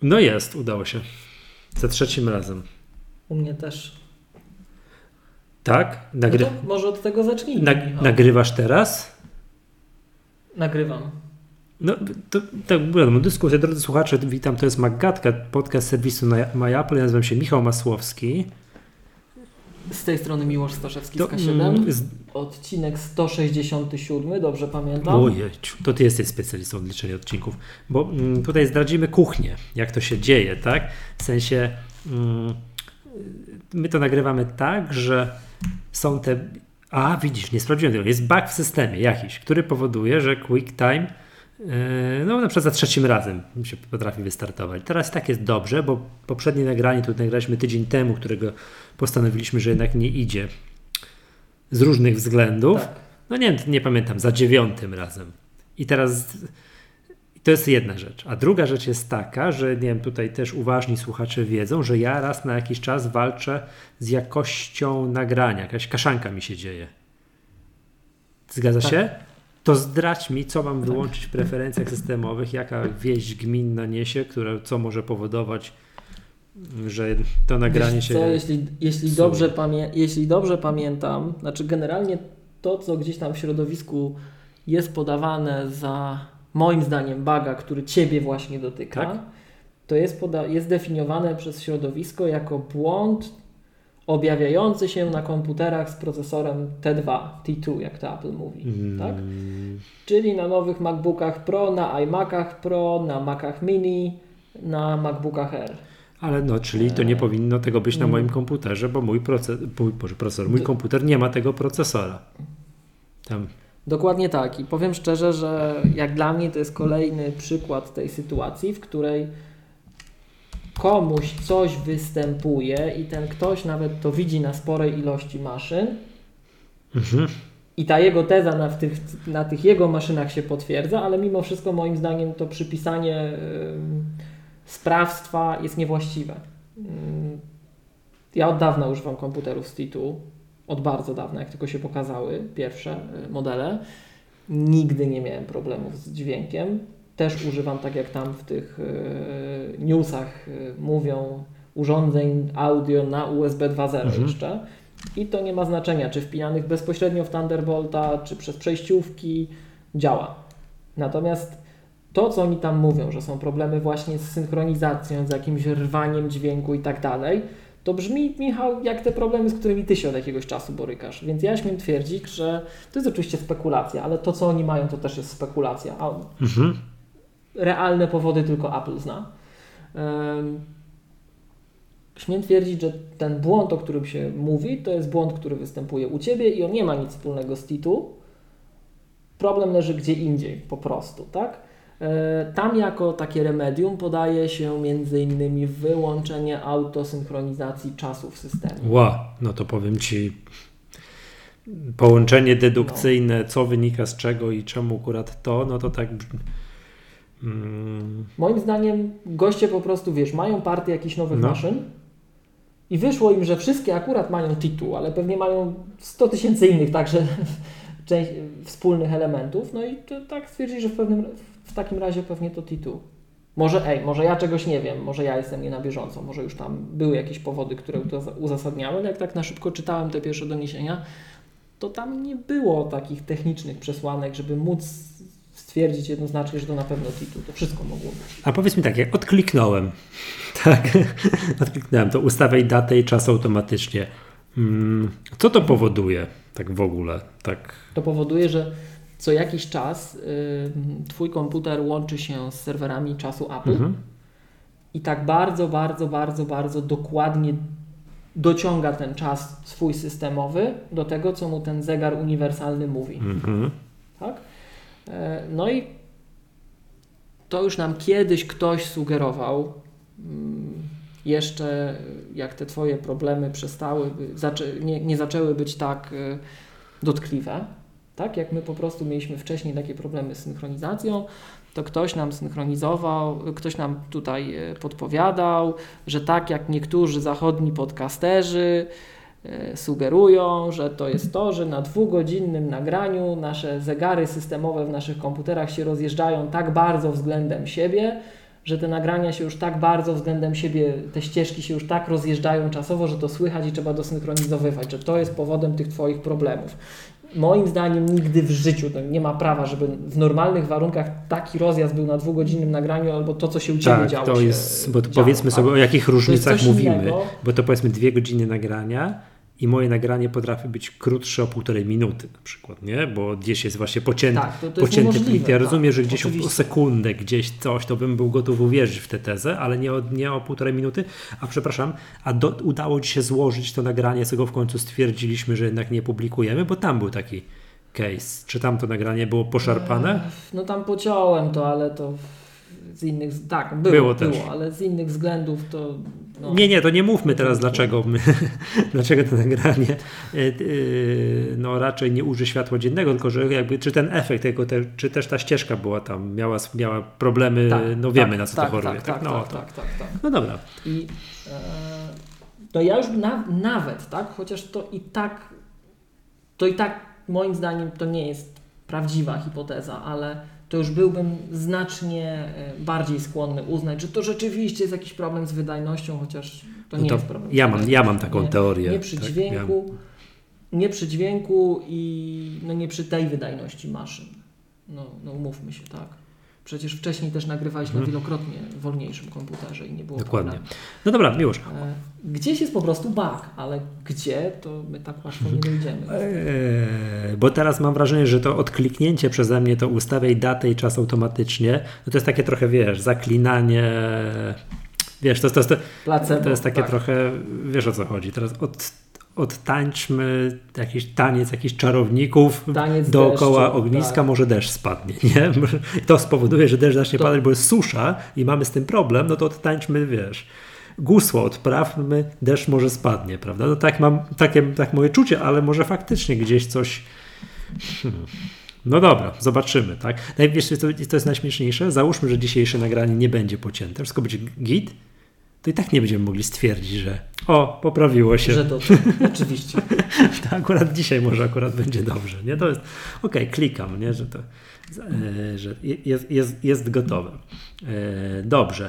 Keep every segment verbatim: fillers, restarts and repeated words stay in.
No jest, udało się. Za trzecim razem. U mnie też. Tak? Nagry... No to może od tego zacznijmy. Nag- nagrywasz teraz? Nagrywam. No, to tak, byłem dyskusję. Drodzy słuchacze, witam, to jest Maggatka, podcast serwisu MyApple. Ja nazywam się Michał Masłowski. Z tej strony Miłosz Staszewski To, z K siedem. mm, z... Odcinek sto sześćdziesiąty siódmy, dobrze pamiętam? Ojej, to ty jesteś specjalistą od liczenia odcinków. Bo mm, tutaj zdradzimy kuchnię, jak to się dzieje, tak? W sensie mm, my to nagrywamy tak, że są te... A, widzisz, nie sprawdziłem tego. Jest bug w systemie jakiś, który powoduje, że QuickTime no na przykład za trzecim razem się potrafi wystartować. Teraz tak jest dobrze, bo poprzednie nagranie, tu nagraliśmy tydzień temu, którego postanowiliśmy, że jednak nie idzie z różnych względów. Tak. No nie, nie pamiętam, za dziewiątym razem. I teraz to jest jedna rzecz. A druga rzecz jest taka, że nie wiem, tutaj też uważni słuchacze wiedzą, że ja raz na jakiś czas walczę z jakością nagrania. Jakaś kaszanka mi się dzieje. Zgadza tak. się? To zdradź mi, co mam wyłączyć w preferencjach systemowych, jaka wieść gminna niesie, która, co może powodować, że to nagranie Wiesz się... Co, jeśli, jeśli, dobrze pamię- jeśli dobrze pamiętam, znaczy generalnie to, co gdzieś tam w środowisku jest podawane za, moim zdaniem, buga, który Ciebie właśnie dotyka, tak? to jest, poda- jest definiowane przez środowisko jako błąd objawiający się na komputerach z procesorem T dwa, T dwa, jak to Apple mówi, mm. tak? Czyli na nowych MacBookach Pro, na iMacach Pro, na Macach Mini, na MacBookach Air. Ale no, czyli to nie powinno tego być na moim komputerze, bo mój, proces, mój, Boże, procesor, mój komputer nie ma tego procesora. Tam. Dokładnie tak. I powiem szczerze, że jak dla mnie to jest kolejny przykład tej sytuacji, w której komuś coś występuje i ten ktoś nawet to widzi na sporej ilości maszyn mhm. i ta jego teza na, w tych, na tych jego maszynach się potwierdza, ale mimo wszystko moim zdaniem to przypisanie y, sprawstwa jest niewłaściwe. Y, ja od dawna używam komputerów z T dwa, od bardzo dawna, jak tylko się pokazały pierwsze y, modele. Nigdy nie miałem problemów z dźwiękiem. Też używam, tak jak tam w tych y, newsach y, mówią, urządzeń audio na U S B dwa zero mhm. jeszcze. I to nie ma znaczenia, czy wpinanych bezpośrednio w Thunderbolta, czy przez przejściówki, działa. Natomiast to, co oni tam mówią, że są problemy właśnie z synchronizacją, z jakimś rwaniem dźwięku i tak dalej, to brzmi, Michał, jak te problemy, z którymi Ty się od jakiegoś czasu borykasz. Więc ja śmiem twierdzić, że to jest oczywiście spekulacja, ale to, co oni mają, to też jest spekulacja. A mhm. realne powody tylko Apple zna. Um, śmiem twierdzić, że ten błąd, o którym się mówi, to jest błąd, który występuje u Ciebie i on nie ma nic wspólnego z T dwa. Problem leży gdzie indziej, po prostu, tak? E, tam jako takie remedium podaje się między innymi wyłączenie autosynchronizacji czasu w systemie. Ła, no to powiem Ci, połączenie dedukcyjne, no. co wynika z czego i czemu akurat to, no to tak... Hmm. Moim zdaniem goście po prostu, wiesz, mają partię jakichś nowych no. maszyn i wyszło im, że wszystkie akurat mają T dwa, ale pewnie mają sto tysięcy innych także część, wspólnych elementów, no i to tak stwierdzili, że w, pewnym, w takim razie pewnie to T dwa. Może ej, może ja czegoś nie wiem, może ja jestem nie na bieżąco, może już tam były jakieś powody, które to uzasadniały, ale jak tak na szybko czytałem te pierwsze doniesienia, to tam nie było takich technicznych przesłanek, żeby móc stwierdzić jednoznacznie, że to na pewno T dwa. To wszystko mogło być. A powiedz mi tak, jak odkliknąłem, tak, odkliknąłem, to ustawiaj datę i czas automatycznie. Hmm, co to powoduje tak w ogóle? Tak? To powoduje, że co jakiś czas y, Twój komputer łączy się z serwerami czasu Apple mhm. i tak bardzo, bardzo, bardzo, bardzo dokładnie dociąga ten czas swój systemowy do tego, co mu ten zegar uniwersalny mówi. Mhm. Tak? No i to już nam kiedyś ktoś sugerował, jeszcze jak te Twoje problemy przestały, nie, nie zaczęły być tak dotkliwe, tak? Jak my po prostu mieliśmy wcześniej takie problemy z synchronizacją, to ktoś nam synchronizował, ktoś nam tutaj podpowiadał, że tak jak niektórzy zachodni podcasterzy sugerują, że to jest to, że na dwugodzinnym nagraniu nasze zegary systemowe w naszych komputerach się rozjeżdżają tak bardzo względem siebie, że te nagrania się już tak bardzo względem siebie, te ścieżki się już tak rozjeżdżają czasowo, że to słychać i trzeba dosynchronizowywać, że to jest powodem tych Twoich problemów. Moim zdaniem nigdy w życiu to nie ma prawa, żeby w normalnych warunkach taki rozjazd był na dwugodzinnym nagraniu, albo to, co się u Ciebie tak, działo. to się jest, bo to działo, powiedzmy tak? sobie, o jakich różnicach mówimy, innego. bo to powiedzmy dwie godziny nagrania i moje nagranie potrafi być krótsze o półtorej minuty na przykład, nie? Bo gdzieś jest właśnie pocięty, tak, to, to pocięty plik. Ja tak, rozumiem, że gdzieś oczywiście. o sekundę, gdzieś coś, to bym był gotów uwierzyć w tę tezę, ale nie o, nie o półtorej minuty. A przepraszam, a do, udało Ci się złożyć to nagranie, z tego w końcu stwierdziliśmy, że jednak nie publikujemy, bo tam był taki case. Czy tam to nagranie było poszarpane? No tam pociąłem to, ale to z innych, tak, było, Było było, też. ale z innych względów to... No, nie, nie, to nie mówmy teraz dlaczego my, dlaczego to nagranie yy, no raczej nie uży światła dziennego, tylko że jakby czy ten efekt, tego, te, czy też ta ścieżka była tam, miała, miała problemy, tak, no wiemy tak, na co tak, to choruje. Tak, tak, no, tak, to, tak, tak, tak. no dobra. I e, to ja już na, nawet, tak, chociaż to i tak, to i tak moim zdaniem to nie jest prawdziwa hipoteza, ale to już byłbym znacznie bardziej skłonny uznać, że to rzeczywiście jest jakiś problem z wydajnością, chociaż to No nie to jest problem. Ja mam, ja mam taką nie, teorię. Nie przy tak, dźwięku, miałem. nie przy dźwięku i no nie przy tej wydajności maszyn. No, no umówmy się, tak. Przecież wcześniej też nagrywałeś hmm. na wielokrotnie wolniejszym komputerze i nie było Dokładnie. problemu. No dobra, Miłosz. Gdzieś jest po prostu bug, ale gdzie, to my tak łatwo nie dojdziemy. Eee, bo teraz mam wrażenie, że to odkliknięcie przeze mnie, to ustawiaj datę i czas automatycznie, no to jest takie trochę, wiesz, zaklinanie, wiesz, to, to, to, Placebo, to jest takie tak. trochę, wiesz o co chodzi. Teraz od, odtańczmy jakiś taniec, jakichś czarowników Taniec dookoła deszczu, ogniska, tak. może deszcz spadnie, nie? To spowoduje, że deszcz zacznie To- padać, bo jest susza i mamy z tym problem, no to odtańczmy, wiesz, gusło odprawmy, deszcz może spadnie, prawda? No tak mam, takie, tak moje czucie, ale może faktycznie gdzieś coś... Hmm. No dobra, zobaczymy, tak? No i wiesz, to, to jest najśmieszniejsze. Załóżmy, że dzisiejsze nagranie nie będzie pocięte, wszystko będzie git, to i tak nie będziemy mogli stwierdzić, że o, poprawiło się. Że to, to oczywiście. To akurat dzisiaj może akurat będzie dobrze, nie? To jest, okej, okay, klikam, nie? Że to, e, że jest, jest, jest gotowe. E, dobrze.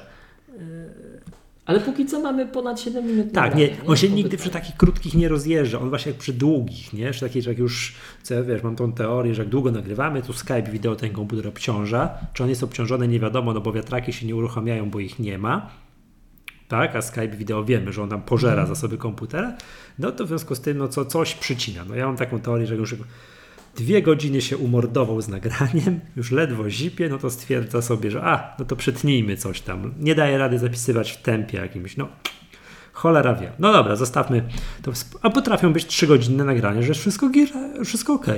Ale póki co mamy ponad siedem minut. Tak, nagrania, nie, on się To nigdy by- przy takich krótkich nie rozjeżdża, on właśnie jak przy długich, nie? Przy takich, że jak już, co ja wiesz, mam tą teorię, że jak długo nagrywamy, to Skype wideo ten komputer obciąża, czy on jest obciążony, nie wiadomo, no bo wiatraki się nie uruchamiają, bo ich nie ma, tak, a Skype wideo wiemy, że on nam pożera Mhm. zasoby komputera, no to w związku z tym, no co, coś przycina, no ja mam taką teorię, że jak już dwie godziny się umordował z nagraniem, już ledwo zipie, no to stwierdza sobie, że a, no to przytnijmy coś tam, nie daje rady zapisywać w tempie jakimś, no cholera wie. No dobra, zostawmy to. A potrafią być trzygodzinne nagrania, że jest wszystko, gier- wszystko okej.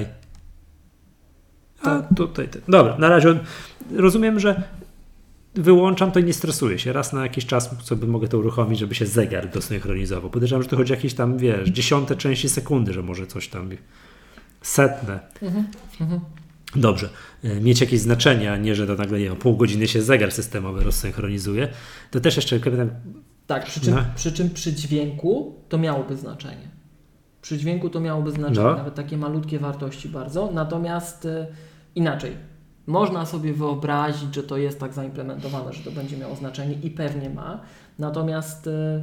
A Tak. tutaj, ty. Dobra, na razie rozumiem, że wyłączam to i nie stresuję się. Raz na jakiś czas sobie mogę to uruchomić, żeby się zegar dosynchronizował. Podejrzewam, że to chodzi o jakieś tam, wiesz, dziesiąte części sekundy, że może coś tam setne. Mhm. Mhm. Dobrze. E, Mieć jakieś znaczenie, a nie, że to nagle, nie wiem, pół godziny się zegar systemowy rozsynchronizuje. To też jeszcze pytam, Tak, przy czym, No. przy czym przy dźwięku to miałoby znaczenie. Przy dźwięku to miałoby znaczenie, No. nawet takie malutkie wartości bardzo. Natomiast e, inaczej, można sobie wyobrazić, że to jest tak zaimplementowane, że to będzie miało znaczenie i pewnie ma. Natomiast e,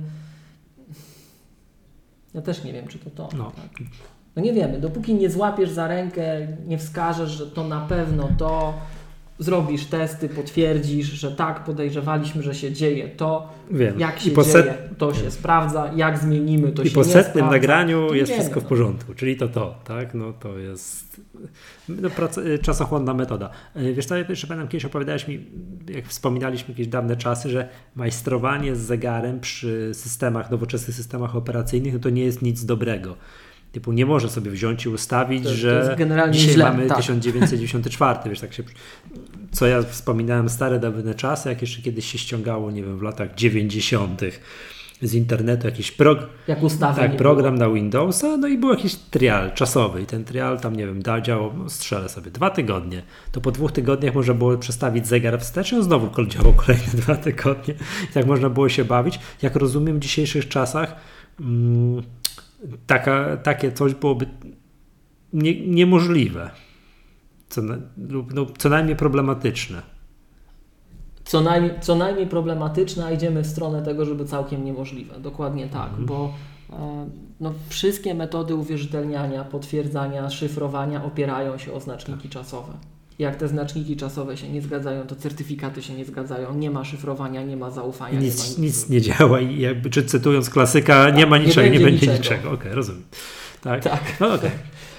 ja też nie wiem, czy to to. no, Tak. No nie wiemy, dopóki nie złapiesz za rękę, nie wskażesz, że to na pewno to, zrobisz testy, potwierdzisz, że tak, podejrzewaliśmy, że się dzieje to, wiem. jak się I po, dzieje, set, to się sprawdza, jak zmienimy, to i się po nie setnym sprawdza. nagraniu To jest wiemy, wszystko w no. porządku, czyli to to, tak? No to jest no, prac- czasochłonna metoda. E, Wiesz co, jeszcze pamiętam, kiedyś opowiadałeś mi, jak wspominaliśmy jakieś dawne czasy, że majstrowanie z zegarem przy systemach, nowoczesnych systemach operacyjnych, no to nie jest nic dobrego. Typu nie może sobie wziąć i ustawić, To- to że jest generalnie dzisiaj źle, mamy tak. tysiąc dziewięćset dziewięćdziesiąty czwarty, wiesz, tak się, co ja wspominałem, stare dawne czasy, jak jeszcze kiedyś się ściągało, nie wiem, w latach dziewięćdziesiątych z internetu jakiś prog, Jak ustawy tak, nie program było. na Windowsa, no i był jakiś trial czasowy i ten trial tam, nie wiem, da, działał, no, strzelę sobie, dwa tygodnie. To po dwóch tygodniach można było przestawić zegar wstecz i on znowu działał kolejne dwa tygodnie. I tak można było się bawić. Jak rozumiem, w dzisiejszych czasach mm, taka, takie coś byłoby nie, niemożliwe. Co, na, lub no, co najmniej problematyczne. Co Co, naj, co najmniej problematyczne, a idziemy w stronę tego, żeby całkiem niemożliwe. Dokładnie tak, mhm. bo e, no, wszystkie metody uwierzytelniania, potwierdzania, szyfrowania opierają się o znaczniki tak. czasowe. Jak te znaczniki czasowe się nie zgadzają, to certyfikaty się nie zgadzają, nie ma szyfrowania, nie ma zaufania. Nic nie, ma nic. nic nie działa i jakby, czy cytując klasyka, tak, nie ma niczego, nie będzie, nie będzie niczego. niczego. Okej, okay, rozumiem. Tak. tak. No, okay.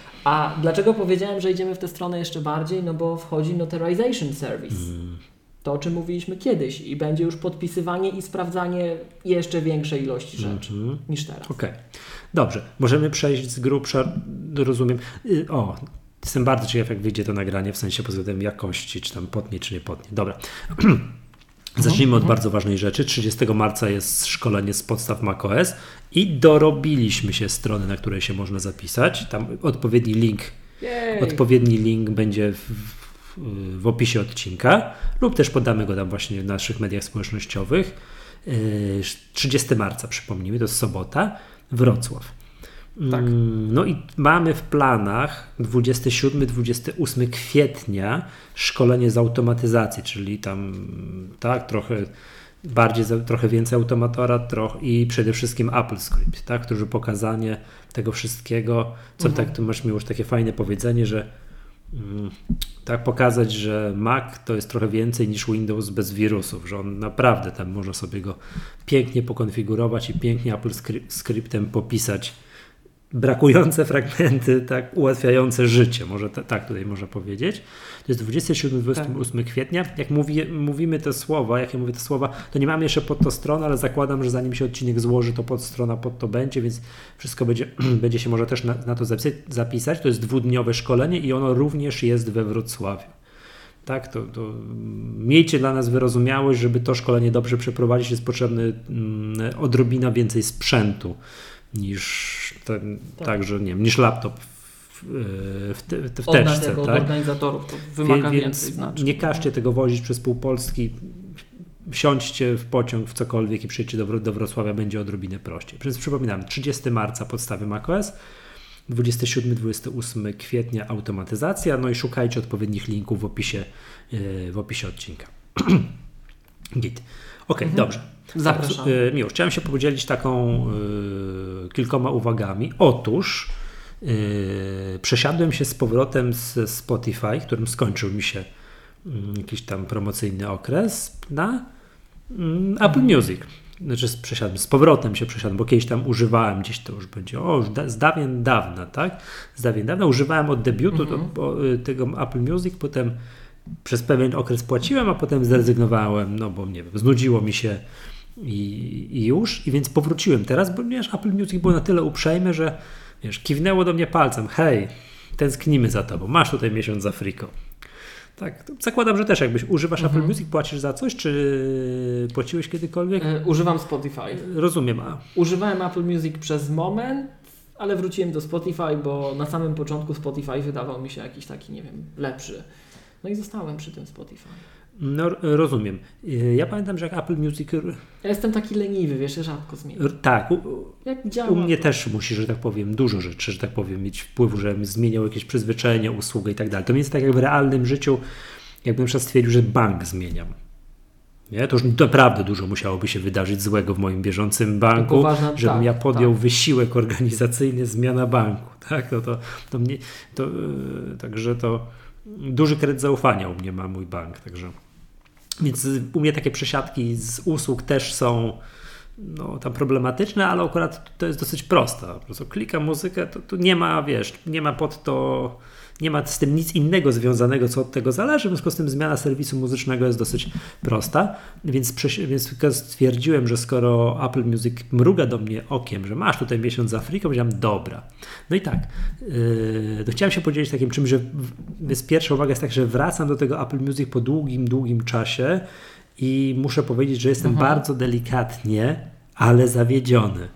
A dlaczego powiedziałem, że idziemy w tę stronę jeszcze bardziej? No bo wchodzi Notarization Service. Hmm. To, o czym mówiliśmy kiedyś i będzie już podpisywanie i sprawdzanie jeszcze większej ilości rzeczy hmm. niż teraz. Okej. Okay. Dobrze. Możemy przejść z grubsza, rozumiem. O, jestem bardzo ciekaw, jak wyjdzie to nagranie, w sensie pod względem jakości, czy tam potnie, czy nie potnie. Dobra. Zacznijmy od mhm. bardzo ważnej rzeczy. trzydziestego marca jest szkolenie z podstaw macOS i dorobiliśmy się strony, na której się można zapisać. Tam odpowiedni link, Jej. odpowiedni link będzie w, w, w opisie odcinka lub też podamy go tam właśnie w naszych mediach społecznościowych. trzydziestego marca, przypomnijmy, to jest sobota, Wrocław. Tak. No i mamy w planach dwudziestego siódmego do dwudziestego ósmego kwietnia szkolenie z automatyzacji, czyli tam tak trochę bardziej, trochę więcej automatora trochę, i przede wszystkim AppleScript, tak, którzy pokazanie tego wszystkiego, co mhm. tak, tu masz już takie fajne powiedzenie, że mm, tak pokazać, że Mac to jest trochę więcej niż Windows bez wirusów, że on naprawdę tam można sobie go pięknie pokonfigurować i pięknie AppleScriptem popisać brakujące fragmenty, tak, ułatwiające życie, może t- tak tutaj można powiedzieć. To jest dwudziestego siódmego do dwudziestego ósmego kwietnia. Jak mówi, mówimy te słowa, jak ja mówię te słowa, to nie mamy jeszcze pod to stronę, ale zakładam, że zanim się odcinek złoży, to podstrona pod to będzie, więc wszystko będzie, będzie się może też na, na to zapisać, zapisać. To jest dwudniowe szkolenie i ono również jest we Wrocławiu. Tak, to, to miejcie dla nas wyrozumiałość, żeby to szkolenie dobrze przeprowadzić, jest potrzebny mm, odrobina więcej sprzętu niż ten, tak. tak, że nie wiem, niż laptop w, w, te, w teczce. Od nas jako tak? organizatorów to wymaga Wie, więcej znacznie. Nie każcie tego wozić przez pół Polski. Wsiądźcie w pociąg, w cokolwiek i przyjdźcie do, do Wrocławia, będzie odrobinę prościej. Więc przypominam, trzydziestego marca podstawy macOS, dwudziestego siódmego do dwudziestego ósmego kwietnia automatyzacja, no i szukajcie odpowiednich linków w opisie, yy, w opisie odcinka. Git. Okej, okay, mhm. dobrze. Zapraszam. Tak, Miłosz, chciałem się podzielić taką y, kilkoma uwagami. Otóż y, przesiadłem się z powrotem z Spotify, którym skończył mi się y, jakiś tam promocyjny okres, na y, Apple Music. Znaczy przesiadłem, z powrotem się przesiadłem, bo kiedyś tam używałem, gdzieś to już będzie, o, już da, z dawien dawna, tak? Z dawien dawna używałem od debiutu mhm. do, do, tego Apple Music, potem przez pewien okres płaciłem, a potem zrezygnowałem, no bo nie wiem, znudziło mi się i, i już, i więc powróciłem teraz, bo wiesz, Apple Music było na tyle uprzejme, że wiesz, kiwnęło do mnie palcem, hej, tęsknimy za tobą, masz tutaj miesiąc za friko. Tak, zakładam, że też jakbyś używasz mhm. Apple Music, płacisz za coś, czy płaciłeś kiedykolwiek? E, używam Spotify. Rozumiem. A... Używałem Apple Music przez moment, ale wróciłem do Spotify, bo na samym początku Spotify wydawał mi się jakiś taki, nie wiem, lepszy. No i zostałem przy tym Spotify. No rozumiem. Ja pamiętam, że jak Apple Music... Ja jestem taki leniwy, wiesz, rzadko zmieniam. Tak. U, jak działa, u mnie to... też musi, że tak powiem, dużo rzeczy, że tak powiem, mieć wpływu, żebym zmieniał jakieś przyzwyczajenia, usługę i tak dalej. To jest tak jak w realnym życiu, jakbym na przykład stwierdził, że bank zmieniam. Nie? To już naprawdę dużo musiałoby się wydarzyć złego w moim bieżącym banku, poważna, żebym tak, ja podjął tak. wysiłek organizacyjny, zmiana banku. Tak? No to, to mnie, to, yy, także to duży kredyt zaufania u mnie ma mój bank. Także. Więc u mnie takie przesiadki z usług też są no, tam problematyczne, ale akurat to jest dosyć proste. Po prostu klikam muzykę, to, to nie ma, wiesz, nie ma pod to, nie ma z tym nic innego związanego, co od tego zależy, w związku z tym zmiana serwisu muzycznego jest dosyć prosta, więc, więc stwierdziłem, że skoro Apple Music mruga do mnie okiem, że masz tutaj miesiąc za free, powiedziałem, dobra. No i tak, yy, to chciałem się podzielić takim czymś, że jest pierwsza uwaga jest tak, że wracam do tego Apple Music po długim, długim czasie i muszę powiedzieć, że jestem mhm. bardzo delikatnie, ale zawiedziony.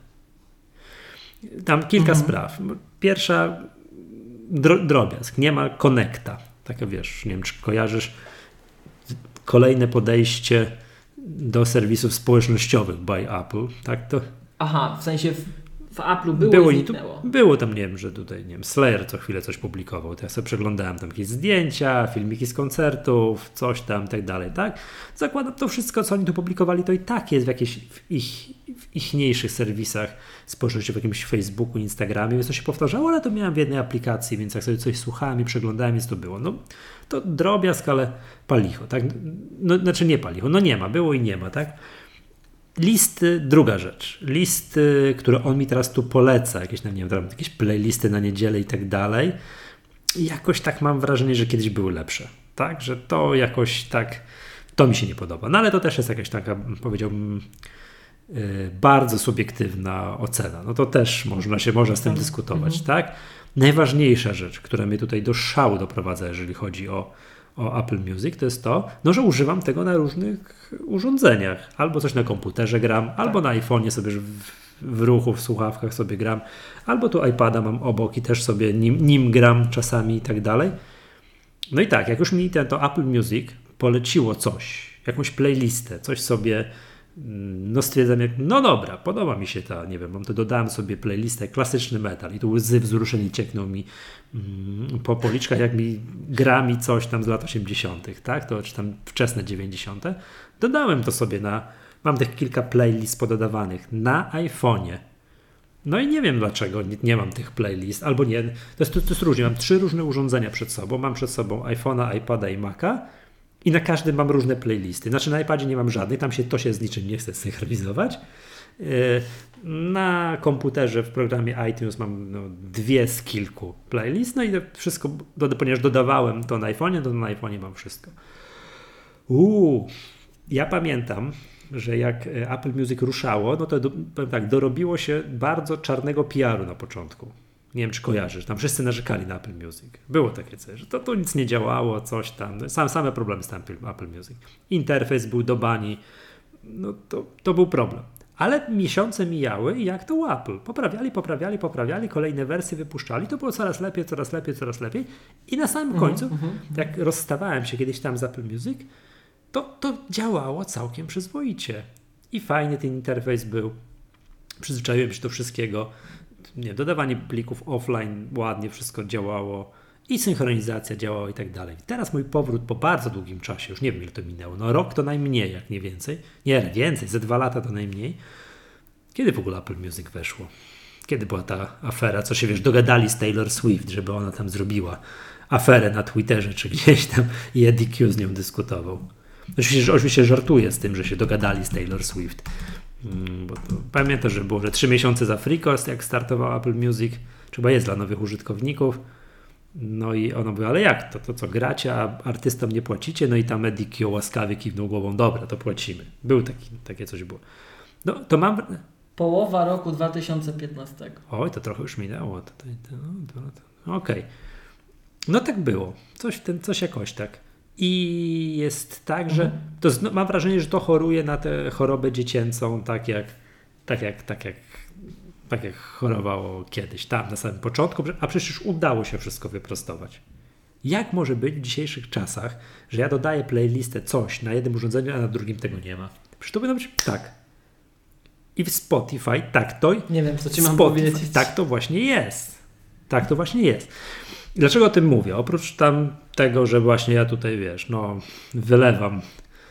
Tam kilka mhm. spraw. Pierwsza, Dro- drobiazg, nie ma konekta. Takie wiesz, nie wiem, czy kojarzysz kolejne podejście do serwisów społecznościowych by Apple, tak to? Aha, w sensie w Apple'u było, było i i tu, zniknęło. było tam, nie wiem, że tutaj, nie wiem, Slayer co chwilę coś publikował, to ja sobie przeglądałem tam jakieś zdjęcia, filmiki z koncertów, coś tam i tak dalej, tak? Zakładam, to wszystko, co oni tu publikowali, to i tak jest w jakichś w ich, w ichniejszych serwisach społeczności, w jakimś Facebooku, Instagramie, więc to się powtarzało, ale to miałem w jednej aplikacji, więc jak sobie coś słuchałem i przeglądałem, więc to było. No, to drobiazg, ale palicho, tak? No, znaczy nie palicho, no nie ma, było i nie ma, tak? Listy, druga rzecz. Listy, które on mi teraz tu poleca, jakieś, nie wiem, jakieś playlisty na niedzielę i tak dalej. I jakoś tak mam wrażenie, że kiedyś były lepsze. Tak, że to jakoś tak, to mi się nie podoba. No ale to też jest jakaś taka, powiedziałbym, yy, bardzo subiektywna ocena. No to też można się, można z tym dyskutować, mhm. tak? Najważniejsza rzecz, która mnie tutaj do szału doprowadza, jeżeli chodzi o o Apple Music, to jest to, no, że używam tego na różnych urządzeniach. Albo coś na komputerze gram, tak. albo na iPhone'ie sobie w, w ruchu, w słuchawkach sobie gram, albo tu iPada mam obok i też sobie nim, nim gram czasami i tak dalej. No i tak, jak już mi ten, to Apple Music poleciło coś, jakąś playlistę, coś sobie, no stwierdzam, jak, no dobra, podoba mi się ta, nie wiem, mam to dodałem sobie playlistę klasyczny metal i tu łzy wzruszeni ciekną mi mm, po policzkach, jak mi gra mi coś tam z lat osiemdziesiątych, tak, to czy tam wczesne dziewięćdziesiąte. Dodałem to sobie na, mam tych kilka playlist pododawanych na iPhone'ie. No i nie wiem dlaczego nie, nie mam tych playlist, albo nie, to jest, to, to jest różnie, mam trzy różne urządzenia przed sobą, mam przed sobą iPhone'a, iPada i Maca. I na każdym mam różne playlisty. Znaczy na iPadzie nie mam żadnych, tam się to się z niczym nie chce synchronizować. Na komputerze w programie iTunes mam no, dwie z kilku playlist, no i wszystko, ponieważ dodawałem to na iPhone'ie, to na iPhone'ie mam wszystko. Uuu, ja pamiętam, że jak Apple Music ruszało, no to do, powiem tak, dorobiło się bardzo czarnego P R u na początku. Nie wiem, czy kojarzysz, tam wszyscy narzekali na Apple Music. Było takie coś, że to, to nic nie działało, coś tam. Sam, same problemy z tym Apple Music. Interfejs był do bani, no to, to był problem. Ale miesiące mijały i jak to u Apple. Poprawiali, poprawiali, poprawiali, kolejne wersje wypuszczali, to było coraz lepiej, coraz lepiej, coraz lepiej. I na samym mm-hmm, końcu, mm-hmm. jak rozstawałem się kiedyś tam z Apple Music, to, to działało całkiem przyzwoicie. I fajny ten interfejs był. Przyzwyczaiłem się do wszystkiego. Nie, dodawanie plików offline ładnie wszystko działało i synchronizacja działała i tak dalej. Teraz mój powrót po bardzo długim czasie, już nie wiem ile to minęło, no rok to najmniej, jak nie więcej. Nie, więcej, ze dwa lata to najmniej. Kiedy w ogóle Apple Music weszło? Kiedy była ta afera, co się wiesz, dogadali z Taylor Swift, żeby ona tam zrobiła aferę na Twitterze czy gdzieś tam i Eddie Q z nią dyskutował. Oczywiście, oczywiście żartuję z tym, że się dogadali z Taylor Swift. Hmm, bo to, pamiętam, że było, że trzy miesiące za free cost, jak startował Apple Music, chyba jest dla nowych użytkowników. No i ona mówi, ale jak to, to co gracie, a artystom nie płacicie? No i tam Eddie Q łaskawie kiwnął głową, dobra, to płacimy. Był taki, takie coś było. No to mam... Połowa roku dwa tysiące piętnastego. Oj, to trochę już minęło. Tutaj, no, no, Okej. Okay. No tak było. Coś, ten, coś jakoś tak. I jest tak, że to, no, mam wrażenie, że to choruje na tę chorobę dziecięcą, tak jak, tak jak, tak jak, tak jak chorowało kiedyś, tam na samym początku, a przecież udało się wszystko wyprostować. Jak może być w dzisiejszych czasach, że ja dodaję playlistę coś na jednym urządzeniu, a na drugim tego nie ma? Przecież to powinno być tak. I w Spotify tak to... Nie wiem, co ci mam powiedzieć. Tak to właśnie jest. Tak to właśnie jest. Dlaczego o tym mówię? Oprócz tam tego, że właśnie ja tutaj, wiesz, no wylewam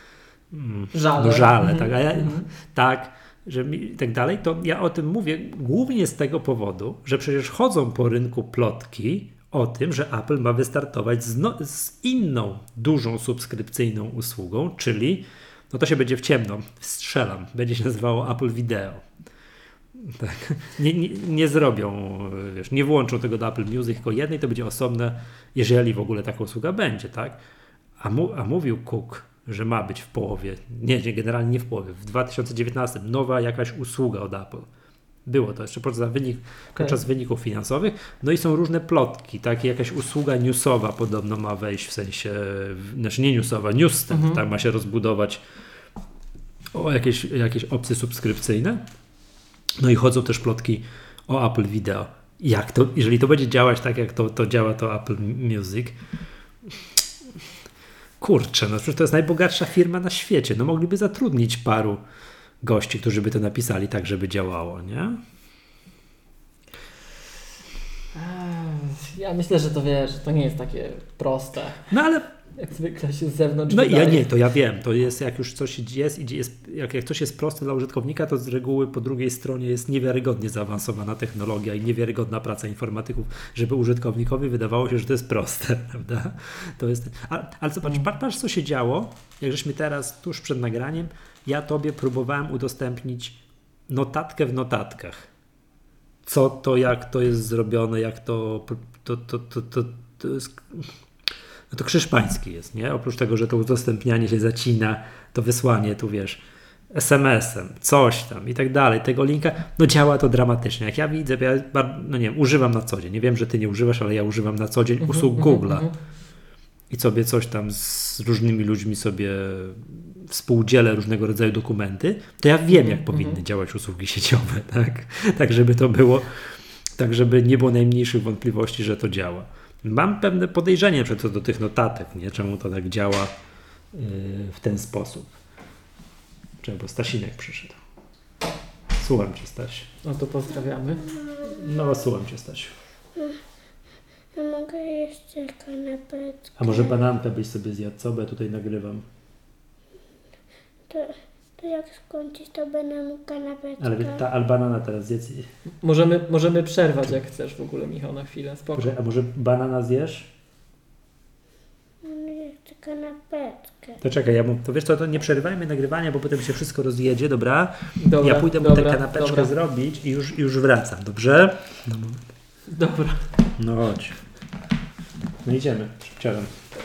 mm, żale, no, żale mm-hmm. tak, a ja, mm-hmm. tak, że mi, tak dalej, to ja o tym mówię głównie z tego powodu, że przecież chodzą po rynku plotki o tym, że Apple ma wystartować z, no, z inną, dużą subskrypcyjną usługą, czyli, no to się będzie w ciemno, strzelam, będzie się nazywało Apple Video. Tak. Nie, nie, nie zrobią, wiesz, nie włączą tego do Apple Music, tylko jednej, to będzie osobne, jeżeli w ogóle taka usługa będzie, tak? A, mu, a mówił Cook, że ma być w połowie, nie, nie, generalnie nie w połowie, w dwa tysiące dziewiętnastym nowa jakaś usługa od Apple. Było to jeszcze podczas, wynik, okay. podczas wyników finansowych. No i są różne plotki, takie jakaś usługa newsowa podobno ma wejść, w sensie, znaczy nie newsowa, newsstand, mhm. tak ma się rozbudować o jakieś, jakieś opcje subskrypcyjne. No i chodzą też plotki o Apple Video. Jak to, jeżeli to będzie działać tak, jak to, to działa to Apple Music, kurczę, no przecież to jest najbogatsza firma na świecie. No mogliby zatrudnić paru gości, którzy by to napisali tak, żeby działało, nie? Ja myślę, że to wiesz, że to nie jest takie proste. No ale Jak zwykle się z zewnątrz No wydaje. ja nie, to ja wiem, to jest jak już coś jest, idzie, jest jak, jak coś jest proste dla użytkownika, to z reguły po drugiej stronie jest niewiarygodnie zaawansowana technologia i niewiarygodna praca informatyków, żeby użytkownikowi wydawało się, że to jest proste, prawda? To jest, ale, ale zobacz, patrz co się działo, jak żeśmy teraz tuż przed nagraniem, ja tobie próbowałem udostępnić notatkę w notatkach. Co to, jak to jest zrobione, jak to to, to, to, to, to jest... No to krzyż pański jest, nie? Oprócz tego, że to udostępnianie się zacina, to wysłanie tu, wiesz, es em esem, coś tam i tak dalej, tego linka, no działa to dramatycznie. Jak ja widzę, ja, no nie wiem, używam na co dzień, nie wiem, że ty nie używasz, ale ja używam na co dzień usług Google'a i sobie coś tam z różnymi ludźmi sobie współdzielę różnego rodzaju dokumenty, to ja wiem, jak powinny działać usługi sieciowe, tak? Tak, żeby to było, tak, żeby nie było najmniejszych wątpliwości, że to działa. Mam pewne podejrzenie co do tych notatek, nie? Czemu to tak działa yy, w ten sposób. Czemu? Bo Stasinek przyszedł. Słucham cię, Stasiu. No to pozdrawiamy. No, słucham cię, Stasiu. Mogę jeszcze kanapeczkę. A może banankę byś sobie zjadł, co? Bo ja tutaj nagrywam. To, to jak skończysz, to będę mógł kanapeczkę. Ale ta ale banana teraz zjedz. Możemy, możemy przerwać jak chcesz w ogóle, Michał, na chwilę. Spoko. A może banana zjesz? No, jeszcze kanapeczkę. To czekaj, ja mu, to wiesz co, to nie przerywajmy nagrywania, bo potem się wszystko rozjedzie, dobra? Dobra, ja pójdę mu dobra, tę kanapeczkę dobra. zrobić i już, już wracam, dobrze? No, Dobra. no chodź. No idziemy, szybciorem.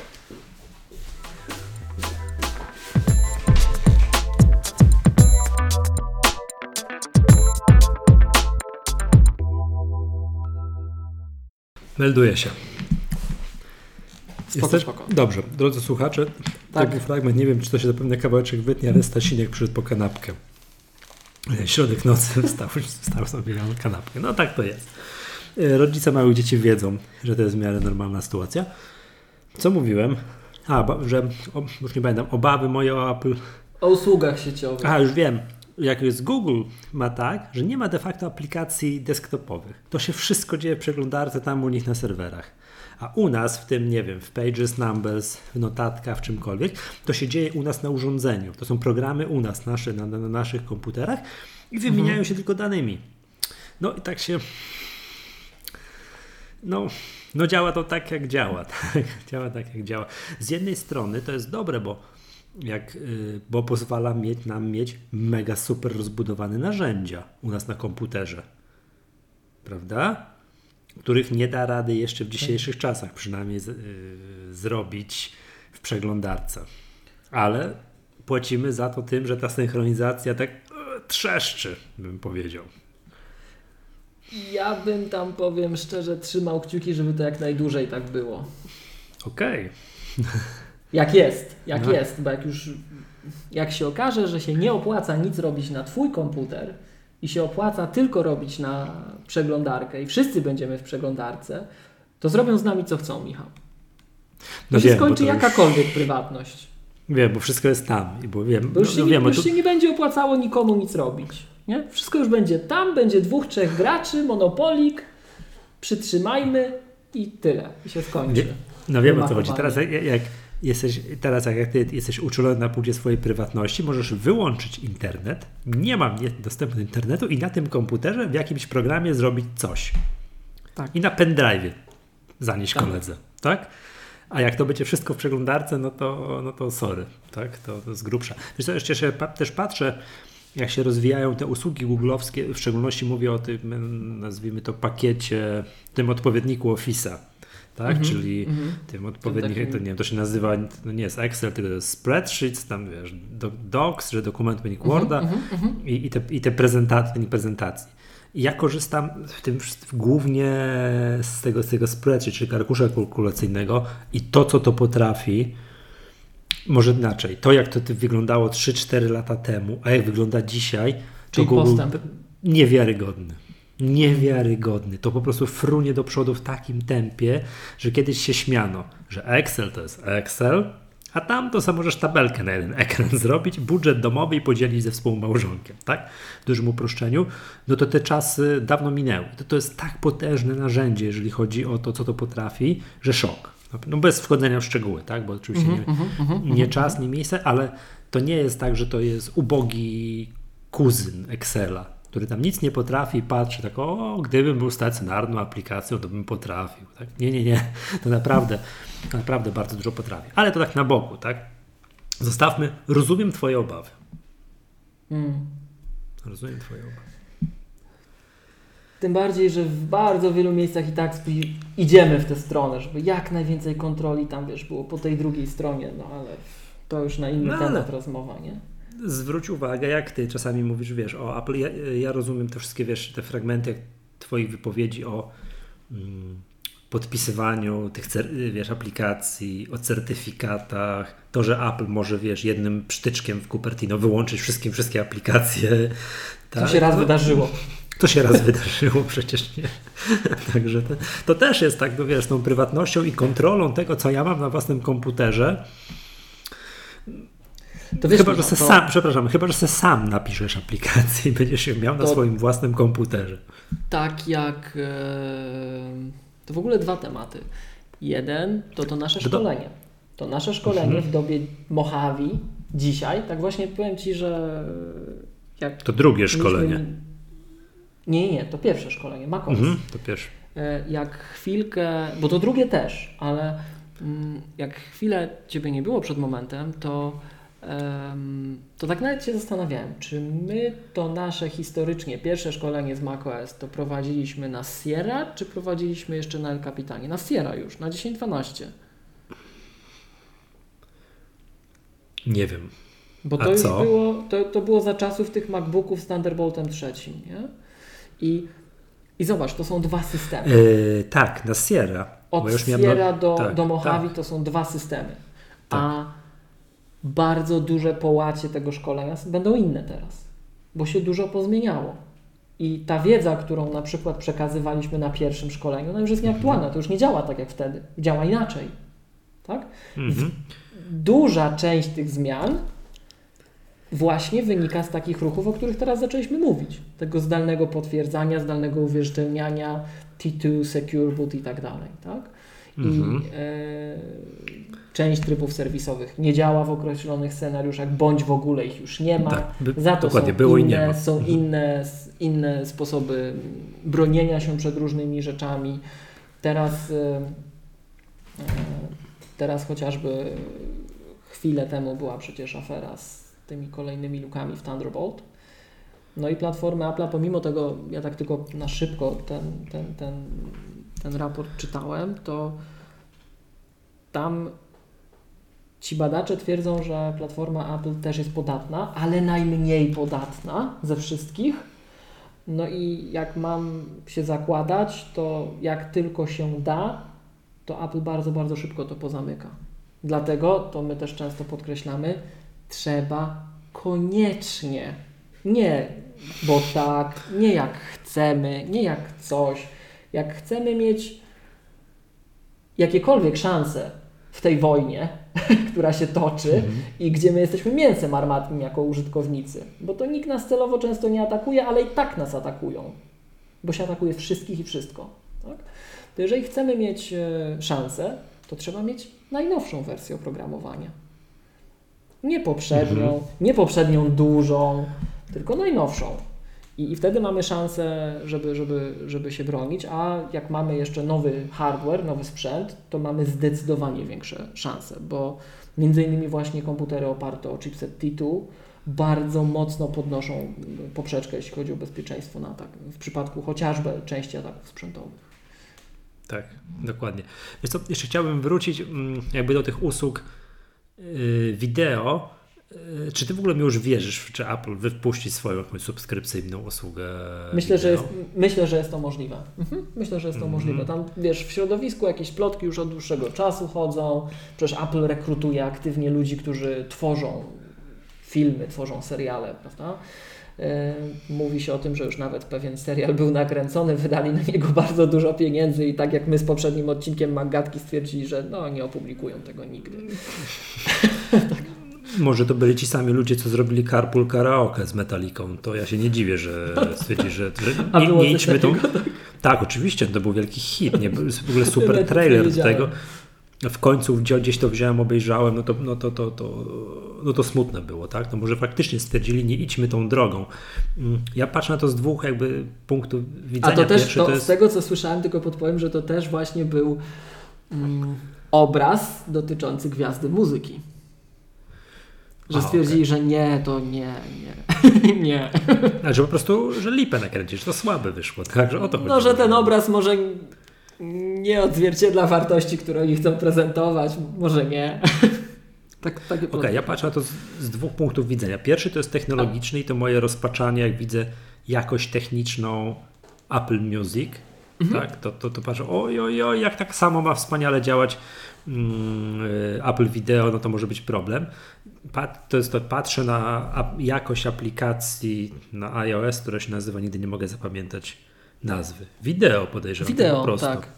Melduję się. Spoko, Jesteś? spoko. Dobrze, drodzy słuchacze, Tak. taki fragment, nie wiem, czy to się zapewne kawałeczek wytnie, ale Stasinek przyszedł po kanapkę. Środek nocy wstał, wstał sobie na kanapkę. No tak to jest. Rodzice małych dzieci wiedzą, że to jest w miarę normalna sytuacja. Co mówiłem? A, bo, że, o, już nie pamiętam, obawy moje o Apple. O usługach sieciowych. A, już wiem. Jak jest Google, ma tak, że nie ma de facto aplikacji desktopowych. To się wszystko dzieje w przeglądarce tam u nich na serwerach. A u nas, w tym, nie wiem, w Pages, Numbers, w notatkach, w czymkolwiek, to się dzieje u nas na urządzeniu. To są programy u nas, nasze, na, na naszych komputerach i wymieniają mhm. się tylko danymi. No i tak się... No, no działa to tak, jak działa. Tak? Działa tak, jak działa. Z jednej strony to jest dobre, bo jak, yy, bo pozwala mieć, nam mieć mega super rozbudowane narzędzia u nas na komputerze. Prawda? Których nie da rady jeszcze w dzisiejszych czasach przynajmniej z, yy, zrobić w przeglądarce. Ale płacimy za to tym, że ta synchronizacja tak yy, trzeszczy, bym powiedział. Ja bym tam, powiem szczerze, trzymał kciuki, żeby to jak najdłużej tak było. Okej. Okay. Jak jest, jak no. jest, bo jak już, jak się okaże, że się nie opłaca nic robić na twój komputer i się opłaca tylko robić na przeglądarkę i wszyscy będziemy w przeglądarce, to zrobią z nami co chcą, Michał. To no się wiem, skończy to jakakolwiek już... prywatność. Wiem, bo wszystko jest tam. I bo wiem, bo już, no, się, no nie, wiem, już tu... się nie będzie opłacało nikomu nic robić. Nie? Wszystko już będzie tam, będzie dwóch, trzech graczy, monopolik, przytrzymajmy i tyle. I się skończy. Nie, no wiem, o co chodzi. Teraz jak, jak jesteś, teraz jak ty jesteś uczulony na punkcie swojej prywatności, możesz wyłączyć internet, nie mam dostępu do internetu i na tym komputerze w jakimś programie zrobić coś. Tak. I na pendrive'ie zanieść tak. koledze. Tak? A jak to będzie wszystko w przeglądarce, no to, no to sorry. Tak? To, to jest grubsza. Wiesz co, jeszcze się pa- też patrzę, jak się rozwijają te usługi googlowskie, w szczególności mówię o tym, nazwijmy to, pakiecie, tym odpowiedniku Office'a, tak? Mm-hmm, Czyli mm-hmm. tym odpowiedniku, takim... to nie wiem, to się nazywa, to nie jest Excel, tylko to jest spreadsheets, tam wiesz, docs, że dokument wynik Worda mm-hmm, mm-hmm. i, i te, i te prezentacje, prezentacji. I ja korzystam w tym w, głównie z tego, z tego spreadsheet, czyli arkusza kalkulacyjnego i to, co to potrafi. Może inaczej. To, jak to wyglądało trzy cztery lata temu, a jak wygląda dzisiaj, czyli to postęp. Niewiarygodny. Niewiarygodny. To po prostu frunie do przodu w takim tempie, że kiedyś się śmiano, że Excel to jest Excel, A tam to sobie możesz tabelkę na jeden ekran zrobić, budżet domowy i podzielić ze współmałżonkiem, tak? W dużym uproszczeniu. No to te czasy dawno minęły. To, to jest tak potężne narzędzie, jeżeli chodzi o to, co to potrafi, że szok. No bez wchodzenia w szczegóły, tak? Bo oczywiście nie, nie czas, nie miejsce, ale to nie jest tak, że to jest ubogi kuzyn Excela, który tam nic nie potrafi i patrzy tak, o, gdybym był stacjonarną aplikacją, to bym potrafił. Tak? Nie, nie, nie. To naprawdę, naprawdę bardzo dużo potrafi. Ale to tak na boku, tak? Zostawmy, rozumiem twoje obawy. Mm. Rozumiem twoje obawy. Tym bardziej, że w bardzo wielu miejscach i tak spi- idziemy w tę stronę, żeby jak najwięcej kontroli tam, wiesz, było po tej drugiej stronie, no ale to już na inny no, temat rozmowa, nie? Zwróć uwagę, jak ty czasami mówisz, wiesz, o Apple, ja, ja rozumiem te wszystkie, wiesz, te fragmenty twoich wypowiedzi o mm, podpisywaniu tych, wiesz, aplikacji, o certyfikatach, to, że Apple może, wiesz, jednym przytyczkiem w Cupertino wyłączyć wszystkie, wszystkie aplikacje. Tak? To się raz no, wydarzyło. To się raz wydarzyło, przecież nie. Także to, to też jest tak, no wiesz, z tą prywatnością i kontrolą tego, co ja mam na własnym komputerze. To wiesz, chyba, że se to... sam, przepraszam, chyba, że se sam napiszesz aplikację i będziesz ją miał to... na swoim własnym komputerze. Tak jak... To w ogóle dwa tematy. Jeden to to nasze szkolenie. To nasze szkolenie mhm. w dobie Mojave dzisiaj, tak właśnie powiem Ci, że jak... To drugie szkolenie. Mieliśmy... Nie, nie, to pierwsze szkolenie, macOS. Mhm, to pierwsze. Jak chwilkę, bo to drugie też, ale jak chwilę Ciebie nie było przed momentem, to to tak nawet się zastanawiałem, czy my to nasze historycznie pierwsze szkolenie z macOS to prowadziliśmy na Sierra, czy prowadziliśmy jeszcze na El Capitanie? Na Sierra już, na dziesięć dwanaście. Nie wiem. Bo to A już co? było, to, to było za czasów tych MacBooków z Thunderboltem trzecim, nie? I, i zobacz, to są dwa systemy. Yy, tak, na Sierra. Od już Sierra miałem... do, tak, do Mojave tak. to są dwa systemy. Tak. A bardzo duże połacie tego szkolenia będą inne teraz, bo się dużo pozmieniało. I ta wiedza, którą na przykład przekazywaliśmy na pierwszym szkoleniu, ona już jest nieaktualna, to już nie działa tak jak wtedy, działa inaczej. Tak? Mhm. Duża część tych zmian właśnie wynika z takich ruchów, o których teraz zaczęliśmy mówić. Tego zdalnego potwierdzania, zdalnego uwierzytelniania, T dwa, Secure Boot i tak dalej. Tak? I mhm. e, część trybów serwisowych nie działa w określonych scenariuszach, bądź w ogóle ich już nie ma. Tak, by, Za to są, było inne, i nie ma. są mhm. inne, inne sposoby bronienia się przed różnymi rzeczami. Teraz, e, teraz chociażby chwilę temu była przecież afera z tymi kolejnymi lukami w Thunderbolt. No i platformy Apple'a, pomimo tego, ja tak tylko na szybko ten, ten, ten, ten raport czytałem, to tam ci badacze twierdzą, że platforma Apple też jest podatna, ale najmniej podatna ze wszystkich. No i jak mam się zakładać, to jak tylko się da, to Apple bardzo, bardzo szybko to pozamyka. Dlatego, to my też często podkreślamy, trzeba koniecznie, nie bo tak, nie jak chcemy, nie jak coś, jak chcemy mieć jakiekolwiek szanse w tej wojnie, która się toczy mhm. i gdzie my jesteśmy mięsem armatnim jako użytkownicy, bo to nikt nas celowo często nie atakuje, ale i tak nas atakują, bo się atakuje wszystkich i wszystko. Tak? To jeżeli chcemy mieć szansę, to trzeba mieć najnowszą wersję oprogramowania. Nie poprzednią, mhm. nie poprzednią dużą, tylko najnowszą. I, I wtedy mamy szansę, żeby, żeby, żeby się bronić, a jak mamy jeszcze nowy hardware, nowy sprzęt, to mamy zdecydowanie większe szanse, bo między innymi właśnie komputery oparte o chipset T dwa bardzo mocno podnoszą poprzeczkę, jeśli chodzi o bezpieczeństwo na atak, w przypadku chociażby części ataków sprzętowych. Tak, dokładnie. Wiesz co, jeszcze chciałbym wrócić jakby do tych usług yy, wideo. Yy, czy ty w ogóle mi już wierzysz, czy Apple wypuści swoją jakąś subskrypcyjną usługę myślę, wideo? że jest, myślę, że jest to możliwe. Mhm. Myślę, że jest to mhm. możliwe. Tam, wiesz, w środowisku jakieś plotki już od dłuższego czasu chodzą. Przecież Apple rekrutuje aktywnie ludzi, którzy tworzą filmy, tworzą seriale, prawda? Mówi się o tym, że już nawet pewien serial był nakręcony, wydali na niego bardzo dużo pieniędzy i tak jak my z poprzednim odcinkiem Maggatki stwierdzili, że no nie opublikują tego nigdy. Może to byli ci sami ludzie, co zrobili Carpool Karaoke z Metallicą. To ja się nie dziwię, że stwierdzili, że, że nie, nie idźmy tą... Tak, oczywiście, to był wielki hit. Nie? W ogóle super trailer do tego. W końcu gdzieś to wziąłem, obejrzałem, no to, no to, to, to, no to smutne było, tak? No może faktycznie stwierdzili, nie idźmy tą drogą. Ja patrzę na to z dwóch jakby punktów widzenia. A to też, Pierwszy, to, to jest... z tego co słyszałem, tylko podpowiem, że to też właśnie był mm, obraz dotyczący gwiazdy muzyki. Że A, stwierdzili, okay. że nie, to nie, nie, nie. Znaczy po prostu, że lipę nakręcisz, to słabe wyszło, tak? Że o to chodzi. No, że ten obraz może nie odzwierciedla wartości, które oni chcą prezentować, może nie. Tak, tak Okej, okay, ja patrzę na to z, z dwóch punktów widzenia. Pierwszy to jest technologiczny i to moje rozpaczanie, jak widzę jakość techniczną Apple Music, mhm. tak? To, to, to patrzę, oj, oj, oj, jak tak samo ma wspaniale działać mm, Apple Video, no to może być problem. Pat, to jest to, patrzę na a, jakość aplikacji na iOS, która się nazywa, nigdy nie mogę zapamiętać nazwy. Wideo podejrzewam. Wideo, po prostu. tak.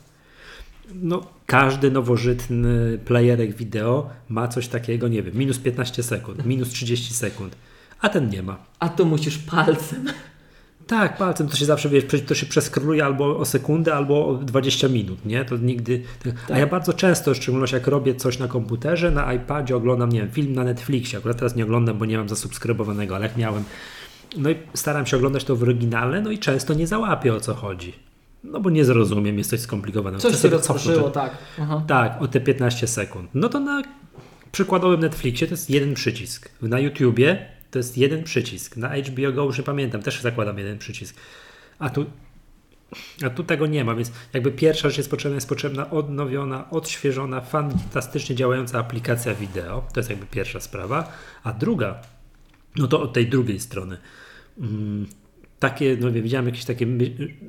No, każdy nowożytny playerek wideo ma coś takiego, nie wiem, minus piętnaście sekund, minus trzydzieści sekund, a ten nie ma. A to musisz palcem. Tak, palcem to się zawsze, wiesz, to się przeskroluje albo o sekundę, albo o dwadzieścia minut, nie? To nigdy... Tak. A ja bardzo często, w szczególności jak robię coś na komputerze, na iPadzie oglądam, nie wiem, film na Netflixie, akurat teraz nie oglądam, bo nie mam zasubskrybowanego, ale jak miałem, no i staram się oglądać to w oryginale, no i często nie załapię, o co chodzi. No bo nie zrozumiem, jest coś skomplikowane. Coś się rozproszyło, tak. Aha. Tak, o te piętnaście sekund. No to na przykładowym Netflixie to jest jeden przycisk. Na YouTubie to jest jeden przycisk. Na H B O Go już nie pamiętam, też zakładam jeden przycisk. A tu, a tu tego nie ma, więc jakby pierwsza rzecz jest potrzebna, jest potrzebna odnowiona, odświeżona, fantastycznie działająca aplikacja wideo. To jest jakby pierwsza sprawa. A druga, no to od tej drugiej strony. Hmm, takie, no widziałem jakieś takie... My,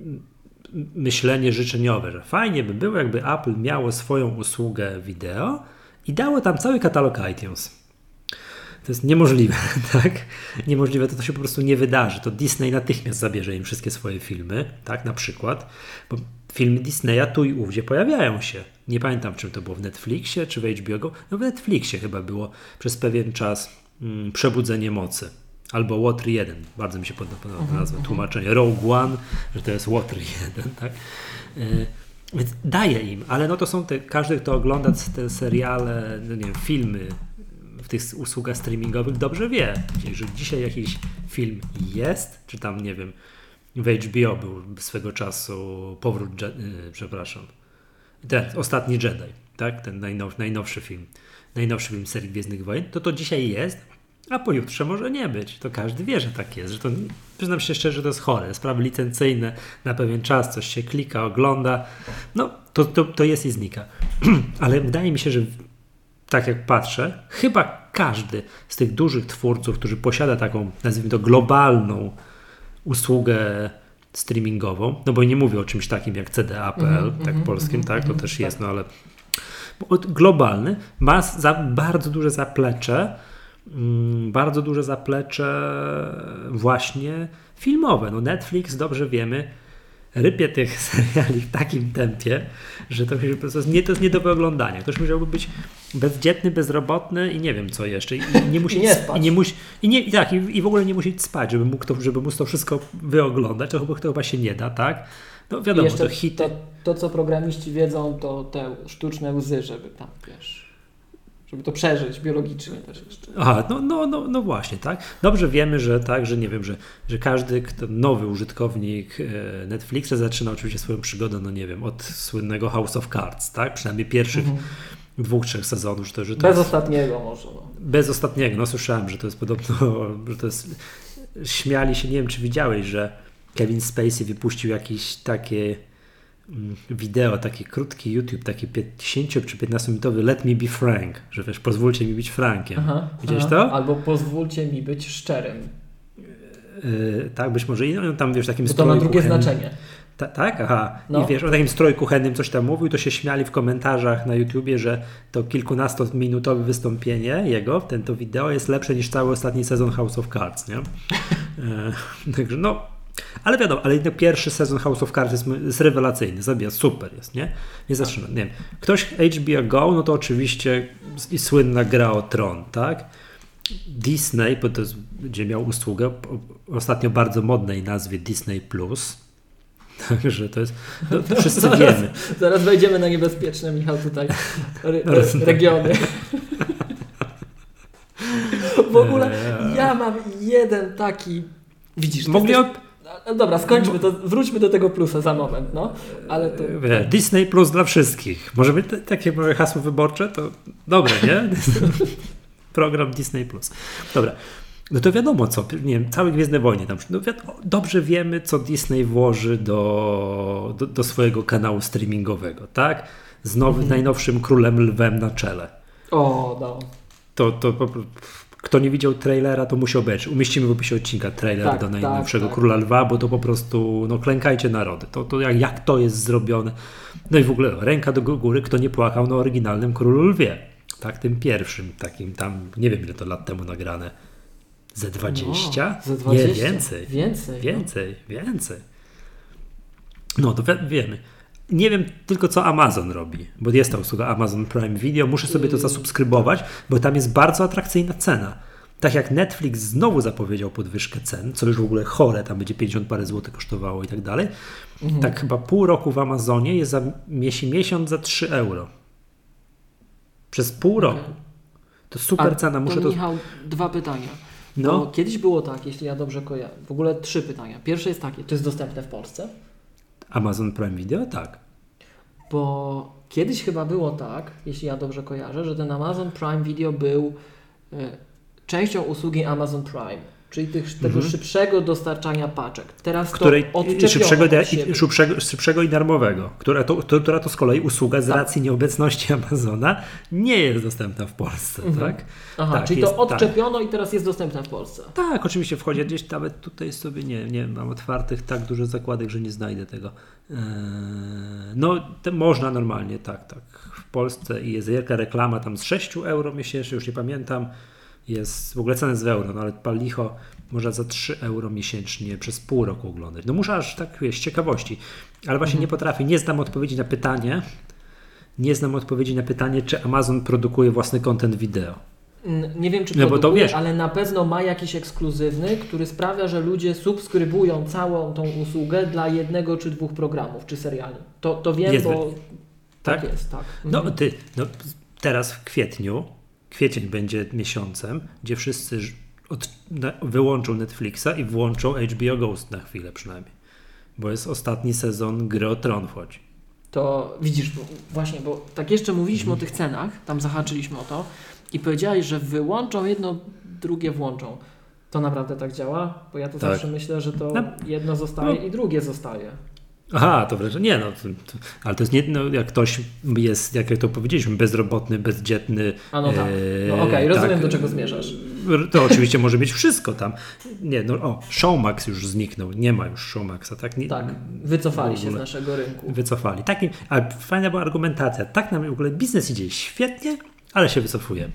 myślenie życzeniowe, że fajnie by było, jakby Apple miało swoją usługę wideo i dało tam cały katalog iTunes. To jest niemożliwe, tak? Niemożliwe, to, to się po prostu nie wydarzy. To Disney natychmiast zabierze im wszystkie swoje filmy, tak? Na przykład, bo filmy Disneya tu i ówdzie pojawiają się. Nie pamiętam, czym to było, w Netflixie czy w H B O Go. No w Netflixie chyba było przez pewien czas mm, Przebudzenie Mocy. Albo Water jeden, bardzo mi się podoba uh-huh, nazwa, uh-huh. tłumaczenie. Rogue One, że to jest Water jeden, tak? Yy, więc daje im, ale no to są te, każdy, kto ogląda te seriale, no nie wiem, filmy w tych usługach streamingowych dobrze wie, że dzisiaj jakiś film jest, czy tam, nie wiem, w H B O był swego czasu Powrót, Je- yy, przepraszam, ten Ostatni Jedi, tak? Ten najnow, najnowszy film, najnowszy film serii Gwiezdnych Wojen, to to dzisiaj jest, a pojutrze może nie być. To każdy wie, że tak jest. Że to, przyznam się szczerze, że to jest chore. Sprawy licencyjne na pewien czas, coś się klika, ogląda. No, to, to, to jest i znika. Ale wydaje mi się, że tak jak patrzę, chyba każdy z tych dużych twórców, którzy posiada taką, nazwijmy to, globalną usługę streamingową, no bo nie mówię o czymś takim jak C D A kropka P L, mm-hmm, tak mm-hmm, polskim, mm-hmm, tak, to mm-hmm, też tak. jest, no ale globalny ma za, bardzo duże zaplecze bardzo duże zaplecze właśnie filmowe. No Netflix, dobrze wiemy, rypie tych seriali w takim tempie, że to, to, jest, nie, to jest nie do wyoglądania. Ktoś musiałby być bezdzietny, bezrobotny i nie wiem co jeszcze. I nie musi nie spać. I, nie musi, i, nie, i, tak, i, i w ogóle nie musi spać, żeby mógł to, żeby móc to wszystko wyoglądać. To chyba, to chyba się nie da, tak? No wiadomo, to hity. To, to, co programiści wiedzą, to te sztuczne łzy, żeby tam, wiesz... Żeby to przeżyć biologicznie też jeszcze. Aha, no, no, no, no właśnie, tak. Dobrze wiemy, że tak, że nie wiem, że, że każdy kto, nowy użytkownik e, Netflixa zaczyna oczywiście swoją przygodę, no nie wiem, od słynnego House of Cards, tak? Przynajmniej pierwszych mhm. dwóch, trzech sezonów. Że to, że to bez jest, ostatniego może. No. Bez ostatniego, no słyszałem, że to jest podobno, że to jest, śmiali się, nie wiem czy widziałeś, że Kevin Spacey wypuścił jakieś takie wideo, taki krótki YouTube, taki dziesięcio czy piętnastominutowy Let Me Be Frank, że wiesz, pozwólcie mi być Frankiem. Aha, Widziałeś aha. to? Albo pozwólcie mi być szczerym. Yy, tak, być może i no, tam wiesz, takim Bo stroju to ma drugie kuchennym. znaczenie. Ta, tak? Aha. No. I wiesz, o takim stroju kuchennym coś tam mówił, to się śmiali w komentarzach na YouTubie, że to kilkunastominutowe wystąpienie jego, ten to wideo jest lepsze niż cały ostatni sezon House of Cards, nie? E, także no, ale wiadomo, ale jednak pierwszy sezon House of Cards jest, jest rewelacyjny, zabija, super jest, nie? Nie zaczyna, nie wiem. Ktoś H B O Go, no to oczywiście i słynna Gra o Tron, tak? Disney, bo to jest, będzie miał usługę o ostatnio bardzo modnej nazwie Disney Plus. Także to jest, no, to wszyscy zaraz, wiemy. Zaraz wejdziemy na niebezpieczne, Michał, tutaj re, re, regiony. W ogóle ja mam jeden taki, widzisz, Mogli jesteś... no, dobra, skończmy to, wróćmy do tego plusa za moment, no. Ale to... Disney Plus dla wszystkich. Może być t- takie małe hasło wyborcze? To dobre, nie? Program Disney Plus. Dobra. No to wiadomo co, nie wiem, całe Gwiezdne Wojny tam, no wiadomo, dobrze wiemy, co Disney włoży do, do, do swojego kanału streamingowego, tak? Z nowym, mhm. najnowszym Królem Lwem na czele. O, no. To, to po prostu, kto nie widział trailera, to musi obejrzeć. Umieścimy w opisie odcinka trailer tak, do najnowszego tak, tak. Króla Lwa, bo to po prostu, no klękajcie narody. To, to jak, jak to jest zrobione. No i w ogóle ręka do góry, kto nie płakał na oryginalnym Królu Lwie. Tak, tym pierwszym, takim tam, nie wiem ile to lat temu nagrane. Ze dwadzieścia? No, ze dwadzieścia? Nie, więcej. Więcej. Więcej, no. więcej. No to wi- wiemy. Nie wiem tylko co Amazon robi, bo jest ta usługa Amazon Prime Video. Muszę sobie to zasubskrybować, bo tam jest bardzo atrakcyjna cena. Tak jak Netflix znowu zapowiedział podwyżkę cen, co już w ogóle chore, tam będzie pięćdziesiąt parę złotych kosztowało i tak dalej. Mhm. Tak chyba pół roku w Amazonie jest za miesiąc za trzy euro. Przez pół roku. Okay. To super A cena. Muszę to, to... Michał, dwa pytania. No. Bo kiedyś było tak, jeśli ja dobrze kojarzę. W ogóle trzy pytania. Pierwsze jest takie, to jest dostępne w Polsce? Amazon Prime Video? Tak. Bo kiedyś chyba było tak, jeśli ja dobrze kojarzę, że ten Amazon Prime Video był y, częścią usługi Amazon Prime, czyli tych, tego mhm. szybszego dostarczania paczek. Teraz Której, to odczepiono szybszego, od i, szybszego, szybszego i darmowego, która to, to, która to z kolei usługa z tak. racji nieobecności Amazona nie jest dostępna w Polsce. Mhm. Tak? Aha, tak, czyli jest, to odczepiono tak. i teraz jest dostępna w Polsce. Tak, oczywiście wchodzi gdzieś nawet tutaj sobie, nie, nie mam otwartych tak dużo zakładek, że nie znajdę tego. Eee, no, to można normalnie, tak, tak. W Polsce i jest wielka reklama tam z sześć euro miesięcznie, już nie pamiętam. Jest w ogóle cena jest w euro, no ale pal licho można za trzy euro miesięcznie przez pół roku oglądać. No muszę aż tak, wiesz, z ciekawości. Ale właśnie mhm. nie potrafię, nie znam odpowiedzi na pytanie, nie znam odpowiedzi na pytanie, czy Amazon produkuje własny content wideo. Nie wiem, czy no produkuje, bo to wiesz, ale na pewno ma jakiś ekskluzywny, który sprawia, że ludzie subskrybują całą tą usługę dla jednego czy dwóch programów, czy seriali. To, to wiem, jest bo tak? tak jest, tak. No mhm. ty, no teraz w kwietniu, kwiecień będzie miesiącem, gdzie wszyscy od, na, wyłączą Netflixa i włączą H B O Ghost na chwilę przynajmniej. Bo jest ostatni sezon Gry o Tron wchodzi. To widzisz, bo, właśnie, bo tak jeszcze mówiliśmy hmm. o tych cenach, tam zahaczyliśmy o to i powiedziałeś, że wyłączą jedno, drugie włączą. To naprawdę tak działa? Bo ja to tak. zawsze myślę, że to no. jedno zostaje no. i drugie zostaje. Aha, to wręcz nie, no, to, to, ale to jest nie, no, jak ktoś jest, jak to powiedzieliśmy, bezrobotny, bezdzietny. A no tak, no okej, okay, rozumiem tak, do czego zmierzasz. To oczywiście może być wszystko tam. Nie, no o, Showmax już zniknął, nie ma już Showmaxa, tak? Nie, tak, wycofali się z naszego rynku. Wycofali. Taki, ale fajna była argumentacja, tak nam w ogóle biznes idzie świetnie, ale się wycofujemy.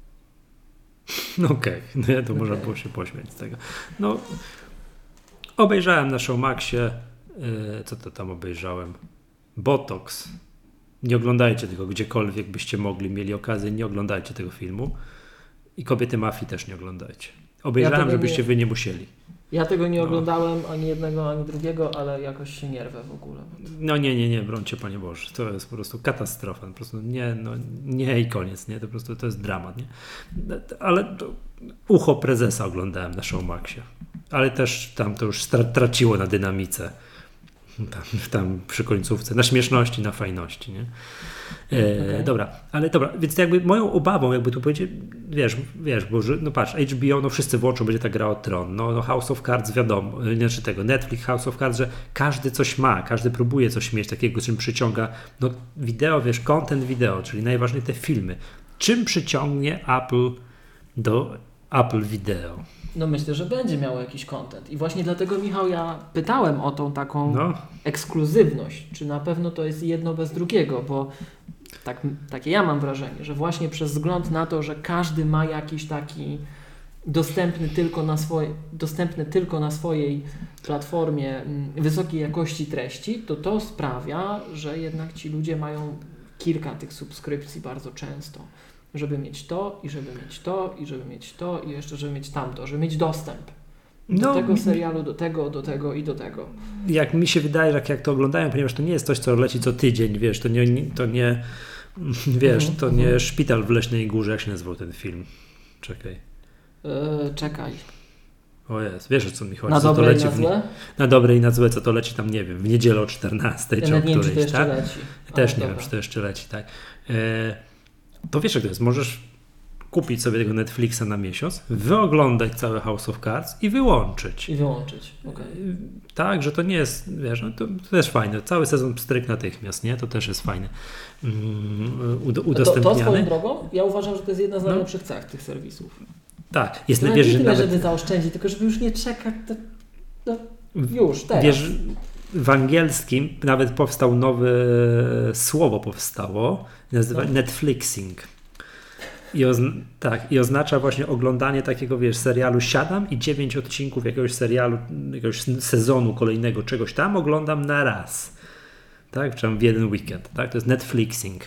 No okej, okay. no ja to okay. można było się pośmiać z tego. No, obejrzałem na Showmaxie. Co to tam obejrzałem? Botox. Nie oglądajcie tego gdziekolwiek byście mogli, mieli okazję, nie oglądajcie tego filmu. I Kobiety Mafii też nie oglądajcie. Obejrzałem, ja żebyście nie, wy nie musieli. Ja tego nie no. oglądałem, ani jednego, ani drugiego, ale jakoś się nie rwę w ogóle. No nie, nie, nie, brońcie Panie Boże. To jest po prostu katastrofa. Po prostu nie, no nie i koniec, nie? To po prostu to jest dramat, nie? Ale to, ucho prezesa oglądałem na Showmaxie. Ale też tam to już straciło na dynamice. Tam, tam przy końcówce, na śmieszności, na fajności, nie? E, okay. Dobra, ale dobra, więc jakby moją obawą, jakby tu powiedzieć, wiesz, wiesz, bo no patrz, H B O, no wszyscy włączą, będzie ta Gra o Tron, no, no House of Cards wiadomo, znaczy tego, Netflix, House of Cards, że każdy coś ma, każdy próbuje coś mieć takiego, czym przyciąga, no wideo, wiesz, content wideo, czyli najważniejsze te filmy. Czym przyciągnie Apple do Apple Video? No myślę, że będzie miało jakiś content. I właśnie dlatego, Michał, ja pytałem o tą taką no. ekskluzywność. Czy na pewno to jest jedno bez drugiego, bo tak, takie ja mam wrażenie, że właśnie przez wzgląd na to, że każdy ma jakiś taki dostępny tylko na swoje, dostępny tylko na swojej platformie wysokiej jakości treści, to to sprawia, że jednak ci ludzie mają kilka tych subskrypcji bardzo często, żeby mieć to i żeby mieć to i żeby mieć to i jeszcze żeby mieć tamto, żeby mieć dostęp do No, tego serialu, do tego, do tego i do tego. Jak mi się wydaje, że jak, jak to oglądają, ponieważ to nie jest coś, co leci co tydzień, wiesz, to nie, to nie wiesz, Mhm, to mhm. nie Szpital w Leśnej Górze, jak się nazywał ten film. Czekaj. Yy, czekaj. O jest, wiesz o co mi chodzi. Na co to dobre i leci na w, złe? na dobre i na złe, co to leci tam, nie wiem, w niedzielę o czternastej Ja czy o nawet nie wiem, czy to którejś, jeszcze tak? leci. Też Ale nie dobra. wiem, czy to jeszcze leci, tak. E, to wiesz jak to jest, możesz kupić sobie tego Netflixa na miesiąc, wyoglądać całe House of Cards i wyłączyć. I wyłączyć. Okay. Tak, że to nie jest, wiesz, no to, to też fajne. Cały sezon pstryk natychmiast, nie? To też jest fajne. Mm, ud- To, to udostępniane. swoją drogą, ja uważam, że to jest jedna z No. najlepszych cech tych serwisów. Tak, jest To na nawet wiesz, nie że tyle, nawet żeby zaoszczędzić, tylko żeby już nie czekać, to, no, już, teraz. wiesz, w angielskim nawet powstał nowe słowo powstało, nazywa No. Netflixing. I, ozn- tak, I oznacza właśnie oglądanie takiego, wiesz, serialu. Siadam i dziewięć odcinków jakiegoś serialu, jakiegoś sezonu kolejnego, czegoś tam oglądam na raz. Tak, czy tam w jeden weekend. Tak, to jest Netflixing.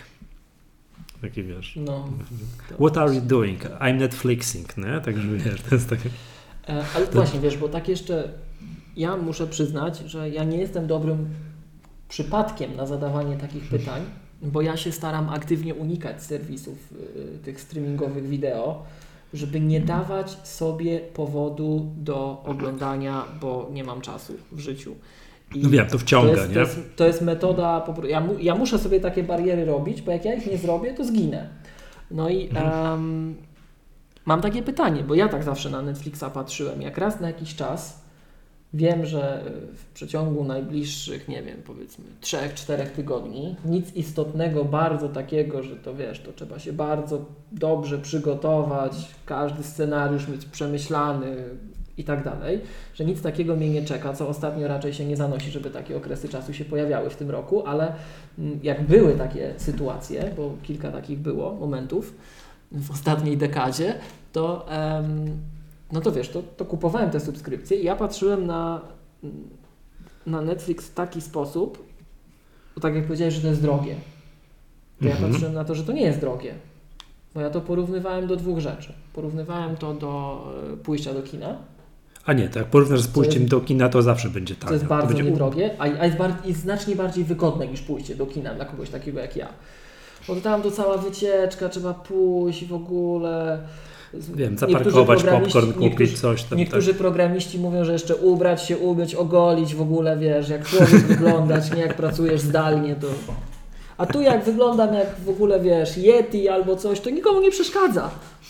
Taki wiesz. No. What are you doing? I'm Netflixing, nie? Także wiesz, to jest takie. E, ale właśnie, wiesz, bo tak jeszcze ja muszę przyznać, że ja nie jestem dobrym przypadkiem na zadawanie takich pytań, bo ja się staram aktywnie unikać serwisów y, tych streamingowych wideo, żeby nie dawać sobie powodu do oglądania, bo nie mam czasu w życiu. I No wiem, to wciąga, to jest, nie? To jest, to jest metoda, po pro- ja, mu, ja muszę sobie takie bariery robić, bo jak ja ich nie zrobię, to zginę. No i um, mam takie pytanie, bo ja tak zawsze na Netflixa patrzyłem, jak raz na jakiś czas wiem, że w przeciągu najbliższych, nie wiem, powiedzmy trzech, czterech tygodni nic istotnego, bardzo takiego, że to wiesz, to trzeba się bardzo dobrze przygotować, każdy scenariusz mieć przemyślany i tak dalej, że nic takiego mnie nie czeka, co ostatnio raczej się nie zanosi, żeby takie okresy czasu się pojawiały w tym roku, ale mm, jak były takie sytuacje, bo kilka takich było momentów w ostatniej dekadzie, to em, no to wiesz, to, to kupowałem te subskrypcje i ja patrzyłem na, na Netflix w taki sposób, bo tak jak powiedziałeś, że to jest drogie, to ja Mhm. patrzyłem na to, że to nie jest drogie, bo ja to porównywałem do dwóch rzeczy. Porównywałem to do e, pójścia do kina, A nie, to jak porównasz z pójściem jest- do kina, to zawsze będzie tanio. co jest bardzo będzie niedrogie, a, a jest, bar- jest znacznie bardziej wygodne niż pójście do kina dla kogoś takiego jak ja. Bo tam to cała wycieczka, trzeba pójść w ogóle. Wiem, Niektórzy zaparkować programiści- popcorn, kupić niektórzy- coś tam. Niektórzy programiści mówią, że jeszcze ubrać się, umyć, ogolić w ogóle, wiesz, jak człowiek wyglądać, nie jak pracujesz zdalnie, to... A tu jak wyglądam jak w ogóle, wiesz, Yeti albo coś, to nikomu nie przeszkadza.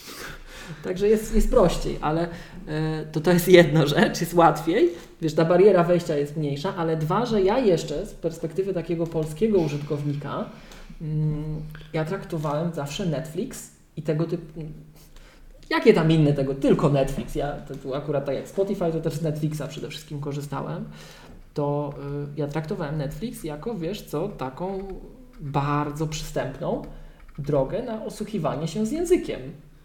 Także jest, jest prościej, ale e, to to jest jedna rzecz, jest łatwiej, wiesz, ta bariera wejścia jest mniejsza, ale dwa, że ja jeszcze z perspektywy takiego polskiego użytkownika mm, ja traktowałem zawsze Netflix i tego typu... Jakie tam inne tego? Tylko Netflix. Ja to, tu akurat tak jak Spotify, to też z Netflixa przede wszystkim korzystałem. To y, ja traktowałem Netflix jako, wiesz co, taką bardzo przystępną drogę na osłuchiwanie się z językiem.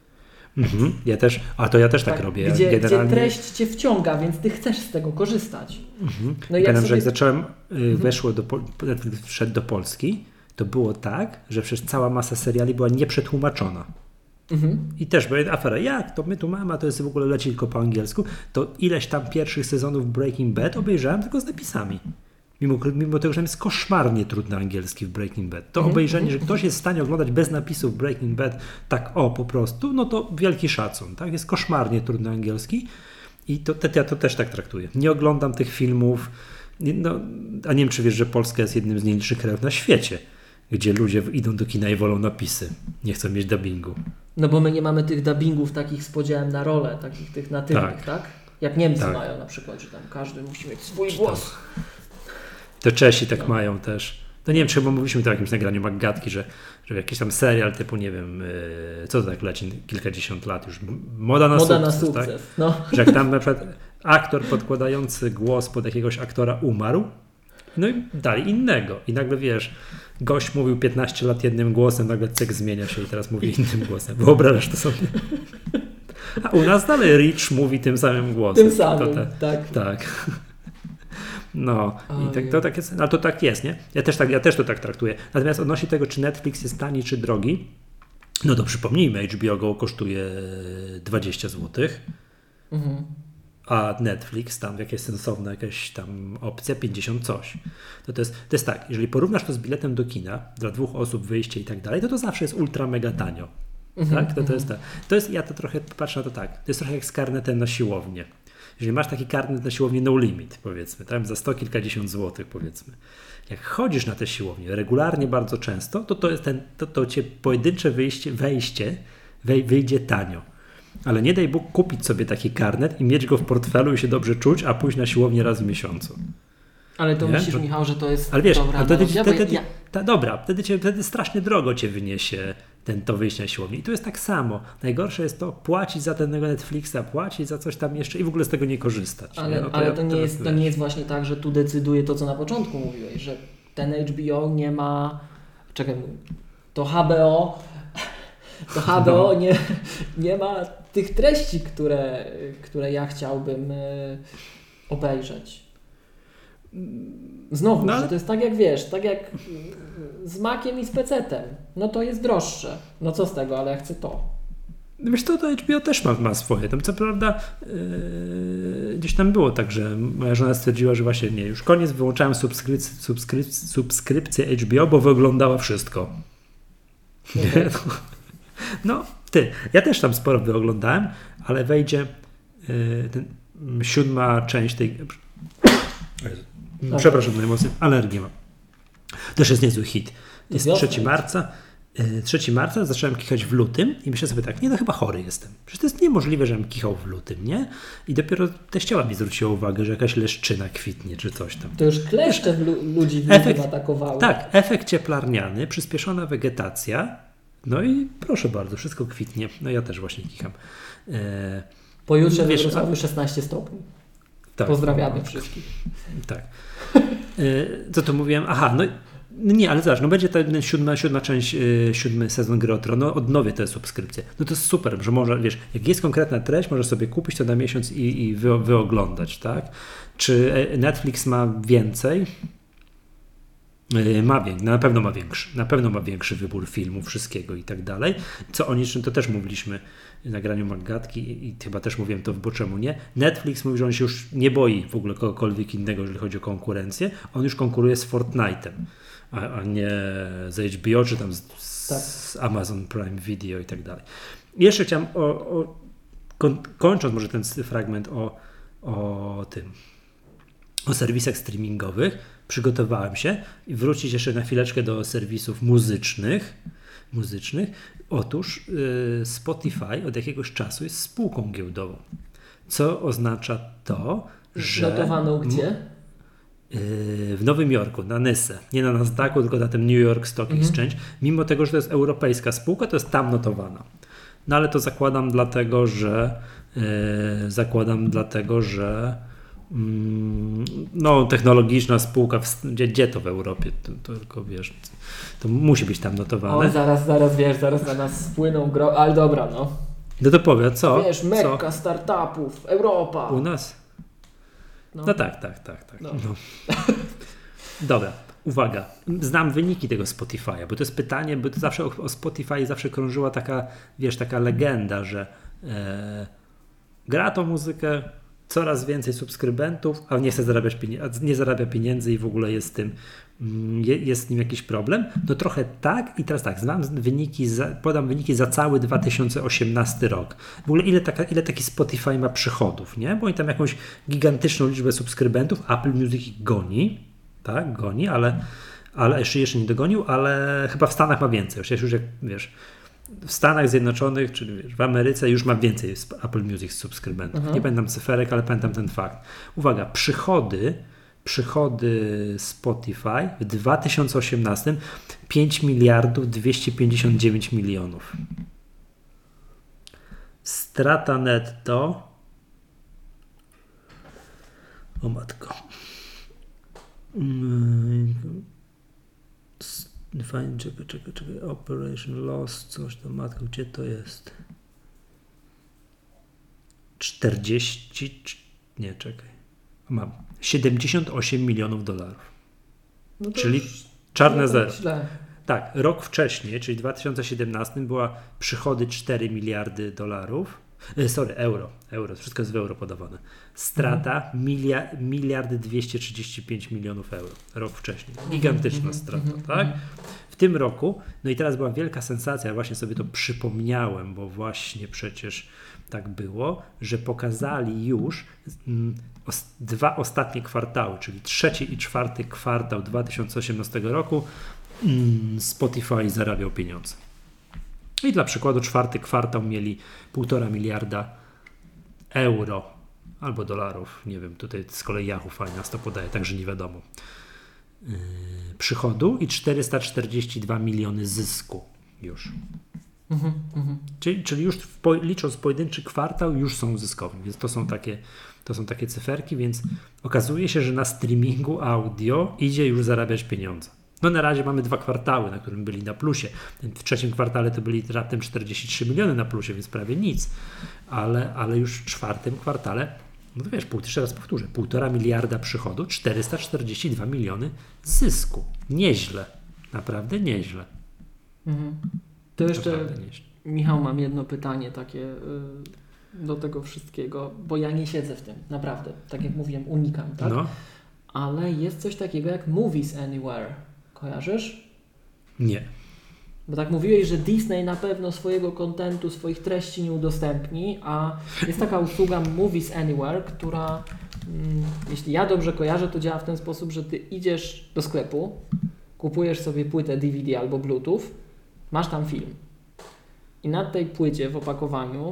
Mhm, ja też, a to ja też tak, robię. Ja Gdzie, generalnie... gdzie treść Cię wciąga, więc Ty chcesz z tego korzystać. Mhm. No I i jak pamiętam, że sobie- jak zacząłem, y, weszło do, Pol- Netflix wszedł do Polski, to było tak, że przecież cała masa seriali była nieprzetłumaczona. Mhm. I też była afera, jak to my tu mamy, a to jest w ogóle leci tylko po angielsku, to ileś tam pierwszych sezonów Breaking Bad obejrzałem tylko z napisami. Mimo, mimo tego, że tam jest koszmarnie trudny angielski w Breaking Bad. To Mhm. obejrzenie, że ktoś jest w stanie oglądać bez napisów Breaking Bad tak o po prostu, no to wielki szacun. Tak? Jest koszmarnie trudny angielski i to, te, ja to też tak traktuję. Nie oglądam tych filmów, nie- no, a nie wiem, czy wiesz, że Polska jest jednym z nielicznych krajów na świecie, gdzie ludzie idą do kina i wolą napisy. Nie chcą mieć dubbingu. No bo my nie mamy tych dubbingów takich z podziałem na rolę, takich tych natywnych, tak? Tak. Jak Niemcy Tak. mają na przykład, że tam każdy musi mieć swój Czy głos. To Czesi tak No. mają też. No nie wiem, czy chyba mówiliśmy to w jakimś nagraniu Maggatki, że, że jakiś tam serial typu, nie wiem, yy, co to tak leci kilkadziesiąt lat już. Moda na Moda sukces, na tak? sukces. No. Że jak tam na przykład aktor podkładający głos pod jakiegoś aktora umarł, no i dali innego. I nagle wiesz, gość mówił piętnaście lat jednym głosem, nagle cyk zmienia się i teraz mówi innym głosem. Wyobrażasz to sobie? A u nas dalej Rich mówi tym samym głosem. Tym samym, to te, tak. Tak. No, i tak, Ojej. to tak jest, ale to tak jest, nie? Ja też, tak, ja też to tak traktuję. Natomiast odnośnie tego, czy Netflix jest tani, czy drogi, no to przypomnijmy, H B O Go kosztuje dwadzieścia złotych, Mhm. a Netflix, tam jakaś sensowna jakaś tam opcja, pięćdziesiąt coś. To, to, jest, to jest tak, jeżeli porównasz to z biletem do kina, dla dwóch osób wyjście i tak dalej, to to zawsze jest ultra mega tanio. Mhm. Tak? To, to, jest, to jest, ja to trochę patrzę na to tak, to jest trochę jak z karnetem na siłownię. Jeżeli masz taki karnet na siłownię no limit, powiedzmy, tam za sto kilkadziesiąt złotych, powiedzmy. Jak chodzisz na tę siłownię regularnie, bardzo często, to to jest ten, to, to cię pojedyncze wyjście, wejście wej, wyjdzie tanio. Ale nie daj Bóg kupić sobie taki karnet i mieć go w portfelu i się dobrze czuć, a pójść na siłownię raz w miesiącu. Ale to Nie? myślisz, To- Michał, że to jest Ale wiesz, dobra ale wtedy, analogia, bo wtedy, ja, ta, dobra, wtedy, cię, wtedy strasznie drogo cię wyniesie ten, to wyjście na siłownię. I tu jest tak samo. Najgorsze jest to płacić za ten Netflixa, płacić za coś tam jeszcze i w ogóle z tego nie korzystać. ale, nie? No ale ja to, nie teraz, jest, to wiesz. nie jest właśnie tak, że tu decyduje to, co na początku mówiłeś, że ten H B O nie ma... Czekaj, to H B O... To H B O No. nie, nie ma tych treści, które, które ja chciałbym e, obejrzeć. Znowu, No ale- że to jest tak jak wiesz, tak jak y, z Maciem i z pecetem. No to jest droższe. No co z tego, ale ja chcę to. Wiesz, to, to H B O też ma, ma swoje. Tam co prawda yy, gdzieś tam było tak, że moja żona stwierdziła, że właśnie nie, już koniec, wyłączałem subskrypcję, subskrypcję, subskrypcję H B O, bo wyoglądała wszystko. Okay. No, ty, ja też tam sporo wyoglądałem, ale wejdzie yy, ten, mm, siódma część tej... Przepraszam najmocniej, alergię mam. Też jest niezły hit. Jest wiosna trzeciego marca. yy, trzeciego marca zacząłem kichać w lutym i myślę sobie tak, nie no chyba chory jestem. Przecież to jest niemożliwe, żebym kichał w lutym, nie? I dopiero teściowa mi zwróciła uwagę, że jakaś leszczyna kwitnie czy coś tam. To już kleszcze w lu- ludzi w Efekt- lutym atakowały. Tak, efekt cieplarniany, przyspieszona wegetacja, no i proszę bardzo, wszystko kwitnie. No ja też właśnie kicham. E, Pojutrze we Wiesz, Wrocławiu szesnaście stopni. tak, Pozdrawiamy wszystkich. Tak. E, co to mówiłem? Aha, no no nie, ale zobacz, no będzie ta siódma, siódma część, e, siódmy sezon Gry o Tron, no odnowię tę subskrypcję. No to jest super, że może, wiesz, jak jest konkretna treść, możesz sobie kupić to na miesiąc i, i wy, wyoglądać, tak? Czy e, Netflix ma więcej? Ma większy, na pewno ma większy, na pewno ma większy wybór filmów, wszystkiego i tak dalej. Co oni, to też mówiliśmy w nagraniu Maggatki i, i chyba też mówiłem to, bo czemu nie. Netflix mówi, że on się już nie boi w ogóle kogokolwiek innego, jeżeli chodzi o konkurencję. On już konkuruje z Fortnite'em, a, a nie z H B O czy tam z, Tak. z Amazon Prime Video i tak dalej. I jeszcze chciałem, o, o, kon, kończąc może ten fragment o, o tym, o serwisach streamingowych, przygotowałem się i wrócić jeszcze na chwileczkę do serwisów muzycznych. muzycznych. Otóż yy, Spotify od jakiegoś czasu jest spółką giełdową, co oznacza to, że Notowaną gdzie? yy, w Nowym Jorku, na Nysę, nie na Nasdaqu, tylko na tym New York Stock Mhm. Exchange, mimo tego, że to jest europejska spółka, to jest tam notowana. No ale to zakładam dlatego, że yy, zakładam dlatego, że no, technologiczna spółka, w, gdzie, gdzie to w Europie, to, to tylko wiesz, to musi być tam notowane. Oj, zaraz, zaraz, wiesz, zaraz na nas spłyną gro... Ale dobra, no. No to powiedz, co? Wiesz, co? Mekka startupów, Europa. U nas? No. No tak, tak, tak. tak. No. No. Dobra, uwaga. Znam wyniki tego Spotify'a, bo to jest pytanie, bo to zawsze o, o Spotify zawsze krążyła taka, wiesz, taka legenda, że e, gra tą muzykę, coraz więcej subskrybentów, a nie chce zarabiać pieniędzy, nie zarabia pieniędzy i w ogóle jest z tym, jest z nim jakiś problem. No trochę tak i teraz tak, znam wyniki, za, podam wyniki za cały dwa tysiące osiemnasty rok. W ogóle ile, taka, ile taki Spotify ma przychodów, nie? Bo oni tam jakąś gigantyczną liczbę subskrybentów, Apple Music ich goni, tak, goni, ale, ale jeszcze, jeszcze nie dogonił, ale chyba w Stanach ma więcej. Już, już jak wiesz, w Stanach Zjednoczonych, czyli wiesz, w Ameryce już ma więcej Apple Music subskrybentów. Mhm. Nie pamiętam cyferek, ale pamiętam ten fakt. Uwaga, przychody, przychody Spotify w dwa tysiące osiemnastym pięć miliardów dwieście pięćdziesiąt dziewięć milionów. Strata netto, o matko, Fajnie, czekaj, czekaj, czekaj, operation loss, coś tam, matko, gdzie to jest? czterdzieści, nie czekaj, mam siedemdziesiąt osiem milionów dolarów. No to Czyli już czarne nie zero. tak źle. Tak, rok wcześniej, czyli w dwa tysiące siedemnastym była przychody cztery miliardy dolarów, e, sorry, euro, euro, wszystko jest w euro podawane. Strata Mhm. milia, miliard dwieście trzydzieści pięć milionów euro, rok wcześniej. Gigantyczna Mhm, strata, mhm, tak? mhm. W tym roku, no i teraz była wielka sensacja, właśnie sobie to przypomniałem, bo właśnie przecież tak było, że pokazali już mm, os, dwa ostatnie kwartały, czyli trzeci i czwarty kwartał dwa tysiące osiemnastego roku mm, Spotify zarabiał pieniądze. I dla przykładu czwarty kwartał mieli półtora miliarda euro albo dolarów, nie wiem, tutaj z kolei Yahoo fajnie nas to podaje, także nie wiadomo. Yy, przychodu i czterysta czterdzieści dwa miliony zysku już. Mhm, mhm. Czyli, czyli już w po, licząc pojedynczy kwartał już są zyskowi, więc to są takie, to są takie cyferki, więc okazuje się, że na streamingu audio idzie już zarabiać pieniądze. No na razie mamy dwa kwartały, na którym byli na plusie. W trzecim kwartale to byli raptem czterdzieści trzy miliony na plusie, więc prawie nic. Ale, ale już w czwartym kwartale, no to wiesz, pół, jeszcze raz powtórzę, półtora miliarda przychodu, czterysta czterdzieści dwa miliony zysku. Nieźle. Naprawdę nieźle. Mhm. To jeszcze, Naprawdę nieźle. Michał, mam jedno pytanie takie y, do tego wszystkiego, bo ja nie siedzę w tym, naprawdę. Tak jak mówiłem, unikam, tak? No, Ale jest coś takiego jak Movies Anywhere. Kojarzysz? nie. Bo tak mówiłeś, że Disney na pewno swojego kontentu, swoich treści nie udostępni, a jest taka usługa Movies Anywhere, która, mm, jeśli ja dobrze kojarzę, to działa w ten sposób, że ty idziesz do sklepu, kupujesz sobie płytę D V D albo Bluetooth, masz tam film. I na tej płycie w opakowaniu,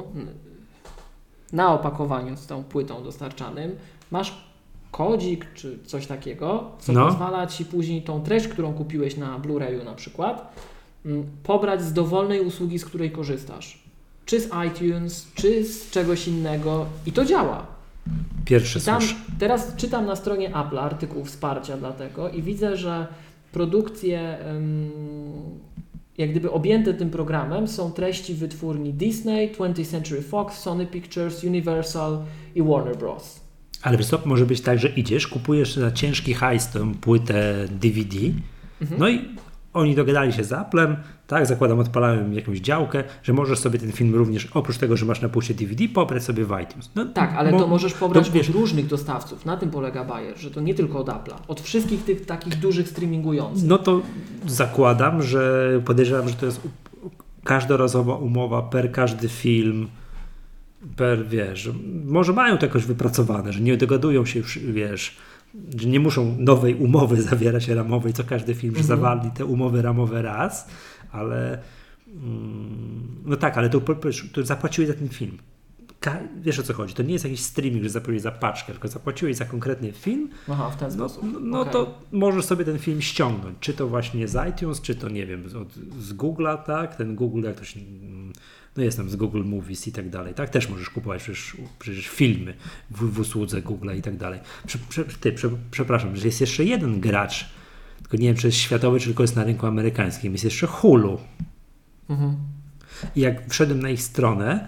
na opakowaniu z tą płytą dostarczanym, masz kodzik czy coś takiego, co No. pozwala Ci później tą treść, którą kupiłeś na Blu-rayu na przykład, m, pobrać z dowolnej usługi, z której korzystasz. Czy z iTunes, czy z czegoś innego i to działa. Pierwsze I tam, słyszę. teraz czytam na stronie Apple artykuł wsparcia dla tego i widzę, że produkcje ym, jak gdyby objęte tym programem są treści wytwórni Disney, twentieth Century Fox, Sony Pictures, Universal i Warner Bros. Ale wiesz co, może być tak, że idziesz, kupujesz za ciężki hajs tę płytę D V D, Mhm. no i oni dogadali się z Applem, tak, zakładam, odpalają im jakąś działkę, że możesz sobie ten film również, oprócz tego, że masz na płycie D V D, pobrać sobie w iTunes. No, Tak, ale mo- to możesz pobrać to wiesz, od różnych dostawców. Na tym polega bajer, że to nie tylko od Apple'a. Od wszystkich tych takich dużych streamingujących. No to zakładam, że podejrzewam, że to jest u- każdorazowa umowa per każdy film, per, wiesz, może mają to jakoś wypracowane, że nie dogadują się, już, wiesz, że nie muszą nowej umowy zawierać ramowej, co każdy film, że Mhm. zawarli te umowy ramowe raz, ale mm, no tak, ale to, to zapłaciłeś za ten film. Ka- wiesz o co chodzi, to nie jest jakiś streaming, że zapłaciłeś za paczkę, tylko zapłaciłeś za konkretny film. Aha, w ten No, sposób. no, no Okej. to możesz sobie ten film ściągnąć, czy to właśnie z iTunes, czy to nie wiem, od, z Google'a, tak, ten Google, jak to się, no jest tam z Google Movies i tak dalej, tak, też możesz kupować przecież, przecież filmy w, w usłudze Google'a i tak dalej. Prze, prze, ty, prze, przepraszam, że jest jeszcze jeden gracz, tylko nie wiem, czy jest światowy, czy tylko jest na rynku amerykańskim, jest jeszcze Hulu. Mhm. I jak wszedłem na ich stronę,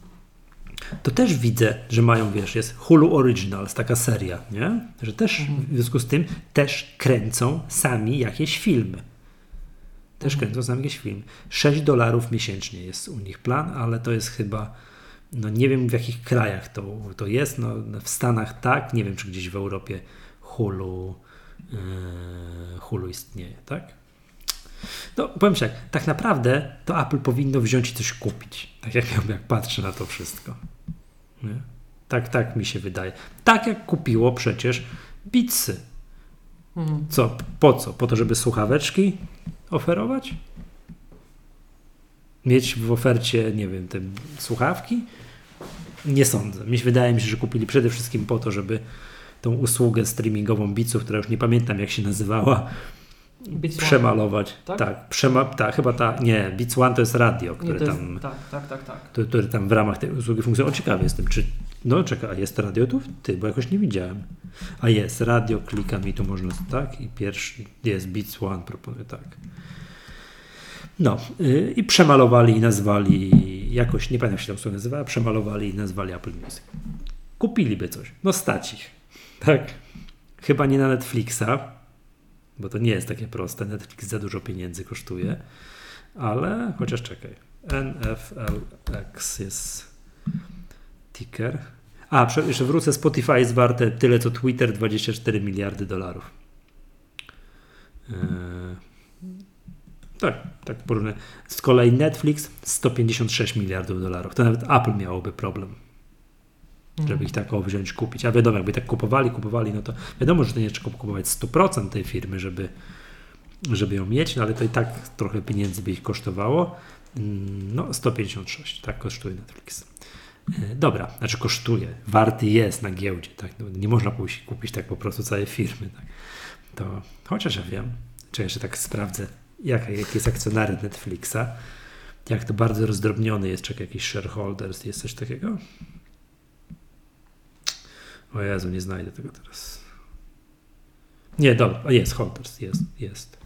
to też widzę, że mają, wiesz, jest Hulu Originals, taka seria, nie? Że też Mhm. w związku z tym też kręcą sami jakieś filmy. Też Mhm. kręcą sami jakieś filmy. sześć dolarów miesięcznie jest u nich plan, ale to jest chyba, no nie wiem w jakich krajach to, to jest, no w Stanach tak, nie wiem czy gdzieś w Europie Hulu, yy, Hulu istnieje, tak? No powiem Ci tak, tak naprawdę to Apple powinno wziąć i coś kupić. Tak jak, jak patrzę na to wszystko. Nie? Tak, tak mi się wydaje. Tak jak kupiło przecież Beatsy. Mhm. Co? Po co? Po to, żeby słuchaweczki oferować? Mieć w ofercie, nie wiem, te słuchawki? Nie sądzę. Mi się wydaje mi się, że kupili przede wszystkim po to, żeby tą usługę streamingową Beatsów, która już nie pamiętam jak się nazywała, Beats przemalować. tak? Tak, przema- ta, chyba ta, nie, Beats One to jest radio, Nie, które to jest, tam, tak, tak, tak, tak. które, które tam w ramach tej usługi funkcjonuje. O, ciekawy jestem, czy, no czekaj, a jest radio tu? Ty, bo jakoś nie widziałem. A jest, radio, klikam i tu można, tak, i pierwszy jest Beats One, proponuję, tak. No, yy, i przemalowali i nazwali i jakoś, nie pamiętam jak się ta usługa nazywała, przemalowali i nazwali Apple Music. Kupiliby coś. No stać ich. Tak. Chyba nie na Netflixa, bo to nie jest takie proste. Netflix za dużo pieniędzy kosztuje, ale chociaż czekaj. N F L X jest ticker. A, jeszcze wrócę. Spotify jest warte tyle co Twitter, dwadzieścia cztery miliardy dolarów. Eee, tak, tak porównę. Z kolei Netflix sto pięćdziesiąt sześć miliardów dolarów. To nawet Apple miałoby problem, żeby ich tak wziąć, kupić. A wiadomo, jakby tak kupowali, kupowali, no to wiadomo, że to nie trzeba kupować sto procent tej firmy, żeby, żeby ją mieć, no ale to i tak trochę pieniędzy by ich kosztowało. No, sto pięćdziesiąt sześć, tak kosztuje Netflix. Dobra, znaczy kosztuje, warty jest na giełdzie, tak? No, nie można kupić, kupić tak po prostu całej firmy, tak? To, chociaż ja wiem, czy jeszcze tak sprawdzę, jaki jak jest akcjonariat Netflixa, jak to bardzo rozdrobniony jest, czy jakiś shareholders, jest coś takiego? O Jezu, nie znajdę tego teraz. Nie, dobra, o, jest, holders, jest, jest.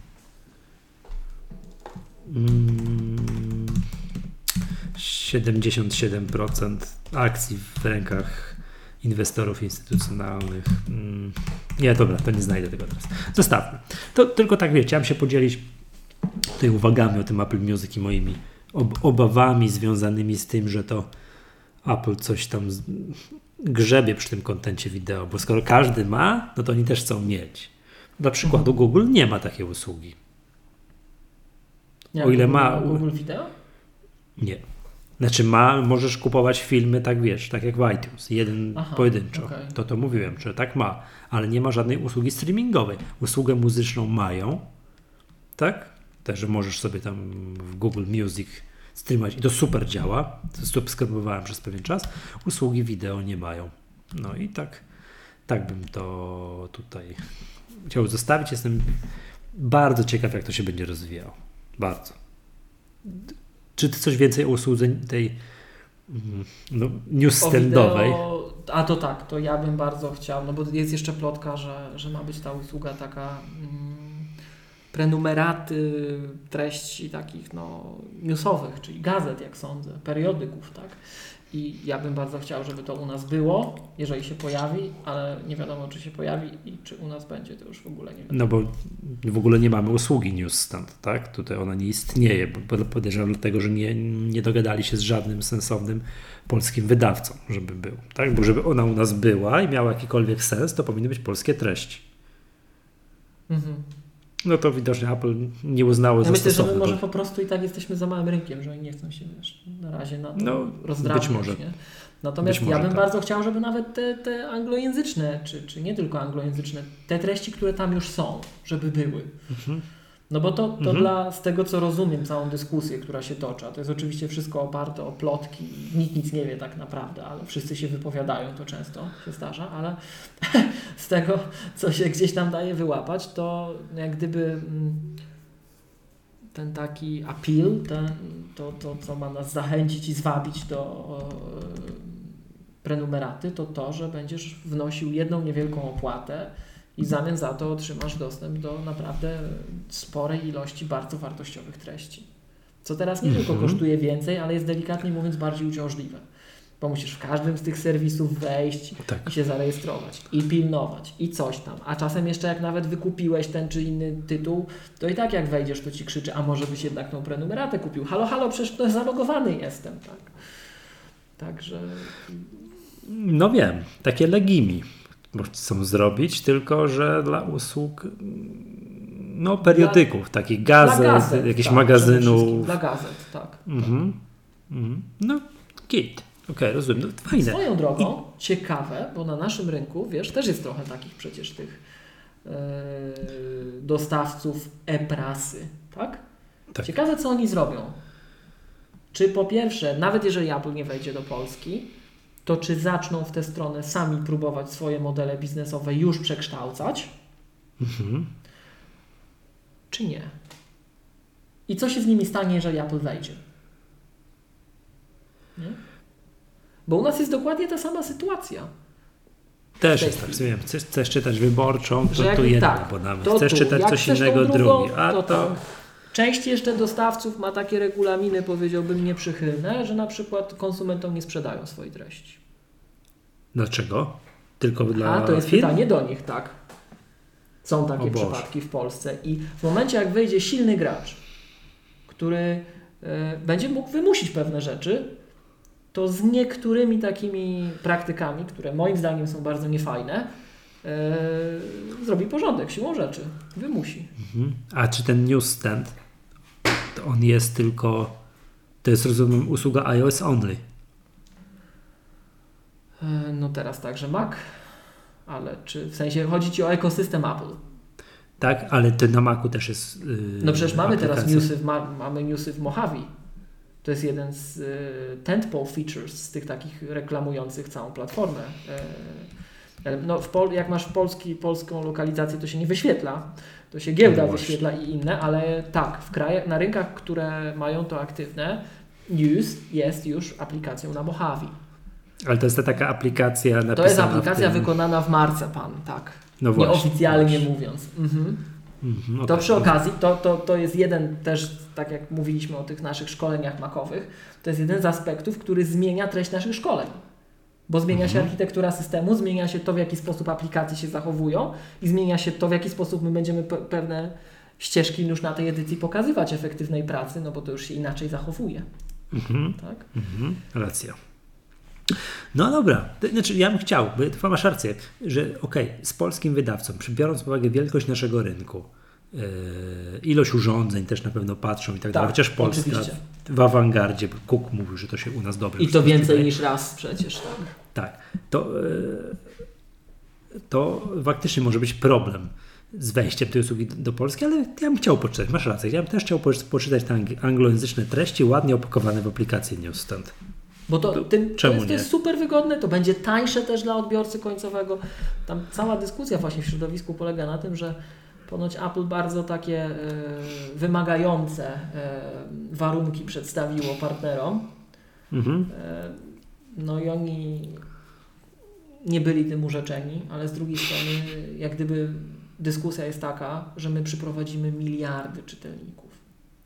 Mm, siedemdziesiąt siedem procent akcji w rękach inwestorów instytucjonalnych. Mm, nie, dobra, to nie znajdę tego teraz. Zostawmy. To tylko tak, wiecie, chciałem się podzielić tutaj uwagami o tym Apple Music i moimi ob- obawami związanymi z tym, że to Apple coś tam z- grzebie przy tym kontencie wideo, bo skoro każdy ma, no to oni też chcą mieć. Dla przykładu mhm. Google nie ma takiej usługi. Jak o ile Google, ma... Google Video? Nie. Znaczy ma, możesz kupować filmy, tak wiesz, tak jak w iTunes, jeden Aha, pojedynczo. Okay. To to mówiłem, że tak ma, ale nie ma żadnej usługi streamingowej. Usługę muzyczną mają, tak? Także możesz sobie tam w Google Music streamować i to super działa. To subskrybowałem przez pewien czas. Usługi wideo nie mają. No i tak, tak bym to tutaj chciał zostawić. Jestem bardzo ciekaw, jak to się będzie rozwijało. Bardzo. Czy ty coś więcej o usłudze tej no, newsstandowej? A to tak, to ja bym bardzo chciał, no bo jest jeszcze plotka, że, że ma być ta usługa taka mm, prenumeraty treści takich no, newsowych, czyli gazet, jak sądzę, periodyków, tak? I ja bym bardzo chciał, żeby to u nas było, jeżeli się pojawi, ale nie wiadomo, czy się pojawi i czy u nas będzie, to już w ogóle nie wiem. No bo w ogóle nie mamy usługi newsstand, tak? Tutaj ona nie istnieje, bo podejrzewam dlatego, że nie, nie dogadali się z żadnym sensownym polskim wydawcą, żeby był, tak? Bo żeby ona u nas była i miała jakikolwiek sens, to powinny być polskie treści. Mhm. No to widocznie Apple nie uznało ja za myślę, stosowne. że my może po prostu i tak jesteśmy za małym rynkiem, że oni nie chcą się wiesz, na razie na to no, rozdrabniać. Być może. Nie? Natomiast być ja może bym tak. bardzo chciał, żeby nawet te, te anglojęzyczne, czy, czy nie tylko anglojęzyczne, te treści, które tam już są, żeby były. Mhm. No bo to, to mhm. dla, z tego co rozumiem, całą dyskusję, która się toczy, to jest oczywiście wszystko oparte o plotki, nikt nic nie wie tak naprawdę, ale wszyscy się wypowiadają, to często się zdarza, ale z tego, co się gdzieś tam daje wyłapać, to jak gdyby ten taki appeal, ten, to, to co ma nas zachęcić i zwabić do prenumeraty, to to, że będziesz wnosił jedną niewielką opłatę i w zamian za to otrzymasz dostęp do naprawdę sporej ilości bardzo wartościowych treści. Co teraz nie mm-hmm. tylko kosztuje więcej, ale jest delikatnie mówiąc bardziej uciążliwe. Bo musisz w każdym z tych serwisów wejść tak. i się zarejestrować i pilnować i coś tam. A czasem jeszcze jak nawet wykupiłeś ten czy inny tytuł, to i tak jak wejdziesz, to ci krzyczy, a może byś jednak tą prenumeratę kupił. Halo, halo, przecież to zalogowany jestem. Tak. Także... No wiem, takie legimi chcą zrobić, tylko że dla usług no periodyków, dla, takich gazet, gazet, jakichś tak, magazynów. Dla gazet, tak. Mhm. tak. Mhm. No, git. Okej, okay, rozumiem. No, fajne. Swoją drogą, I... ciekawe, bo na naszym rynku, wiesz, też jest trochę takich przecież tych yy, dostawców e-prasy, tak? tak? Ciekawe, co oni zrobią. Czy po pierwsze, nawet jeżeli Apple nie wejdzie do Polski, to czy zaczną w tę stronę sami próbować swoje modele biznesowe już przekształcać, mhm. czy nie? I co się z nimi stanie, jeżeli Apple wejdzie? Nie? Bo u nas jest dokładnie ta sama sytuacja. Też jest tak, wiem, chcesz, chcesz czytać wyborczą, to jak, tu jeden tak, abonament. Chcesz tu, czytać coś innego, drugą, drugi. A to, to... Tak. Część jeszcze dostawców ma takie regulaminy, powiedziałbym, nieprzychylne, że na przykład konsumentom nie sprzedają swojej treści. Dlaczego? Tylko dla A to jest firm? pytanie do nich, tak. Są takie przypadki w Polsce i w momencie, jak wejdzie silny gracz, który y, będzie mógł wymusić pewne rzeczy, to z niektórymi takimi praktykami, które moim zdaniem są bardzo niefajne, yy, zrobi porządek siłą rzeczy. Wymusi. Mhm. A czy ten newsstand, to on jest tylko, to jest, rozumiem, usługa iOS only? Yy, no teraz także Mac, ale czy w sensie chodzi Ci o ekosystem Apple? Tak, ale to na Macu też jest yy, No przecież mamy aplikacja. teraz newsy w, ma, mamy newsy w Mojave. To jest jeden z y, tentpole features, z tych takich reklamujących całą platformę. Y, no w Pol- jak masz polski, polską lokalizację, to się nie wyświetla. To się giełda no wyświetla i inne, ale tak, w krajach, na rynkach, które mają to aktywne, news jest już aplikacją na Mojave. Ale to jest ta taka aplikacja napisana To jest aplikacja w tym... wykonana w Marcepan, tak. No właśnie, Nieoficjalnie właśnie. mówiąc. Mhm. Mhm, no To tak, przy no. okazji, to, to, to jest jeden też, tak jak mówiliśmy o tych naszych szkoleniach makowych, to jest jeden z aspektów, który zmienia treść naszych szkoleń. Bo zmienia się Mhm. architektura systemu, zmienia się to, w jaki sposób aplikacje się zachowują i zmienia się to, w jaki sposób my będziemy pe- pewne ścieżki już na tej edycji pokazywać efektywnej pracy, no bo to już się inaczej zachowuje. Mhm. Tak? Mhm. Racja. No dobra, to, znaczy ja bym chciał, bo masz rację, że okej, okay, z polskim wydawcą, biorąc pod uwagę wielkość naszego rynku, yy, ilość urządzeń też na pewno patrzą i tak, tak dalej, chociaż Polska oczywiście. w awangardzie, bo Cook mówił, że to się u nas dobrze I to więcej sprzedaje. niż raz przecież, tak? Tak, to, yy, to faktycznie może być problem z wejściem tej usługi do, do Polski, ale ja bym chciał poczytać, masz rację, ja bym też chciał poczytać te anglojęzyczne treści ładnie opakowane w aplikację Newsstand. Bo to, tym, to, czemu jest, to nie? jest super wygodne, to będzie tańsze też dla odbiorcy końcowego. Tam cała dyskusja właśnie w środowisku polega na tym, że ponoć Apple bardzo takie e, wymagające e, warunki przedstawiło partnerom. Mhm. E, no i oni nie byli tym urzeczeni, ale z drugiej strony jak gdyby dyskusja jest taka, że my przyprowadzimy miliardy czytelników.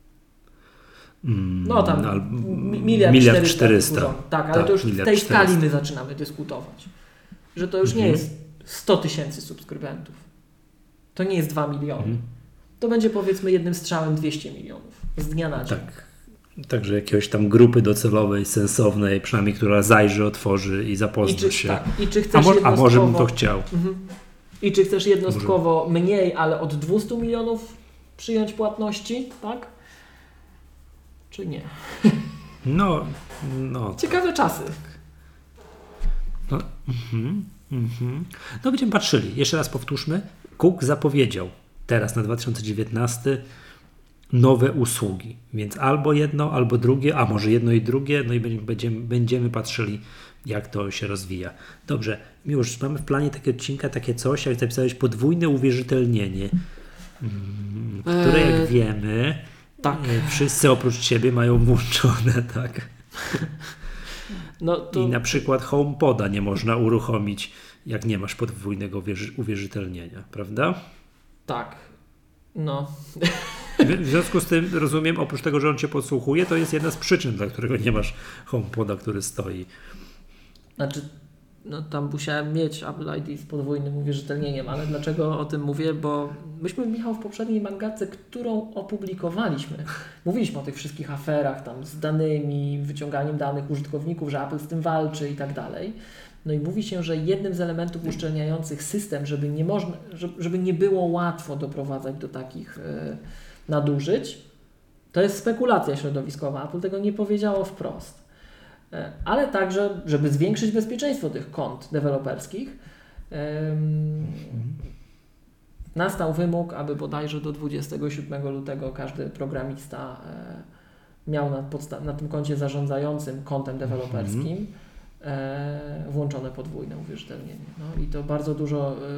No tam no, mi- miliard, miliard czterysta. czterysta. Tak, ale Tak, to już w miliard tej czterysta. skali my zaczynamy dyskutować. Że to już nie Mhm. jest sto tysięcy subskrybentów. To nie jest dwa miliony. Mhm. To będzie powiedzmy jednym strzałem dwieście milionów z dnia na dzień. Tak. Także jakiegoś tam grupy docelowej, sensownej, przynajmniej która zajrzy, otworzy i I zapozna czy, się. tak, I czy chcesz a, mo- a jednostkowo, może bym to chciał. Mhm. I czy chcesz jednostkowo mniej, ale od dwieście milionów przyjąć płatności, tak? Czy nie? No, no. Ciekawe czasy. No, mhm, mhm. no będziemy patrzyli. Jeszcze raz powtórzmy. Cook zapowiedział teraz na dwa tysiące dziewiętnasty nowe usługi. Więc albo jedno, albo drugie, a może jedno i drugie. No i będziemy, będziemy patrzyli, jak to się rozwija. Dobrze, już mamy w planie takie odcinka, takie coś, jak zapisałeś, podwójne uwierzytelnienie, mm, które jak Eee, wiemy, tak. e, wszyscy oprócz ciebie mają włączone, tak? No to... I na przykład HomePoda nie można uruchomić, jak nie masz podwójnego uwierzy- uwierzytelnienia, prawda? Tak. No. W, w związku z tym rozumiem, oprócz tego, że on cię podsłuchuje, to jest jedna z przyczyn, dla którego nie masz HomePoda, który stoi. Znaczy, no tam musiałem mieć Apple I D z podwójnym uwierzytelnieniem, ale dlaczego o tym mówię? Bo myśmy, Michał, w poprzedniej mangatce, którą opublikowaliśmy, mówiliśmy o tych wszystkich aferach tam z danymi, wyciąganiem danych użytkowników, że Apple z tym walczy i tak dalej. No i mówi się, że jednym z elementów uszczelniających system, żeby nie, można, żeby nie było łatwo doprowadzać do takich e, nadużyć, to jest spekulacja środowiskowa. Apple tego nie powiedziało wprost. E, ale także, żeby zwiększyć bezpieczeństwo tych kont deweloperskich, e, nastał wymóg, aby bodajże do dwudziestego siódmego lutego każdy programista e, miał na, podsta- na tym koncie zarządzającym kontem deweloperskim mm. e, włączone podwójne uwierzytelnienie. No i to bardzo dużo e,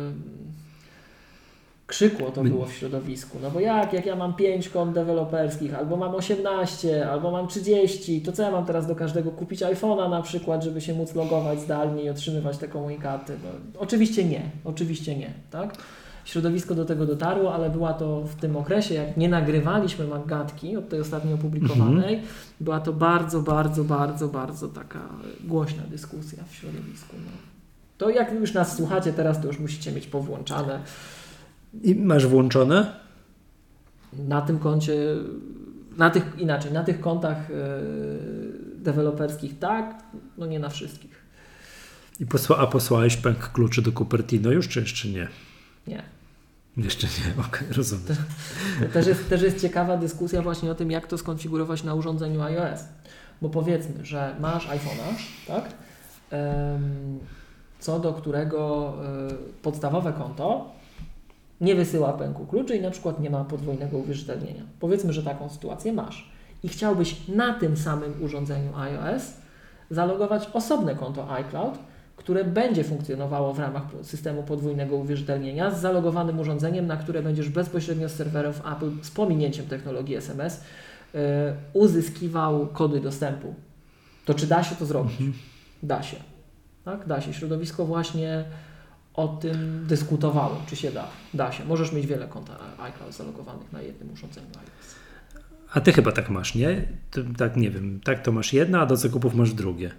krzykło to było w środowisku. No bo jak, jak ja mam pięć kont deweloperskich, albo mam osiemnaście, albo mam trzydzieści, to co ja mam teraz do każdego kupić iPhone'a na przykład, żeby się móc logować zdalnie i otrzymywać te komunikaty? No, oczywiście nie, oczywiście nie, tak? środowisko do tego dotarło, ale była to w tym okresie, jak nie nagrywaliśmy Maggatki od tej ostatniej opublikowanej, mhm. była to bardzo, bardzo, bardzo, bardzo taka głośna dyskusja w środowisku. No. To jak już nas słuchacie teraz, to już musicie mieć powłączane. I masz włączone? Na tym koncie, na tych, inaczej, na tych kontach yy, deweloperskich tak, no nie na wszystkich. I posła, a posłałeś pęk kluczy do Cupertino już, czy jeszcze nie? Nie. Jeszcze nie, okej, okay, rozumiem. To, to też, jest, też jest ciekawa dyskusja właśnie o tym, jak to skonfigurować na urządzeniu iOS. Bo powiedzmy, że masz iPhone'a, tak? Um, co do którego y, podstawowe konto nie wysyła pęku kluczy i na przykład nie ma podwójnego uwierzytelnienia. Powiedzmy, że taką sytuację masz i chciałbyś na tym samym urządzeniu iOS zalogować osobne konto iCloud, które będzie funkcjonowało w ramach systemu podwójnego uwierzytelnienia z zalogowanym urządzeniem, na które będziesz bezpośrednio z serwerów Apple z pominięciem technologii S M S yy, uzyskiwał kody dostępu. To czy da się to zrobić? Mhm. Da się. Tak? Da się. Środowisko właśnie o tym dyskutowało, czy się da. Da się. Możesz mieć wiele kont iCloud zalogowanych na jednym urządzeniu iOS. A ty chyba tak masz, nie? Ty, tak, nie wiem, tak to masz jedno, a do zakupów masz drugie.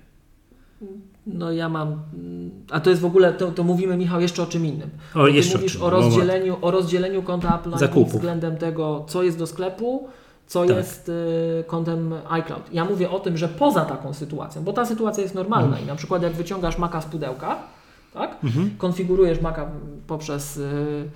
No ja mam, a to jest w ogóle, to, to mówimy, Michał, jeszcze o czym innym. O, ty jeszcze mówisz o, czym, o rozdzieleniu, o rozdzieleniu konta Apple I D względem tego, co jest do sklepu, co tak. jest y, kontem iCloud. Ja mówię o tym, że poza taką sytuacją, bo ta sytuacja jest normalna mhm. i na przykład jak wyciągasz Maca z pudełka, tak? Mhm. konfigurujesz Maca poprzez y,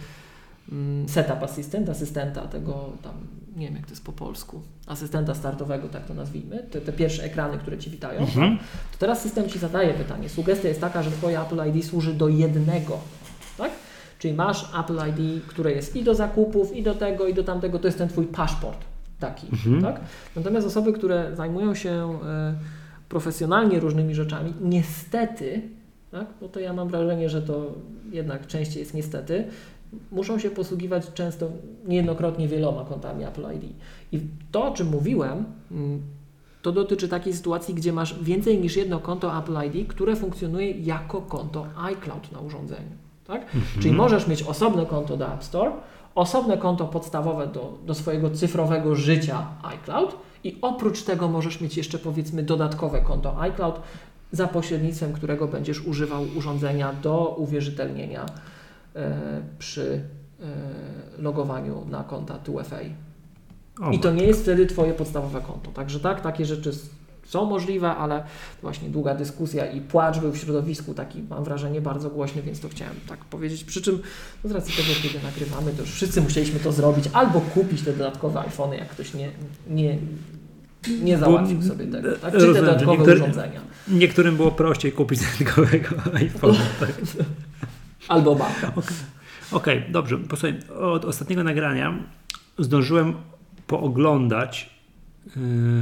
y, setup assistant, asystenta tego tam, nie wiem jak to jest po polsku, asystenta startowego, tak to nazwijmy, te, te pierwsze ekrany, które Ci witają, mhm. to teraz system Ci zadaje pytanie. Sugestia jest taka, że Twoje Apple I D służy do jednego, tak? Czyli masz Apple I D, które jest i do zakupów, i do tego, i do tamtego, to jest ten Twój paszport taki, mhm. tak? Natomiast osoby, które zajmują się y, profesjonalnie różnymi rzeczami, niestety, tak? Bo to ja mam wrażenie, że to jednak częściej jest niestety, muszą się posługiwać często, niejednokrotnie wieloma kontami Apple I D. I to, o czym mówiłem, to dotyczy takiej sytuacji, gdzie masz więcej niż jedno konto Apple I D, które funkcjonuje jako konto iCloud na urządzeniu. Tak? Mhm. Czyli możesz mieć osobne konto do App Store, osobne konto podstawowe do, do swojego cyfrowego życia iCloud i oprócz tego możesz mieć jeszcze powiedzmy dodatkowe konto iCloud, za pośrednictwem którego będziesz używał urządzenia do uwierzytelnienia przy logowaniu na konta two F A. I to nie jest wtedy Twoje podstawowe konto. Także tak, takie rzeczy są możliwe, ale właśnie długa dyskusja i płacz był w środowisku taki, mam wrażenie, bardzo głośny, więc to chciałem tak powiedzieć. Przy czym no z racji tego, kiedy nagrywamy, to już wszyscy musieliśmy to zrobić albo kupić te dodatkowe iPhony, jak ktoś nie, nie, nie załatwił Bo, sobie tego. Tak? Czy rozumiem, te dodatkowe niektóry, urządzenia. Niektórym było prościej kupić dodatkowego iPhone'a. Tak? Albo Maca. Okej, okay, dobrze. Posłuchaj, od ostatniego nagrania zdążyłem pooglądać yy,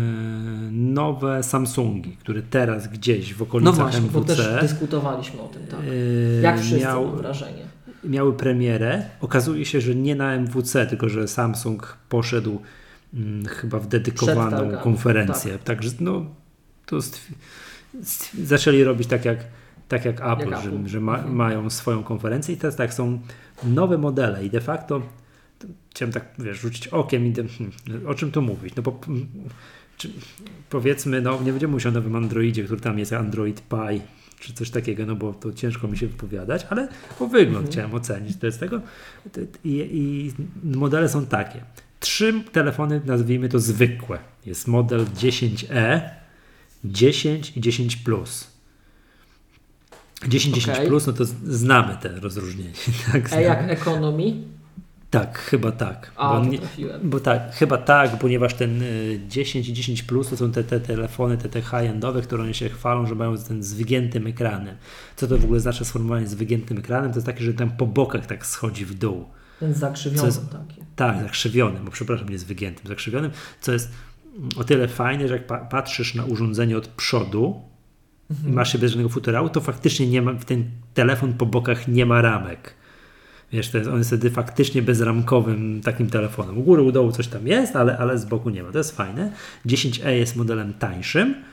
nowe Samsungi, które teraz gdzieś w okolicach no właśnie, M W C. Bo też dyskutowaliśmy o tym, tak. Yy, Jak wszyscy, miał, mam wrażenie. Miały premierę. Okazuje się, że nie na M W C, tylko że Samsung poszedł yy, chyba w dedykowaną konferencję. Tak. Także no, to stw- stw- zaczęli robić tak jak tak jak Apple, jak że, Apple. że ma, mhm. mają swoją konferencję i teraz tak, są nowe modele i de facto chciałem tak, wiesz, rzucić okiem i de, hmm, o czym tu mówić, no bo czy, powiedzmy, no nie będziemy mówić o nowym Androidzie, który tam jest Android Pie, czy coś takiego, no bo to ciężko mi się wypowiadać, ale o wygląd mhm. chciałem ocenić, to jest tego i, i modele są takie, trzy telefony, nazwijmy to zwykłe, jest model dziesięć E, dziesięć i dziesięć plus. dziesięć, dziesięć okay. plus, no to znamy te rozróżnienie. Tak, A jak economy? Tak, chyba tak. A, bo, to nie, trafiłem. bo tak, chyba tak, ponieważ ten y, dziesięć i dziesięć plus to są te, te telefony, te, te high-endowe, które oni się chwalą, że mają ten z wygiętym ekranem. Co to w ogóle znaczy sformułowanie z wygiętym ekranem? To jest takie, że tam po bokach tak schodzi w dół. Ten zakrzywiony jest, taki. Tak, zakrzywionym, bo przepraszam, nie z wygętym, zakrzywionym, co jest o tyle fajne, że jak pa- patrzysz na urządzenie od przodu, i masz się bez żadnego futerału, to faktycznie nie ma, ten telefon po bokach nie ma ramek. Wiesz, to jest, on jest wtedy faktycznie bezramkowym takim telefonem. U góry, u dołu coś tam jest, ale, ale z boku nie ma. To jest fajne. dziesięć E jest modelem tańszym.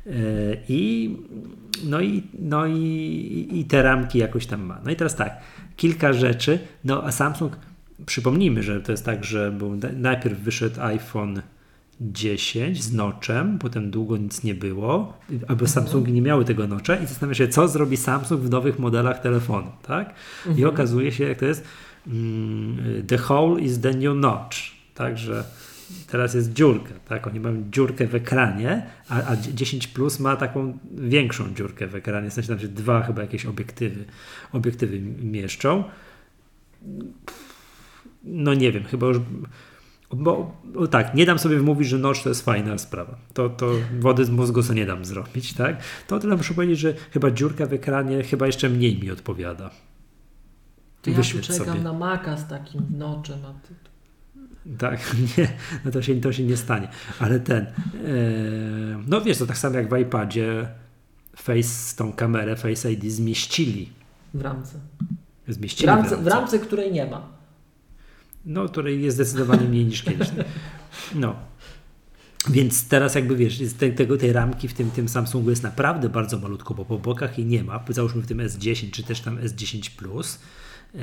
I no i, no i, i te ramki jakoś tam ma. No i teraz tak, kilka rzeczy, no a Samsung, przypomnijmy, że to jest tak, że był, najpierw wyszedł iPhone dziesięć z notchem, potem długo nic nie było, albo Samsungi nie miały tego notcha i zastanawia się, co zrobi Samsung w nowych modelach telefonu, tak? I okazuje się, jak to jest, the hole is the new notch, także teraz jest dziurka, tak? Oni mają dziurkę w ekranie, a, a dziesięć plus ma taką większą dziurkę w ekranie, w sensie tam się dwa chyba jakieś obiektywy, obiektywy mieszczą. No nie wiem, chyba już, bo, bo tak, nie dam sobie wmówić, że notch to jest fajna sprawa. To, to wody z mózgu sobie nie dam zrobić, tak? To tyle muszę powiedzieć, że chyba dziurka w ekranie chyba jeszcze mniej mi odpowiada. To ja tu czekam sobie na Maca z takim notchem. A ty... Tak, nie, no to się, to się nie stanie. Ale ten, e, no wiesz, to tak samo jak w iPadzie Face, tą kamerę Face I D zmieścili. W ramce. Zmieścili w ramce, w ramce. W ramce, której nie ma. No, której jest zdecydowanie mniej niż kiedyś. No. Więc teraz jakby wiesz, z te, tego, tej ramki w tym, tym Samsungu jest naprawdę bardzo malutko, bo po bokach jej nie ma. Załóżmy w tym S dziesięć, czy też tam S dziesięć plus. E,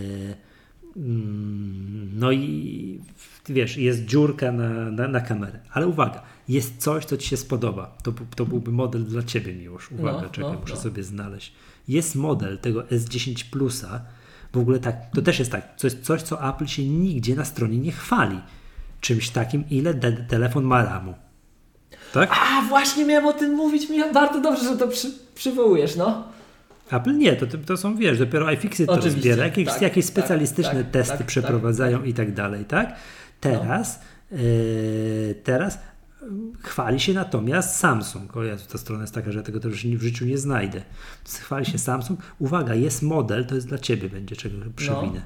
No i wiesz, jest dziurka na, na, na kamerę. Ale uwaga, jest coś, co ci się spodoba. To, to byłby model dla ciebie, Miłosz. Uwaga, no, czekaj, no, muszę no. sobie znaleźć. Jest model tego S dziesięć plusa. W ogóle tak, to też jest tak, coś, coś, co Apple się nigdzie na stronie nie chwali. Czymś takim, ile de- telefon ma ramu. Tak? A, właśnie miałem o tym mówić. Miałem bardzo dobrze, że to przy, przywołujesz, no. Apple nie, to, to są, wiesz, dopiero iFixit to Oczywiście, rozbiera, jakieś, tak, jakieś tak, specjalistyczne tak, testy tak, przeprowadzają tak, i tak dalej, tak? Teraz, no. yy, teraz chwali się natomiast Samsung. O Jezu, ta strona jest taka, że ja tego też w życiu nie znajdę. Chwali się Samsung. Uwaga, jest model, to jest dla ciebie, będzie czego przewinę.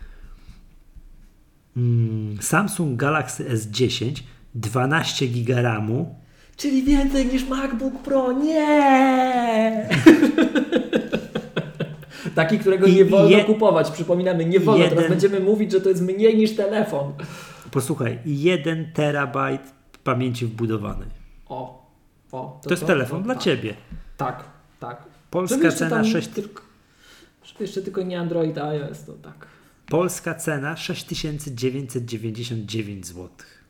No. Mm, Samsung Galaxy S dziesięć, dwanaście giga ramu. Czyli więcej niż MacBook Pro. Nie! Taki, którego I, nie wolno je, kupować. Przypominamy, nie wolno. Jeden, teraz będziemy mówić, że to jest mniej niż telefon. Posłuchaj, jeden terabajt pamięci wbudowanej. O, o. To, to jest to, telefon to, dla tak. ciebie. Tak, tak. Polska cena sześć... Tylko, żeby jeszcze tylko nie Android, a iOS, to tak. Polska cena sześć tysięcy dziewięćset dziewięćdziesiąt dziewięć złotych.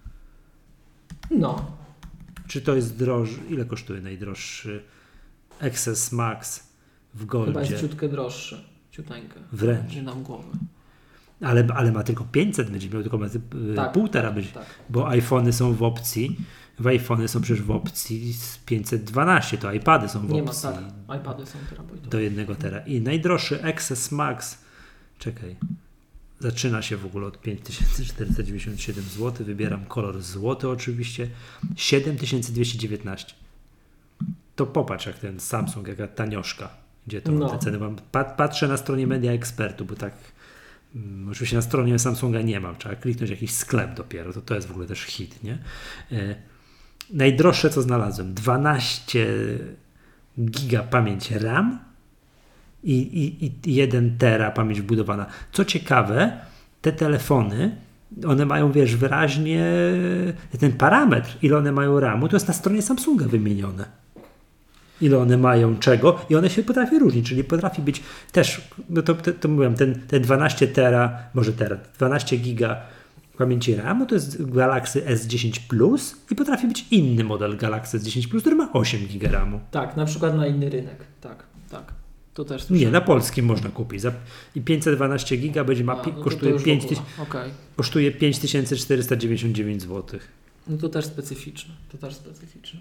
No. Czy to jest droższy? Ile kosztuje najdroższy X S Max w Goldzie? Chyba jest ciutkę droższy. Ciuteńkę. Wręcz. Nie dam głowy. Ale, ale ma tylko pięćset, będzie miał tylko tak, półtora, tak, będzie, tak. bo iPhony są w opcji, w iPhony są przecież w opcji z pięćset dwanaście, to iPady są w nie opcji. Nie ma, tak, iPady są terabajtowe. Do jednego tera. I najdroższy X S Max, czekaj, zaczyna się w ogóle od pięć tysięcy czterysta dziewięćdziesiąt siedem złotych, wybieram kolor złoty oczywiście, siedem tysięcy dwieście dziewiętnaście. To popatrz jak ten Samsung, jaka tanioszka, gdzie to no. te ceny mam. Patrzę na stronie Media Expertu, bo tak um, oczywiście na stronie Samsunga nie mam, trzeba kliknąć jakiś sklep dopiero, to to jest w ogóle też hit, nie? E, najdroższe co znalazłem, dwanaście giga pamięć RAM i, i, i jeden tera pamięć wbudowana. Co ciekawe, te telefony, one mają, wiesz, wyraźnie ten parametr, ile one mają ramu, to jest na stronie Samsunga wymienione. Ile one mają czego i one się potrafi różnić, czyli potrafi być też, no to, to, to mówiłem, ten, te dwanaście tera, może tera, dwanaście giga pamięci RAM, to jest Galaxy S dziesięć plus i potrafi być inny model Galaxy S dziesięć plus, który ma osiem giga ramu. Tak, na przykład na inny rynek, tak, tak. To też nie, na polskim można kupić. Za, I pięćset dwanaście giga będzie ma, A, no kosztuje, to to pięć tysięcy, okay. kosztuje pięć tysięcy czterysta dziewięćdziesiąt dziewięć złotych. No to też specyficzne, to też specyficzne.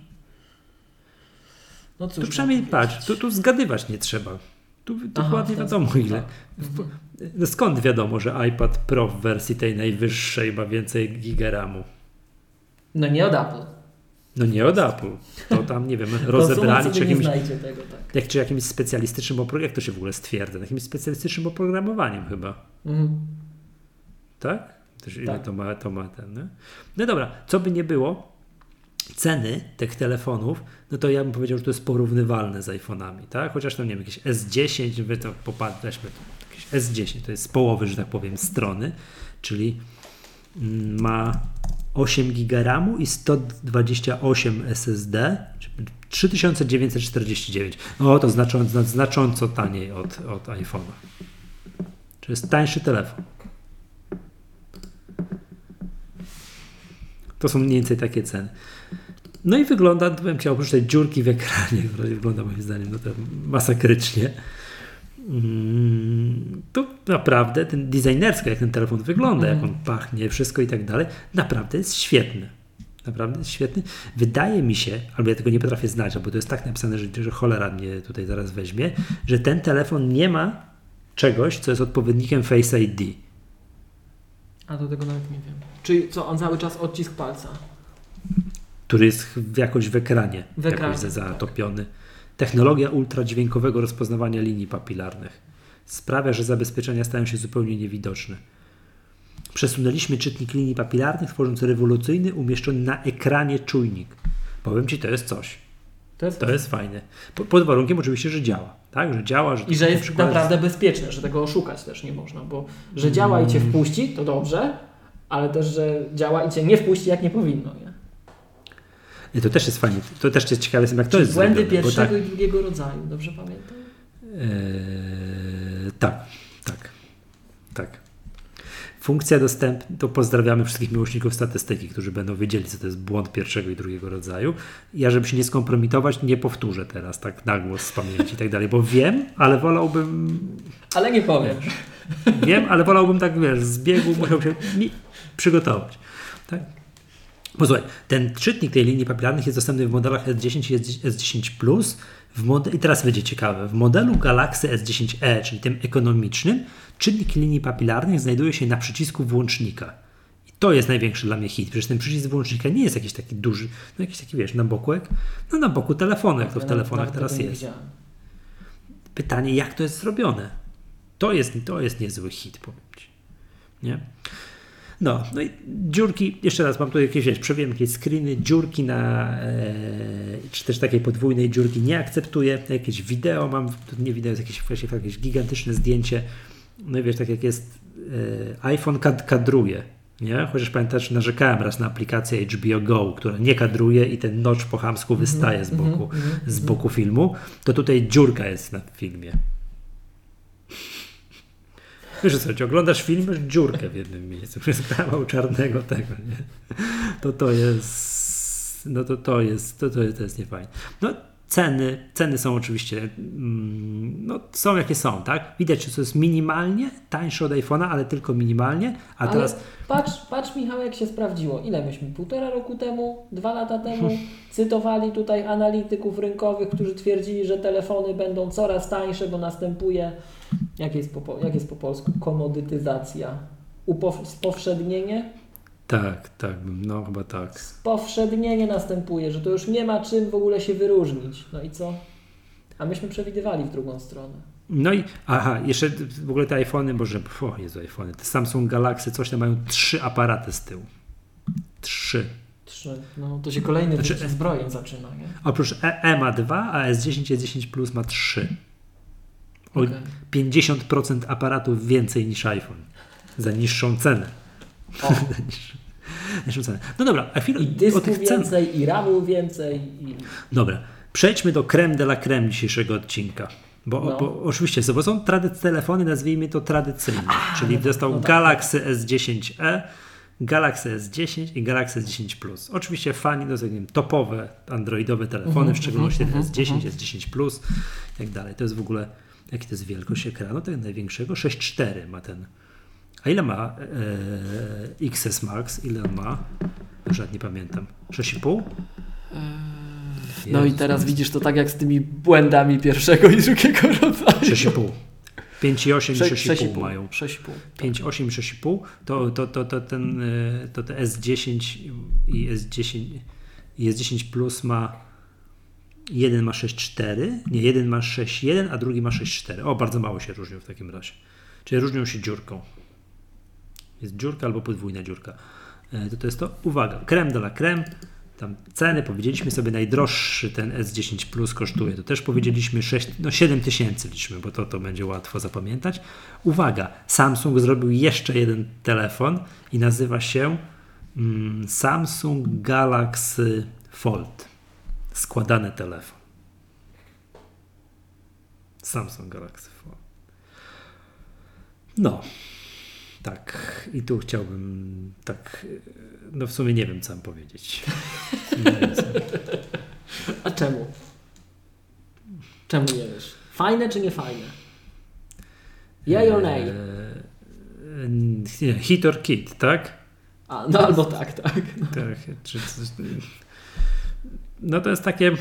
No cóż, tu przynajmniej patrz, tu, tu zgadywać nie trzeba. Tu dokładnie wiadomo ile. Tak. No skąd wiadomo, że iPad Pro w wersji tej najwyższej ma więcej giga ramu? No nie od Apple. No nie od Apple. To tam, nie wiem, rozebrali czy jakimś, tego, tak. jak, czy jakimś specjalistycznym oprogramowaniem. Jak to się w ogóle stwierdza? Jakimś specjalistycznym oprogramowaniem chyba. Mhm. Tak? Też ile tak. to ma, to ma ten, nie? No dobra, co by nie było, ceny tych telefonów, no to ja bym powiedział, że to jest porównywalne z iPhone'ami, tak? Chociaż tam, nie wiem, jakieś S dziesięć, wy to popatrzmy, jakieś S dziesięć, to jest z połowy, że tak powiem, strony, czyli ma osiem giga ramu i sto dwadzieścia osiem S S D, trzy tysiące dziewięćset czterdzieści dziewięć. O, to znacząco, znacząco taniej od, od iPhone'a. To jest tańszy telefon. To są mniej więcej takie ceny. No i wygląda, to bym chciał oprócz tej dziurki w ekranie, która wygląda moim zdaniem no to masakrycznie. To naprawdę ten designersko, jak ten telefon wygląda, mm. jak on pachnie, wszystko i tak dalej, naprawdę jest świetny. Naprawdę jest świetny. Wydaje mi się, albo ja tego nie potrafię znać, bo to jest tak napisane, że, że cholera mnie tutaj zaraz weźmie, że ten telefon nie ma czegoś, co jest odpowiednikiem Face I D. A do tego nawet nie wiem. Czyli co, on cały czas odcisk palca? Który jest jakoś w ekranie, w ekranie jakoś zatopiony. Tak. Technologia ultradźwiękowego rozpoznawania linii papilarnych sprawia, że zabezpieczenia stają się zupełnie niewidoczne. Przesunęliśmy czytnik linii papilarnych, tworząc rewolucyjny, umieszczony na ekranie czujnik. Powiem Ci, to jest coś. To jest, to jest fajne. Pod warunkiem oczywiście, że działa. Tak? Że działa, że I że jest przykład... naprawdę bezpieczne, że tego oszukać też nie można, bo że działa i Cię wpuści, to dobrze, ale też, że działa i Cię nie wpuści, jak nie powinno. Nie? I to też jest fajnie. To też jest ciekawe, jak to Czyli jest błędy zrobione, pierwszego tak... i drugiego rodzaju, dobrze pamiętam? Eee, tak, tak, tak. Funkcja dostępna, to pozdrawiamy wszystkich miłośników statystyki, którzy będą wiedzieli, co to jest błąd pierwszego i drugiego rodzaju. Ja, żeby się nie skompromitować, nie powtórzę teraz tak na głos z pamięci i tak dalej, bo wiem, ale wolałbym... Ale nie powiem. Wiem, ale wolałbym tak, wiesz, z biegu musiał się mi przygotować. Tak? Posłuchaj, ten czytnik tej linii papilarnych jest dostępny w modelach S dziesięć i S dziesięć Plus. W mod- I teraz będzie ciekawe. W modelu Galaxy S dziesięć e, czyli tym ekonomicznym, czytnik linii papilarnych znajduje się na przycisku włącznika. I to jest największy dla mnie hit. Przecież ten przycisk włącznika nie jest jakiś taki duży, no jakiś taki, wiesz, na boku, jak, no na boku telefonu, jak to w telefonach teraz jest. Pytanie, jak to jest zrobione? To jest, to jest niezły hit, powiem Ci. Nie? No, no i dziurki, jeszcze raz mam tu jakieś, wiesz, przewijam jakieś screeny, dziurki na, e, czy też takiej podwójnej dziurki nie akceptuję, jakieś wideo mam, to nie wideo, jest jakieś, właśnie jakieś gigantyczne zdjęcie, no i wiesz, tak jak jest, e, iPhone kad- kadruje, nie? Chociaż pamiętasz, narzekałem raz na aplikację H B O Go, która nie kadruje i ten notch po chamsku wystaje z boku, mm-hmm, z boku filmu, to tutaj dziurka jest na filmie. Wiesz co, oglądasz film, masz dziurkę w jednym miejscu, przez kawał czarnego tego, nie? To to jest, no to to jest, to, to jest, to jest niefajne. No ceny, ceny są oczywiście, mm, no są jakie są, tak? Widać, że to jest minimalnie tańsze od iPhone'a, ale tylko minimalnie, a ale teraz... Patrz, patrz Michał, jak się sprawdziło. Ile myśmy półtora roku temu, dwa lata temu cytowali tutaj analityków rynkowych, którzy twierdzili, że telefony będą coraz tańsze, bo następuje, jak jest po, jak jest po polsku, komodytyzacja, Upow- spowszednienie? Tak, tak, no chyba tak. Spowszednienie następuje, że to już nie ma czym w ogóle się wyróżnić. No i co? A myśmy przewidywali w drugą stronę. No i, aha, jeszcze w ogóle te iPhony, boże, o Jezu, iPhony, te Samsung Galaxy, coś tam mają trzy aparaty z tyłu. Trzy. Trzy. No to się kolejny znaczy, zbrojeń zaczyna, nie? Oprócz E, e ma dwa, a S dziesięć i S dziesięć Plus ma trzy. O okay. pięćdziesiąt procent aparatów więcej niż iPhone. Za niższą cenę. O. niższą cenę. No dobra, a chwilę I dysku o tych więcej, cen... i ramu więcej. I... Dobra, przejdźmy do creme de la creme dzisiejszego odcinka. Bo, no. bo oczywiście bo są trady- telefony, nazwijmy to tradycyjne. A, czyli no, został no tak, Galaxy tak. S dziesięć e, Galaxy S dziesięć i Galaxy S dziesięć Plus. Oczywiście fani, no, wiem, topowe androidowe telefony, uh-huh, w szczególności uh-huh, S dziesięć, uh-huh. S dziesięć Plus i tak dalej. To jest w ogóle, jaki to jest wielkość ekranu? Tego największego? sześć przecinek cztery ma ten. A ile ma e, X S Max? Ile on ma? Już nie pamiętam. sześć przecinek pięć? No Jezus. I teraz widzisz to tak jak z tymi błędami pierwszego i drugiego rodzaju. sześć przecinek pięć. pięć przecinek osiem i sześć przecinek pięć mają. sześć przecinek pięć. pięć przecinek osiem i sześć przecinek pięć to, to, to, to, ten, to te S dziesięć i S dziesięć i S dziesięć Plus ma jeden ma sześć przecinek cztery, nie, jeden ma sześć przecinek jeden, a drugi ma sześć przecinek cztery. O, bardzo mało się różnią w takim razie. Czyli różnią się dziurką. Jest dziurka albo podwójna dziurka. To, to jest to. Uwaga, creme de la creme. Tam ceny, powiedzieliśmy sobie, najdroższy ten S dziesięć Plus kosztuje. To też powiedzieliśmy sześć, no siedem tysięcy liczmy, bo to, to będzie łatwo zapamiętać. Uwaga, Samsung zrobił jeszcze jeden telefon i nazywa się mm, Samsung Galaxy Fold. Składany telefon. Samsung Galaxy Fold. No. Tak. I tu chciałbym tak... No w sumie nie wiem, co mam powiedzieć. Nie wiem, co. A czemu? Czemu nie wiesz? Fajne czy nie fajne? Yay or nay? Eee, hit or kit, tak? A, no albo tak, tak. No, tak czy, no to jest takie...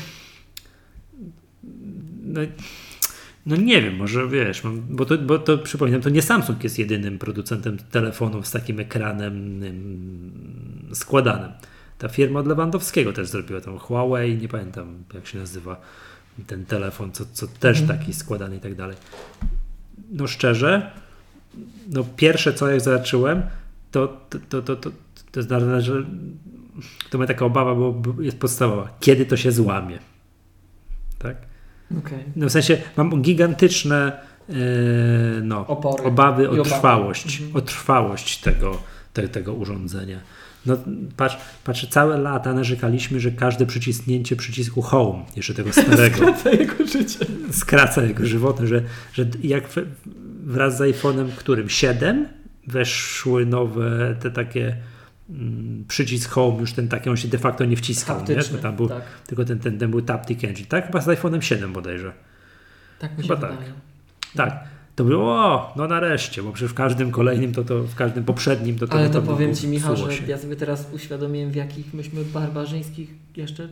No, no nie wiem, może wiesz, bo to, bo to przypominam, to nie Samsung jest jedynym producentem telefonów z takim ekranem ym, składanym. Ta firma od Lewandowskiego też zrobiła tam Huawei, nie pamiętam jak się nazywa ten telefon, co, co też mm. taki składany i tak dalej. No szczerze, no pierwsze co jak zobaczyłem, to to, to, to, to, to jest że to ma taka obawa, bo jest podstawowa. Kiedy to się złamie? Tak? Okay. No w sensie mam gigantyczne yy, no, Opory obawy o obawy. trwałość, Mhm. o trwałość tego, te, tego urządzenia. No patrz, patrz, całe lata narzekaliśmy, że każde przyciśnięcie przycisku Home, jeszcze tego starego, skraca jego życie. Skraca jego żywotę, że, że jak wraz z iPhone'em którym? siedem weszły nowe te takie mm, przycisk Home, już ten taki, on się de facto nie wciskał, Haptyczny, nie? Tam był, tak. tylko ten, ten, ten był Taptic Engine, tak? Chyba z iPhone'em siedem bodajże. Tak mi się Chyba tak. wydaje. Tak. To było, o, no nareszcie, bo przecież w każdym kolejnym, to, to w każdym poprzednim to to Ale to to powiem Ci, Michał, że się. ja sobie teraz uświadomiłem, w jakich myśmy barbarzyńskich jeszcze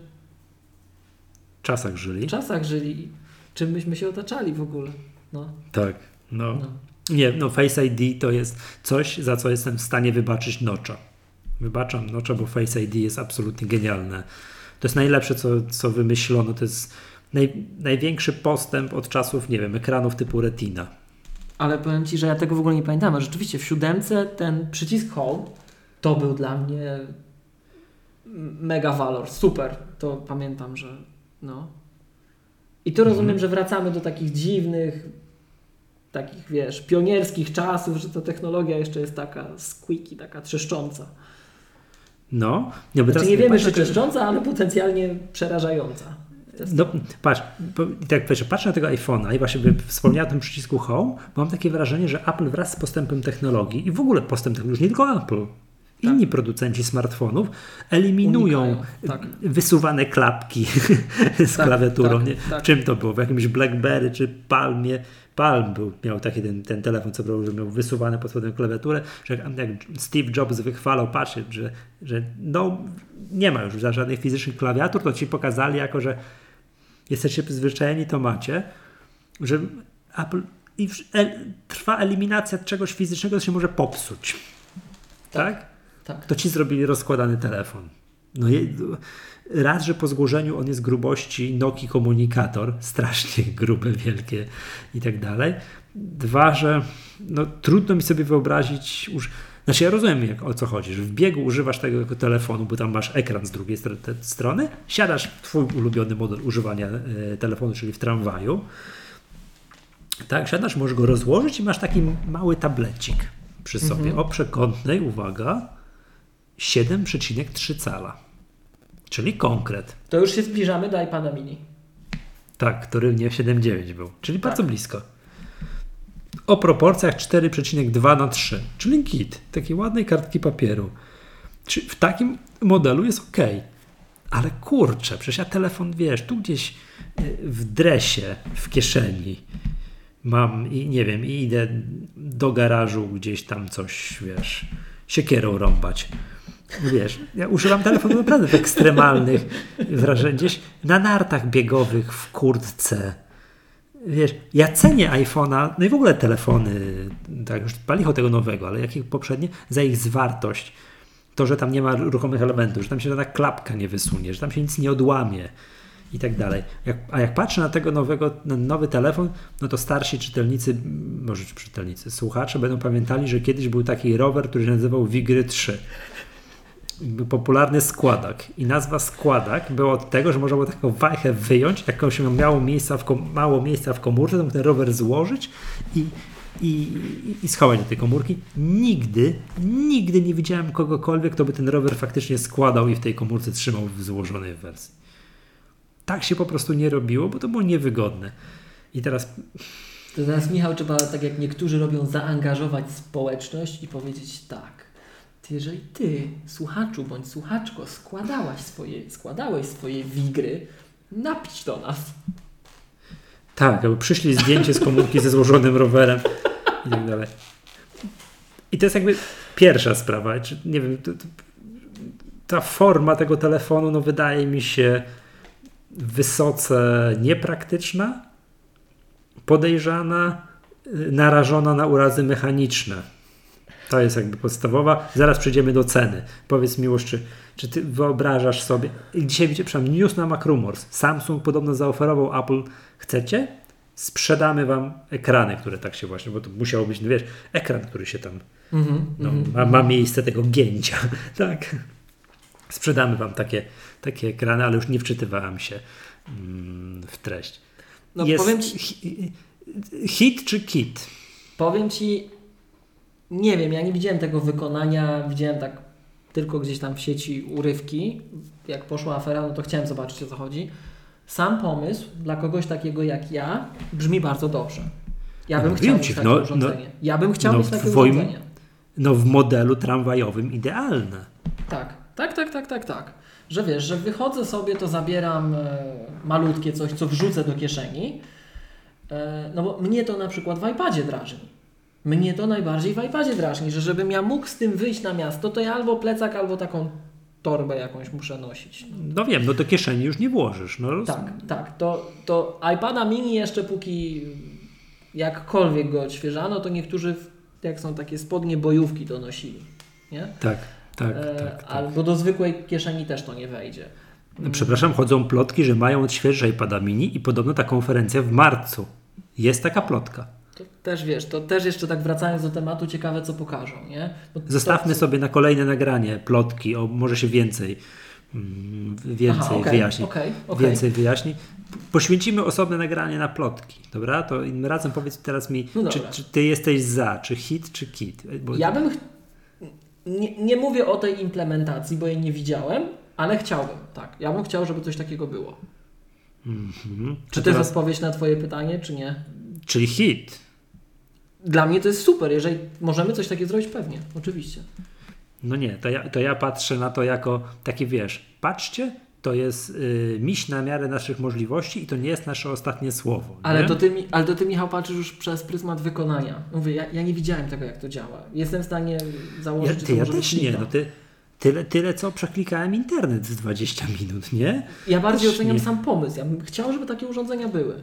czasach żyli. czasach żyli. Czym myśmy się otaczali w ogóle. No. Tak, no. No. Nie, no Face I D to jest coś, za co jestem w stanie wybaczyć Notcha. Wybaczam Notcha, bo Face I D jest absolutnie genialne. To jest najlepsze, co, co wymyślono. To jest naj, największy postęp od czasów, nie wiem, ekranów typu Retina. Ale powiem Ci, że ja tego w ogóle nie pamiętam. A rzeczywiście w siódemce ten przycisk Home to był dla mnie mega walor. Super. To pamiętam, że no. I tu rozumiem, Mhm. że wracamy do takich dziwnych, takich wiesz, pionierskich czasów, że ta technologia jeszcze jest taka squeaky, taka trzeszcząca. No. Nie, bo Znaczy teraz nie wiemy, patrz, czy trzeszcząca, ale potencjalnie przerażająca. No, patrz, bo, tak patrzę, patrzę na tego iPhone'a i właśnie wspomniałem o tym przycisku Home, bo mam takie wrażenie, że Apple wraz z postępem technologii i w ogóle postęp technologii, już nie tylko Apple, inni tak. producenci smartfonów eliminują Unikają, tak. wysuwane klapki z tak, klawiaturą. tak, nie? tak. Czym to było? W jakimś BlackBerry czy Palmie. Palm był, miał taki ten, ten telefon, co prawda, że miał wysuwane pod spodem klawiaturę, że jak, jak Steve Jobs wychwalał, patrzeć, że, że no, nie ma już żadnych fizycznych klawiatur, to ci pokazali jako, że jesteście przyzwyczajeni, to macie, że Apple i el, trwa eliminacja czegoś fizycznego, co się może popsuć. Tak? Tak. tak. To ci zrobili rozkładany telefon. No je, raz, że po złożeniu on jest grubości Nokii komunikator, strasznie grube, wielkie i tak dalej. Dwa, że no, trudno mi sobie wyobrazić, już, znaczy ja rozumiem jak, o co chodzi, że w biegu używasz tego telefonu, bo tam masz ekran z drugiej str- te, strony, siadasz w twój ulubiony model używania e, telefonu, czyli w tramwaju, tak, siadasz, możesz go rozłożyć i masz taki mały tablecik przy sobie mhm. o przekątnej, uwaga, siedem przecinek trzy cala. Czyli konkret. To już się zbliżamy do iPada mini. Tak, który nie siedem przecinek dziewięć był. Czyli tak. bardzo blisko. O proporcjach cztery przecinek dwa na trzy. Czyli git. Takiej ładnej kartki papieru. Czy w takim modelu jest ok. Ale kurczę, przecież ja telefon, wiesz, tu gdzieś w dresie, w kieszeni mam i nie wiem, i idę do garażu gdzieś tam coś, wiesz, siekierą rąbać. Wiesz, ja używam telefonów naprawdę w ekstremalnych wrażeń, gdzieś na nartach biegowych, w kurtce. Wiesz, ja cenię iPhone'a, no i w ogóle telefony, tak już palicho tego nowego, ale jak i poprzednie, za ich zwartość. To, że tam nie ma ruchomych elementów, że tam się żadna klapka nie wysunie, że tam się nic nie odłamie i tak dalej. Jak, a jak patrzę na tego nowego, na nowy telefon, no to starsi czytelnicy, może czytelnicy, słuchacze będą pamiętali, że kiedyś był taki rower, który się nazywał Wigry trzy. Popularny składak i nazwa składak była od tego, że można było taką wajchę wyjąć, jak się miało miejsca w kom- mało miejsca w komórce, to mógł ten rower złożyć i, i, i, i schować do tej komórki. Nigdy, nigdy nie widziałem kogokolwiek, kto by ten rower faktycznie składał i w tej komórce trzymał w złożonej wersji. Tak się po prostu nie robiło, bo to było niewygodne. I teraz... To teraz, Michał, trzeba, tak jak niektórzy robią, zaangażować społeczność i powiedzieć tak. Jeżeli ty, słuchaczu bądź słuchaczko, składałaś swoje, składałeś swoje wigry, napisz do nas. Tak, albo przyszli zdjęcie z komórki ze złożonym rowerem i tak dalej. I to jest jakby pierwsza sprawa. Czy, nie wiem, to, to, ta forma tego telefonu no, wydaje mi się wysoce niepraktyczna, podejrzana, narażona na urazy mechaniczne. To jest jakby podstawowa. Zaraz przejdziemy do ceny. Powiedz Miłosz, czy, czy ty wyobrażasz sobie... Dzisiaj widzicie, przynajmniej news na MacRumors. Samsung podobno zaoferował Apple. Chcecie? Sprzedamy wam ekrany, które tak się właśnie... Bo to musiało być, no wiesz, ekran, który się tam... Mm-hmm, no, mm-hmm. ma, ma miejsce tego gięcia. Tak. Sprzedamy wam takie, takie ekrany, ale już nie wczytywałem się mm, w treść. No, jest powiem ci... hit czy kit? Powiem ci... Nie wiem, ja nie widziałem tego wykonania, widziałem tak tylko gdzieś tam w sieci urywki. Jak poszła afera, no to chciałem zobaczyć, o co chodzi. Sam pomysł dla kogoś takiego jak ja brzmi bardzo dobrze. Ja bym no, chciał mieć ci, takie no, urządzenie. No, ja bym chciał no, mieć takie twoim, urządzenie. No w modelu tramwajowym idealne. Tak, tak, tak, tak, tak, tak. Że wiesz, że wychodzę sobie, to zabieram e, malutkie coś, co wrzucę do kieszeni. E, no bo mnie to na przykład w iPadzie drażni. Mnie to najbardziej w iPadzie drażni, że żebym ja mógł z tym wyjść na miasto, to ja albo plecak, albo taką torbę jakąś muszę nosić. No, no wiem, no do kieszeni już nie włożysz. No. Tak, tak. To, to iPada mini jeszcze póki jakkolwiek go odświeżano, to niektórzy jak są takie spodnie bojówki to nosili. Nie? Tak, tak, e, tak, tak. Albo do zwykłej kieszeni też to nie wejdzie. No, przepraszam, chodzą plotki, że mają odświeżyć iPada mini i podobno ta konferencja w marcu. Jest taka plotka. To też wiesz, to też jeszcze tak wracając do tematu, ciekawe co pokażą, nie? Bo Zostawmy to, sobie na kolejne nagranie plotki, o może się więcej więcej Aha, okay, wyjaśni. Okay, okay. Więcej wyjaśni. Poświęcimy osobne nagranie na plotki, dobra? To innym razem powiedz teraz mi, no czy, czy ty jesteś za, czy hit, czy kit? Bo... Ja bym... Ch... Nie, nie mówię o tej implementacji, bo jej nie widziałem, ale chciałbym, tak. Ja bym chciał, żeby coś takiego było. Mm-hmm. Czy to teraz... jest odpowiedź na twoje pytanie, czy nie? Czyli hit. Dla mnie to jest super, jeżeli możemy coś takiego zrobić, pewnie, oczywiście. No nie, to ja, to ja patrzę na to jako taki, wiesz, patrzcie, to jest y, miś na miarę naszych możliwości i to nie jest nasze ostatnie słowo. Ale to, ty, ale to ty, Michał, patrzysz już przez pryzmat wykonania. Mówię, ja, ja nie widziałem tego, jak to działa. Jestem w stanie założyć, ja, że ty, to ja może też być nie, no ty tyle, tyle, co przeklikałem internet z dwadzieścia minut, nie? Ja bardziej też oceniam nie. sam pomysł. Ja bym chciał, żeby takie urządzenia były.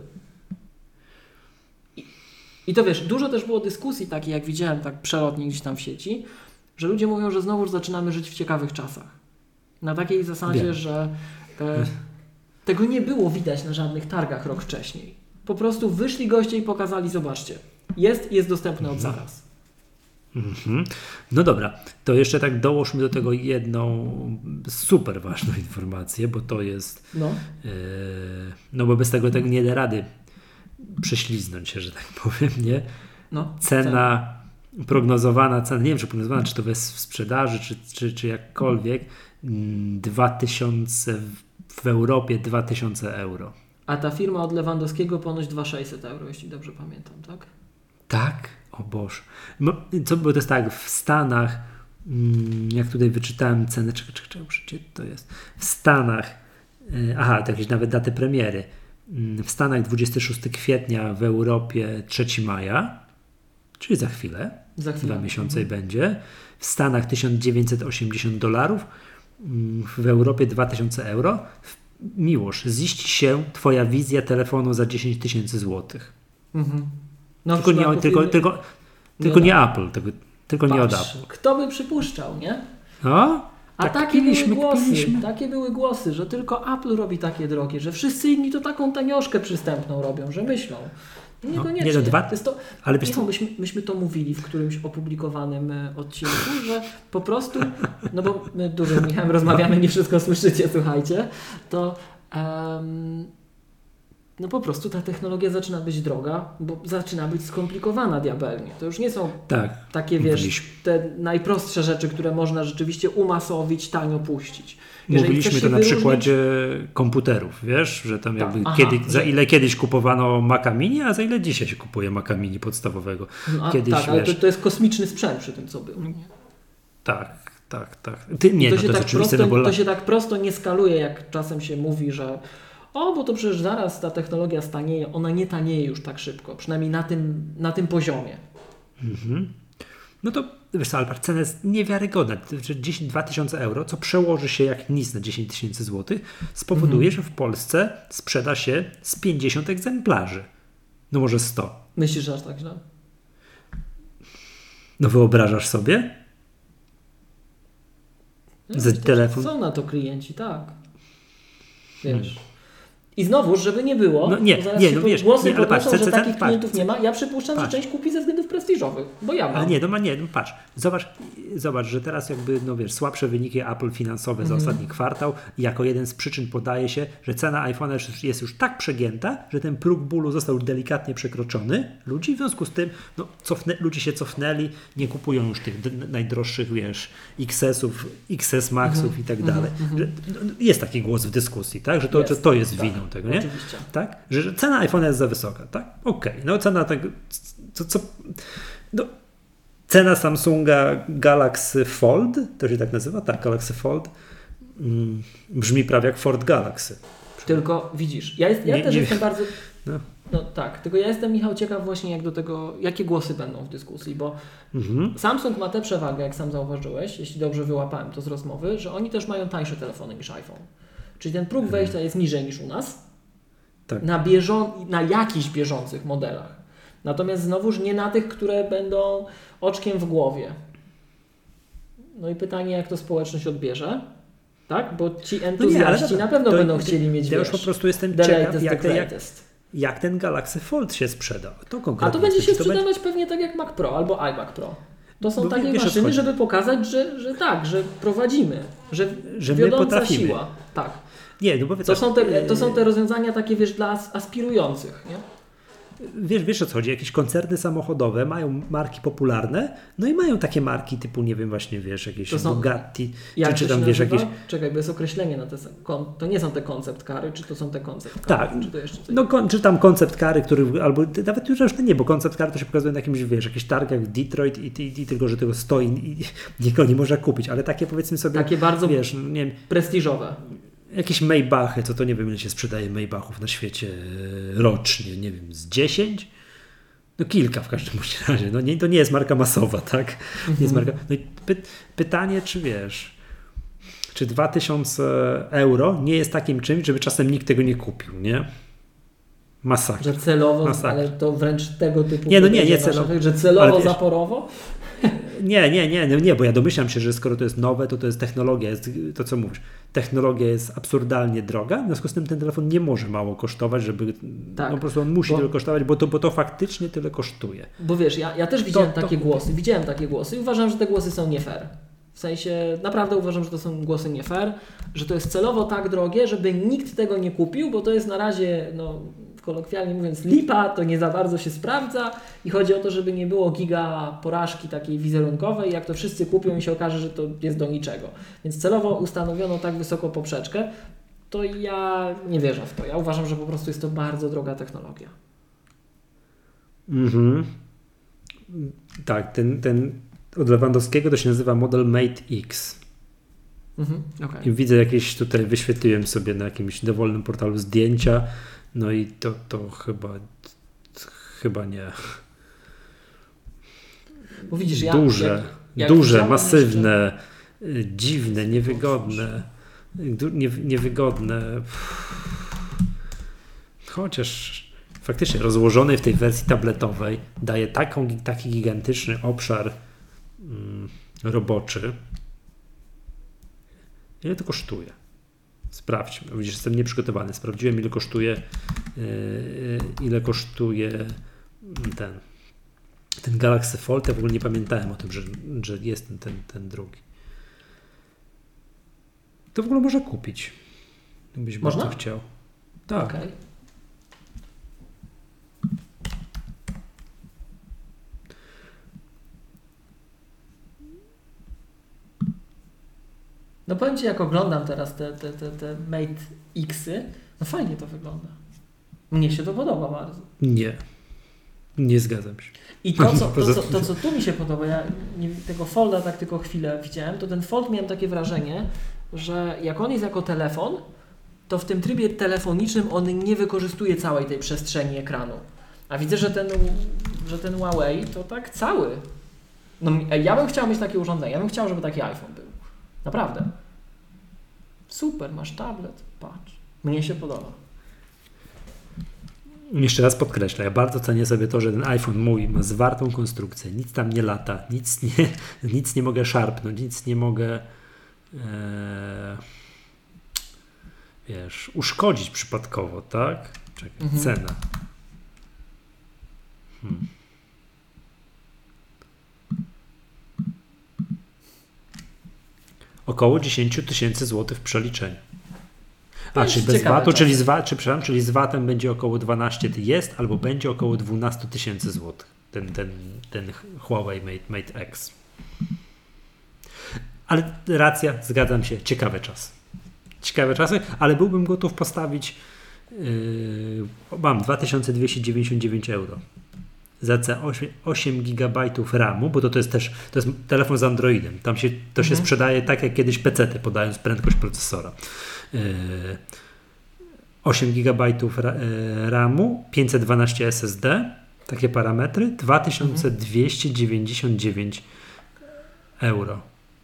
I, I to wiesz, dużo też było dyskusji takich, jak widziałem tak przelotnie gdzieś tam w sieci, że ludzie mówią, że znowu zaczynamy żyć w ciekawych czasach. Na takiej zasadzie, Wiem. że e, tego nie było widać na żadnych targach rok wcześniej. Po prostu wyszli goście i pokazali, zobaczcie, jest jest dostępne od zaraz. Mm-hmm. No dobra, to jeszcze tak dołóżmy do tego jedną super ważną informację, bo to jest no, yy, no bo bez tego tego nie da rady prześliznąć się, że tak powiem, nie? No, cena, cena, prognozowana cena, nie wiem czy prognozowana, czy to jest w sprzedaży, czy, czy, czy jakkolwiek, dwa tysiące w Europie dwa tysiące euro. A ta firma od Lewandowskiego ponoć dwa tysiące sześćset euro, jeśli dobrze pamiętam, tak? Tak? O Boże. No, co, bo to jest tak, w Stanach, jak tutaj wyczytałem cenę, czekaj, czekaj, czekaj, gdzie to jest? W Stanach, aha, to jakieś nawet daty premiery. W Stanach dwudziestego szóstego kwietnia, w Europie trzeciego maja, czyli za chwilę, za chwilę. dwa miesiące mhm. będzie. W Stanach tysiąc dziewięćset osiemdziesiąt dolarów, w Europie dwa tysiące euro. Miłosz, ziści się twoja wizja telefonu za dziesięć tysięcy złotych. Mhm. No, tylko nie, firmy, tylko, tylko, nie tylko nie nie Apple, tylko, tylko Patrz, nie od Apple. Kto by przypuszczał, nie? No? A tak takie piliśmy, były głosy, piliśmy. takie były głosy, że tylko Apple robi takie drogie, że wszyscy inni to taką tanioszkę przystępną robią, że myślą. Niekoniecznie. No, nie, no dwa, to jest to, ale wiesz Michał, co? myśmy, myśmy to mówili w którymś opublikowanym odcinku, że po prostu, no bo my dużo z Michałem rozmawiamy, nie wszystko słyszycie, słuchajcie, to um, no po prostu ta technologia zaczyna być droga, bo zaczyna być skomplikowana diabelnie. To już nie są Tak, takie, wiesz, mówiliśmy. te najprostsze rzeczy, które można rzeczywiście umasowić, tanio puścić. Jeżeli Mówiliśmy chcesz to się na wyróżnić- przykładzie komputerów, wiesz, że tam jakby aha, kiedy, że- za ile kiedyś kupowano Maca Mini, a za ile dzisiaj się kupuje Maca Mini podstawowego. No, a, Kiedyś, tak, ale wiesz, to, to jest kosmiczny sprzęt przy tym, co był. Nie? tak, tak, tak. Ty, nie, to, no się to tak jest oczywiste, prosto, no bo to się tak prosto nie skaluje, jak czasem się mówi, że o, bo to przecież zaraz ta technologia stanieje. Ona nie tanieje już tak szybko, przynajmniej na tym, na tym poziomie. Mhm. No to wiesz co, Albert, cena jest niewiarygodna, że dziesięć dwa tysiące euro, co przełoży się jak nic na dziesięć tysięcy złotych, spowoduje, że w Polsce sprzeda się z pięćdziesiąt egzemplarzy. No może sto. Myślisz, że aż tak źle? No wyobrażasz sobie? Ja Za myślę, że telefon. Są na to klienci, tak. Wiesz. I znowu, żeby nie było, No nie, bo zaraz nie, się no po- wiesz, głosy nie, ale podnoszą, patrz, że ce- ce- takich patrz, klientów ce- nie ma. Ja przypuszczam, patrz. że część kupi ze względów prestiżowych, bo ja mam. Ale nie, no, ma- nie, no patrz, zobacz, zobacz, że teraz jakby, no wiesz, słabsze wyniki Apple finansowe za Mhm. ostatni kwartał, jako jeden z przyczyn podaje się, że cena iPhone'a już- jest już tak przegięta, że ten próg bólu został delikatnie przekroczony ludzi, w związku z tym, no, cofnę, ludzie się cofnęli, nie kupują już tych d- najdroższych, wiesz, X S-ów, X S Maxów Mhm. i tak Mhm. dalej. Mhm. Że, no, jest taki głos w dyskusji, tak, że to, Jest, że to jest tak, winą tego, nie? Oczywiście. Tak? Że, że cena iPhone'a jest za wysoka, tak? Okej, no cena tego, co, co, no, cena Samsunga Galaxy Fold, to się tak nazywa? Tak, Galaxy Fold, mm, brzmi prawie jak Ford Galaxy. Tylko widzisz, ja, jest, ja Nie- też nie- jestem bardzo... No. No tak, tylko ja jestem, Michał, ciekaw właśnie jak do tego, jakie głosy będą w dyskusji, bo Mhm. Samsung ma tę przewagę, jak sam zauważyłeś, jeśli dobrze wyłapałem to z rozmowy, że oni też mają tańsze telefony niż iPhone. Czyli ten próg wejścia jest niżej niż u nas, Tak. na, bieżą- na jakichś bieżących modelach. Natomiast znowuż nie na tych, które będą oczkiem w głowie. No i pytanie, jak to społeczność odbierze, tak? Bo ci entuzjaści dobra, na pewno to- będą chcieli mieć, Ja wiesz, już po prostu jestem the ciekaw, latest, jak, the jak, greatest. jak ten Galaxy Fold się sprzeda. To konkretnie. A to będzie się Czy to będzie- sprzedawać pewnie tak jak Mac Pro albo iMac Pro. To są Bo takie wiesz, o co maszyny, chodzi. żeby pokazać, że, że tak, że prowadzimy, że, Że my wiodąca potrafimy. siła. Tak. Nie, no bo To są, te, to są te rozwiązania takie, wiesz, dla as- aspirujących, nie? Wiesz, wiesz o co chodzi, jakieś koncerny samochodowe mają marki popularne, no i mają takie marki typu, nie wiem, właśnie, wiesz, jakieś To są- Bugatti, Jak czy, czy to tam, się wiesz, nazywa? jakieś... Czekaj, bo jest określenie na te... kon- To nie są te koncept kary, czy to są te koncept kary? Tak, Czy to jeszcze coś? no kon, czy tam koncept kary, który, albo nawet już aż nie, bo koncept kary to się pokazuje na jakimś, wiesz, jakichś targach w Detroit i, i, i tylko, że tego stoi i nikt go nie może kupić, ale takie powiedzmy sobie, Takie bardzo wiesz, no, nie wiem, prestiżowe. jakieś Maybachy, co to nie wiem, ile się sprzedaje Maybachów na świecie e, rocznie, nie wiem, z dziesięć? No kilka w każdym bądź razie. No nie, to nie jest marka masowa, tak? Nie jest marka. No i py, pytanie, czy wiesz, czy dwa tysiące euro nie jest takim czymś, żeby czasem nikt tego nie kupił, nie? Masakra. Że celowo, Masakra. ale to wręcz tego typu... Nie, no nie, nie podejście celowo. waszych, Że celowo, Ale wiesz- zaporowo? Nie, nie, nie, no nie, bo ja domyślam się, że skoro to jest nowe, to to jest technologia, jest to co mówisz. Technologia jest absurdalnie droga, w związku z tym ten telefon nie może mało kosztować, żeby, Tak. no po prostu on musi Bo- tyle kosztować, bo to, bo to faktycznie tyle kosztuje. Bo wiesz, ja, ja też widziałem to- takie głosy, widziałem takie głosy i uważam, że te głosy są nie fair. W sensie, naprawdę uważam, że to są głosy nie fair, że to jest celowo tak drogie, żeby nikt tego nie kupił, bo to jest na razie, no kolokwialnie mówiąc, lipa, to nie za bardzo się sprawdza i chodzi o to, żeby nie było giga porażki takiej wizerunkowej, jak to wszyscy kupią i się okaże, że to jest do niczego. Więc celowo ustanowiono tak wysoką poprzeczkę, to ja nie wierzę w to. Ja uważam, że po prostu jest to bardzo droga technologia. Mhm. Tak, ten, ten od Lewandowskiego to się nazywa model Mate X. Mhm, okej. I widzę jakieś tutaj, wyświetliłem sobie na jakimś dowolnym portalu zdjęcia, no i to, to chyba chyba nie. Bo widzisz, ja, Duże, jak, jak duże, widziałem masywne, y, dziwne, niewygodne, du, nie, niewygodne. Chociaż faktycznie rozłożony w tej wersji tabletowej daje taką, taki gigantyczny obszar mm, roboczy. Ile to kosztuje? Sprawdźmy. Widzisz, jestem nieprzygotowany. Sprawdziłem, ile kosztuje yy, ile kosztuje ten ten Galaxy Fold. Ja w ogóle nie pamiętałem o tym, że, że jest ten, ten, ten drugi. To w ogóle można kupić. Jakbyś Można? bardzo chciał. Tak. Okej. No powiem Ci, jak oglądam teraz te, te, te, te Mate X'y, no fajnie to wygląda. Mnie się to podoba bardzo. Nie. Nie zgadzam się. I to, co, to, co, to, co tu mi się podoba, ja nie, tego Folda tak tylko chwilę widziałem, to ten Fold miałem takie wrażenie, że jak on jest jako telefon, to w tym trybie telefonicznym on nie wykorzystuje całej tej przestrzeni ekranu. A widzę, że ten, że ten Huawei to tak cały. No, ja bym chciał mieć takie urządzenie, ja bym chciał, żeby taki iPhone był. Naprawdę. Super, masz tablet, patrz. Mnie się podoba. Jeszcze raz podkreślę, ja bardzo cenię sobie to, że ten iPhone mój ma zwartą konstrukcję, nic tam nie lata, nic nie, nic nie mogę szarpnąć, nic nie mogę e, wiesz, uszkodzić przypadkowo, tak? Czekaj, mhm. Cena. Hmm. Około dziesięć tysięcy złotych w przeliczeniu. A, czyli bez vatu, czyli z, wa- czy, przepraszam, czyli z vatem będzie około dwanaście jest, albo będzie około dwanaście tysięcy złotych. Ten, ten, ten Huawei Mate, Mate X. Ale racja, zgadzam się, ciekawe czasy. Ciekawe czasy, ale byłbym gotów postawić yy, mam dwa tysiące dwieście dziewięćdziesiąt dziewięć euro za C osiem gigabajtów ramu, bo to, to jest też to jest telefon z Androidem. Tam się, to się mhm. sprzedaje tak jak kiedyś pecety, podając prędkość procesora. Yy, osiem gigabajtów ra, yy, ramu, pięćset dwanaście S S D, takie parametry, dwa tysiące dwieście dziewięćdziesiąt dziewięć euro.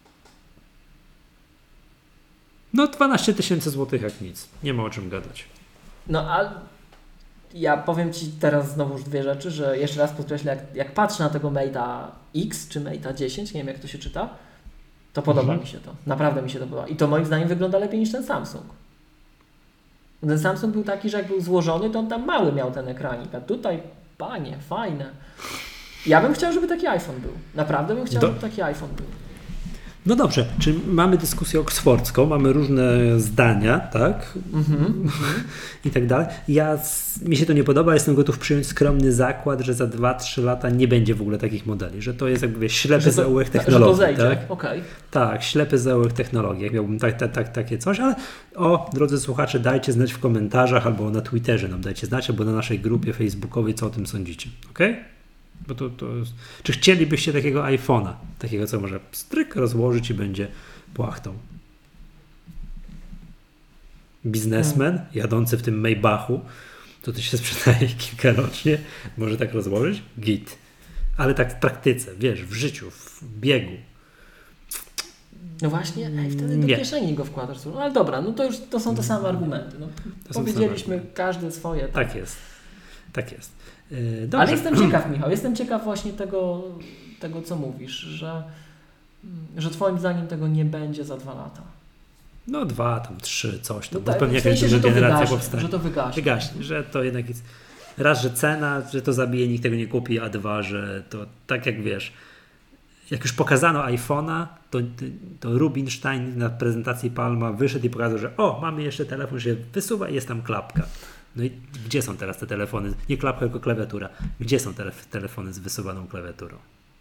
No dwanaście tysięcy złotych jak nic. Nie ma o czym gadać. No a ja powiem Ci teraz znowu dwie rzeczy, że jeszcze raz podkreślę, jak, jak patrzę na tego Mate'a X czy Mate'a dziesięć, nie wiem jak to się czyta, to podoba mhm. mi się to. Naprawdę mi się to podoba. I to moim zdaniem wygląda lepiej niż ten Samsung. Ten Samsung był taki, że jak był złożony, to on tam mały miał ten ekranik. A tutaj, panie, fajne. Ja bym chciał, żeby taki iPhone był. Naprawdę bym chciał, Do... żeby taki iPhone był. No dobrze, czyli mamy dyskusję oksfordzką, mamy różne zdania, tak? Mm-hmm. I tak dalej. Ja, mi się to nie podoba, jestem gotów przyjąć skromny zakład, że za dwa trzy lata nie będzie w ogóle takich modeli, że to jest jakby wiesz, ślepy zaułek technologii. Że to zejdzie, tak? Okay. Tak, ślepy zaułek technologii. Miałbym tak, tak, tak, takie coś, ale o, drodzy słuchacze, dajcie znać w komentarzach albo na Twitterze nam dajcie znać, albo na naszej grupie facebookowej, co o tym sądzicie. Okej? Okay? Bo to, to jest... Czy chcielibyście takiego iPhone'a? Takiego, co może stryk rozłożyć i będzie płachtą. Biznesmen hmm. jadący w tym Maybachu, to to się sprzedaje kilkarocznie, może tak rozłożyć? Git. Ale tak w praktyce, wiesz, w życiu, w biegu. No właśnie, ej, wtedy do kieszeni go wkładasz. No ale dobra, no to już to są te same argumenty. No, powiedzieliśmy każdy swoje. Tak, tak jest. Tak jest. Dobrze. Ale jestem ciekaw, Michał, jestem ciekaw właśnie tego, tego co mówisz, że, że twoim zdaniem tego nie będzie za dwa lata. No dwa, tam trzy, coś tam. No tak, pewnie w sensie, jakaś duża generacja wygaśnie, powstanie. Że to wygaśnie. Wygaśnie, że to jednak jest raz, że cena, że to zabije, nikt tego nie kupi, a dwa, że to tak jak wiesz, jak już pokazano iPhone'a, to, to Rubinstein na prezentacji Palma wyszedł i pokazał, że o, mamy jeszcze telefon, się wysuwa i jest tam klapka. No i gdzie są teraz te telefony? Nie klapka, tylko klawiatura. Gdzie są te telefony z wysuwaną klawiaturą?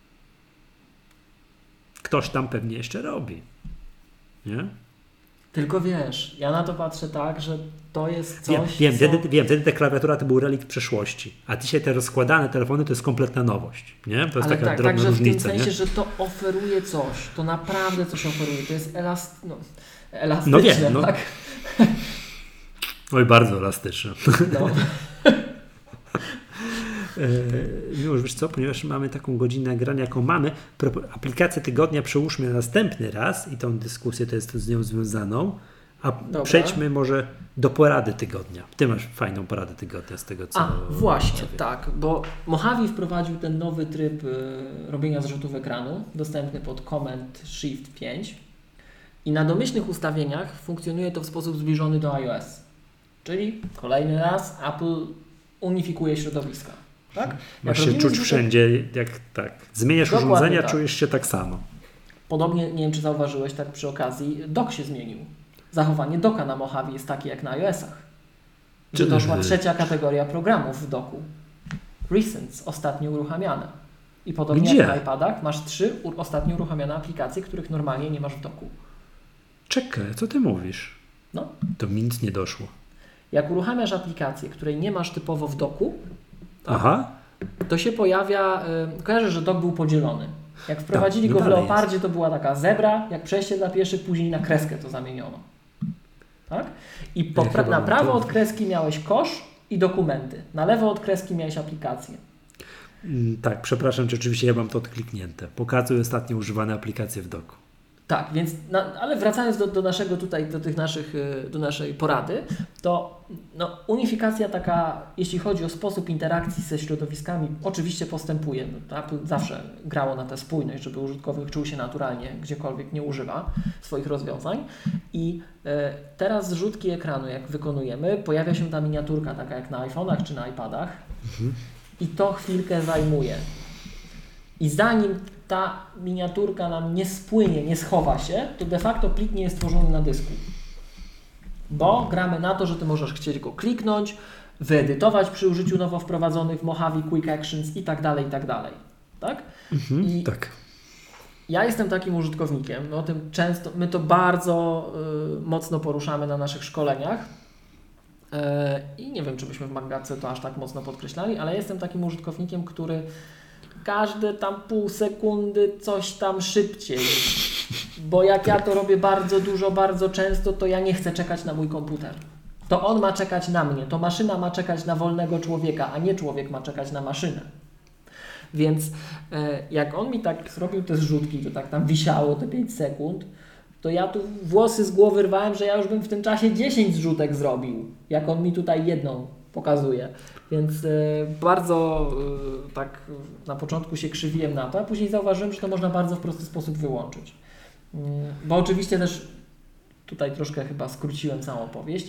Ktoś tam pewnie jeszcze robi. Nie? Tylko wiesz, ja na to patrzę tak, że to jest coś, Wiem, wiem, co... wtedy, wiem wtedy ta klawiatura to był relikt przeszłości, a dzisiaj te rozkładane telefony to jest kompletna nowość. Nie? To jest Ale taka tak, drobna także różnica. w tym sensie, nie? że to oferuje coś, to naprawdę coś oferuje, to jest elast... no, elastyczne, no wiem, no. tak? Oj, bardzo elastyczne. No. Już wiesz co, ponieważ mamy taką godzinę nagrania, jaką mamy, aplikację tygodnia przełóżmy na następny raz i tą dyskusję to jest z nią związaną, a Dobra. przejdźmy może do porady tygodnia. Ty masz fajną poradę tygodnia z tego, co... A, właśnie, co tak, bo Mojave wprowadził ten nowy tryb y, robienia zrzutów ekranu, dostępny pod Command Shift pięć i na domyślnych ustawieniach funkcjonuje to w sposób zbliżony do iOS. Czyli kolejny raz Apple unifikuje środowiska. Tak? Masz się czuć zwykle... wszędzie, jak tak. Zmieniasz Dokładnie urządzenia, tak. czujesz się tak samo. Podobnie, nie wiem czy zauważyłeś tak przy okazji, dock się zmienił. Zachowanie docka na Mojave jest takie jak na iOS-ach. Że doszła trzecia kategoria programów w docku. Recents, ostatnio uruchamiane. I podobnie Gdzie? jak na iPadach masz trzy ostatnio uruchamiane aplikacje, których normalnie nie masz w docku. Czekaj, co ty mówisz? No. To mi nic nie doszło. Jak uruchamiasz aplikację, której nie masz typowo w doku, Aha. to się pojawia, y, kojarzysz, że dok był podzielony. Jak wprowadzili tak, no go w dalej Leopardzie, jest. to była taka zebra, jak przejście dla pieszych, później na kreskę to zamieniono. Tak? I po, Ja pra- chyba na mam prawo to. od kreski miałeś kosz i dokumenty. Na lewo od kreski miałeś aplikację. Mm, Tak, przepraszam cię, oczywiście ja mam to odkliknięte. Pokazuj ostatnio używane aplikacje w doku. Tak, więc, na, ale wracając do, do naszego tutaj, do tych naszych, y, do naszej porady, to no, unifikacja taka, jeśli chodzi o sposób interakcji ze środowiskami, oczywiście postępuje. No, Apple zawsze grało na tę spójność, żeby użytkownik czuł się naturalnie, gdziekolwiek nie używa swoich rozwiązań. I y, teraz zrzutki ekranu, jak wykonujemy, pojawia się ta miniaturka, taka jak na iPhone'ach czy na iPadach. Mhm. I to chwilkę zajmuje. I zanim ta miniaturka nam nie spłynie, nie schowa się, to de facto plik nie jest tworzony na dysku. Bo gramy na to, że ty możesz chcieć go kliknąć, wyedytować przy użyciu nowo wprowadzonych w Mojave Quick Actions i tak dalej, i tak dalej. Tak? Mhm, I tak. ja jestem takim użytkownikiem, my o tym często, my to bardzo y, mocno poruszamy na naszych szkoleniach. Y, I nie wiem, czy byśmy w Maggatce to aż tak mocno podkreślali, ale jestem takim użytkownikiem, który każde tam pół sekundy coś tam szybciej. Bo jak ja to robię bardzo dużo, bardzo często, to ja nie chcę czekać na mój komputer. To on ma czekać na mnie, to maszyna ma czekać na wolnego człowieka, a nie człowiek ma czekać na maszynę. Więc e, jak on mi tak zrobił te zrzutki, to tak tam wisiało te pięć sekund, to ja tu włosy z głowy rwałem, że ja już bym w tym czasie dziesięć zrzutek zrobił, jak on mi tutaj jedną pokazuje. Więc e, bardzo e, tak na początku się krzywiłem na to, a później zauważyłem, że to można bardzo w prosty sposób wyłączyć. Mm, bo oczywiście też tutaj troszkę chyba skróciłem całą opowieść.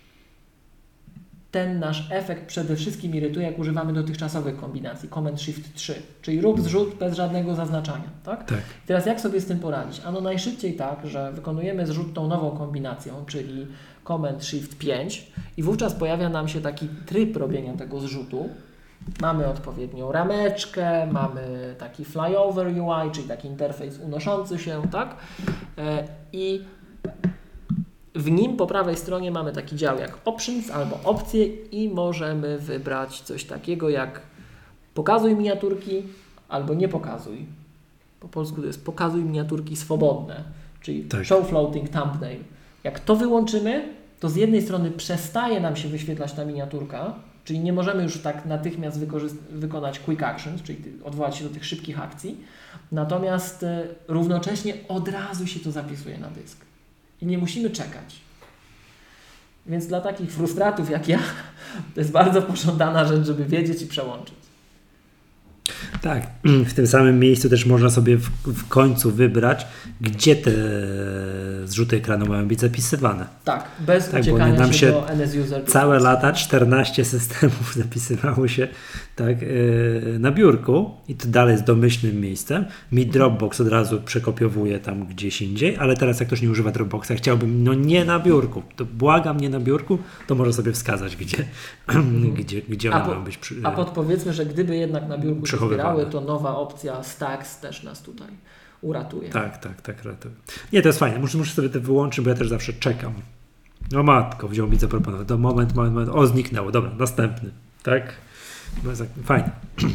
Ten nasz efekt przede wszystkim irytuje, jak używamy dotychczasowych kombinacji Command Shift trzy, czyli rób zrzut bez żadnego zaznaczania. Tak? Tak. Teraz jak sobie z tym poradzić? Ano najszybciej tak, że wykonujemy zrzut tą nową kombinacją, czyli Command Shift pięć i wówczas pojawia nam się taki tryb robienia tego zrzutu. Mamy odpowiednią rameczkę, mamy taki flyover U I, czyli taki interfejs unoszący się, tak? E, I w nim po prawej stronie mamy taki dział jak Options albo opcje i możemy wybrać coś takiego jak pokazuj miniaturki albo nie pokazuj. Po polsku to jest pokazuj miniaturki swobodne, czyli Tak. show floating thumbnail. Jak to wyłączymy, to z jednej strony przestaje nam się wyświetlać ta miniaturka, czyli nie możemy już tak natychmiast wykorzyst- wykonać quick actions, czyli odwołać się do tych szybkich akcji, natomiast y, równocześnie od razu się to zapisuje na dysk. I nie musimy czekać. Więc dla takich frustratów jak ja, to jest bardzo pożądana rzecz, żeby wiedzieć i przełączyć. Tak, w tym samym miejscu też można sobie w, w końcu wybrać, gdzie te zrzuty ekranu mają być zapisywane. Tak, bez Tak, bo uciekania nam się, się do N S User. Całe lata czternaście systemów zapisywało się tak, yy, na biurku i to dalej jest domyślnym miejscem. Mi Dropbox od razu przekopiowuje tam gdzieś indziej, ale teraz jak ktoś nie używa Dropboxa, chciałbym, no nie na biurku, to błagam, nie na biurku, to może sobie wskazać, gdzie, gdzie, gdzie one A po- mają być przy, A podpowiedzmy, że gdyby jednak na biurku się Przechowywane. zbierały, to nowa opcja Stacks też nas tutaj uratuje. Tak, tak, tak. ratuje. Nie, to jest fajne. Muszę, muszę sobie to wyłączyć, bo ja też zawsze czekam. No matko, wziął mi zaproponował. To moment, moment, moment. O, zniknęło. Dobra, następny. Tak? No, jest tak- fajnie.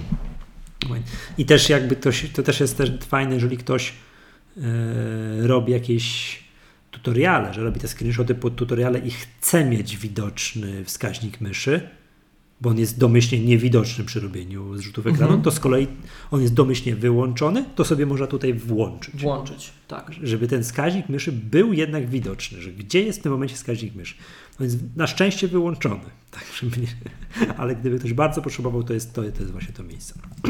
I też jakby ktoś, to też jest też fajne, jeżeli ktoś yy, robi jakieś tutoriale, że robi te screenshoty pod tutoriale i chce mieć widoczny wskaźnik myszy, bo on jest domyślnie niewidoczny przy robieniu zrzutów ekranu, Mhm. to z kolei on jest domyślnie wyłączony, to sobie można tutaj włączyć. Włączyć, tak. Żeby ten wskaźnik myszy był jednak widoczny, że gdzie jest w tym momencie wskaźnik myszy. On jest na szczęście wyłączony, tak, żeby nie, ale gdyby ktoś bardzo potrzebował, to jest, to, to jest właśnie to miejsce.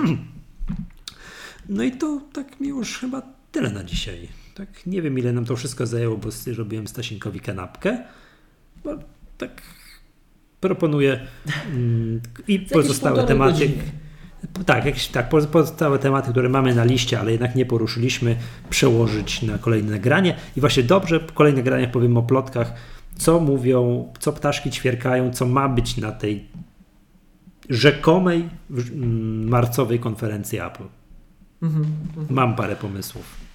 No i to tak mi już chyba tyle na dzisiaj. Tak, nie wiem, ile nam to wszystko zajęło, bo robiłem Stasinkowi kanapkę, bo tak proponuję mm, i pozostałe tematy. Godziny. Tak, jakieś, tak, pozostałe tematy, które mamy na liście, ale jednak nie poruszyliśmy, przełożyć na kolejne nagranie. I właśnie dobrze, w kolejnych nagraniach powiem o plotkach, co mówią, co ptaszki ćwierkają, co ma być na tej rzekomej mm, marcowej konferencji Apple. Mhm, mhm. Mam parę pomysłów.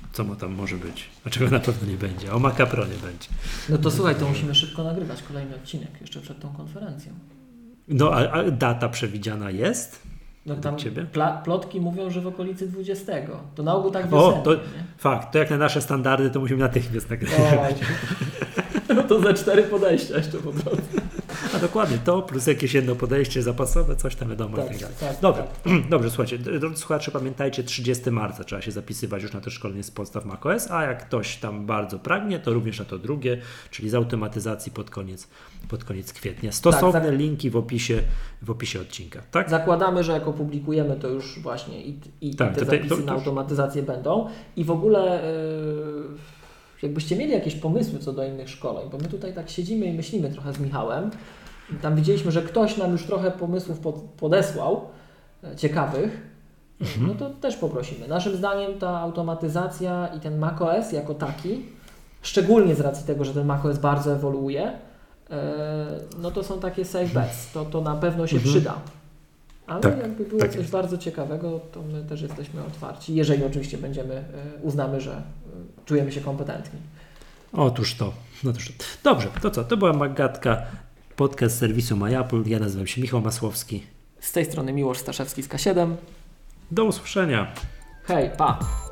co mu tam może być, a czego na pewno nie będzie. O Maca Pro nie będzie. No to słuchaj, to musimy szybko nagrywać kolejny odcinek jeszcze przed tą konferencją. No, a, a data przewidziana jest? No tam ciebie? Pla- plotki mówią, że w okolicy dwudziestego. To na ogół tak O, wiosennie, to nie? fakt, to jak na nasze standardy, to musimy natychmiast nagrywać. No to za cztery podejścia jeszcze po drodze. A dokładnie to, plus jakieś jedno podejście zapasowe, coś tam wiadomo. Tak, i tak dalej. tak, Dobrze, tak. dobrze, słuchajcie, drodzy słuchacze, pamiętajcie, trzydziestego marca trzeba się zapisywać już na to szkolenie z podstaw macOS, a jak ktoś tam bardzo pragnie, to również na to drugie, czyli z automatyzacji pod koniec, pod koniec kwietnia. Stosowne Tak, linki w opisie, w opisie odcinka, tak? Zakładamy, że jak opublikujemy, to już właśnie i, i, Tak, i te to te- zapisy to- to na już- automatyzację będą. I w ogóle yy, jakbyście mieli jakieś pomysły co do innych szkoleń, bo my tutaj tak siedzimy i myślimy trochę z Michałem. I tam widzieliśmy, że ktoś nam już trochę pomysłów pod, podesłał, e, ciekawych, Mhm. no to też poprosimy. Naszym zdaniem ta automatyzacja i ten macOS jako taki, szczególnie z racji tego, że ten macOS bardzo ewoluuje, e, no to są takie safe bets. To, to na pewno się Mhm. przyda. Ale Tak, jakby było tak coś jest. bardzo ciekawego, to my też jesteśmy otwarci, jeżeli oczywiście będziemy, e, uznamy, że e, czujemy się kompetentni. Otóż to. Otóż to. Dobrze, to co? To była Magatka, podcast serwisu MyApple. Ja nazywam się Michał Masłowski. Z tej strony Miłosz Staszewski z K siedem. Do usłyszenia. Hej, pa!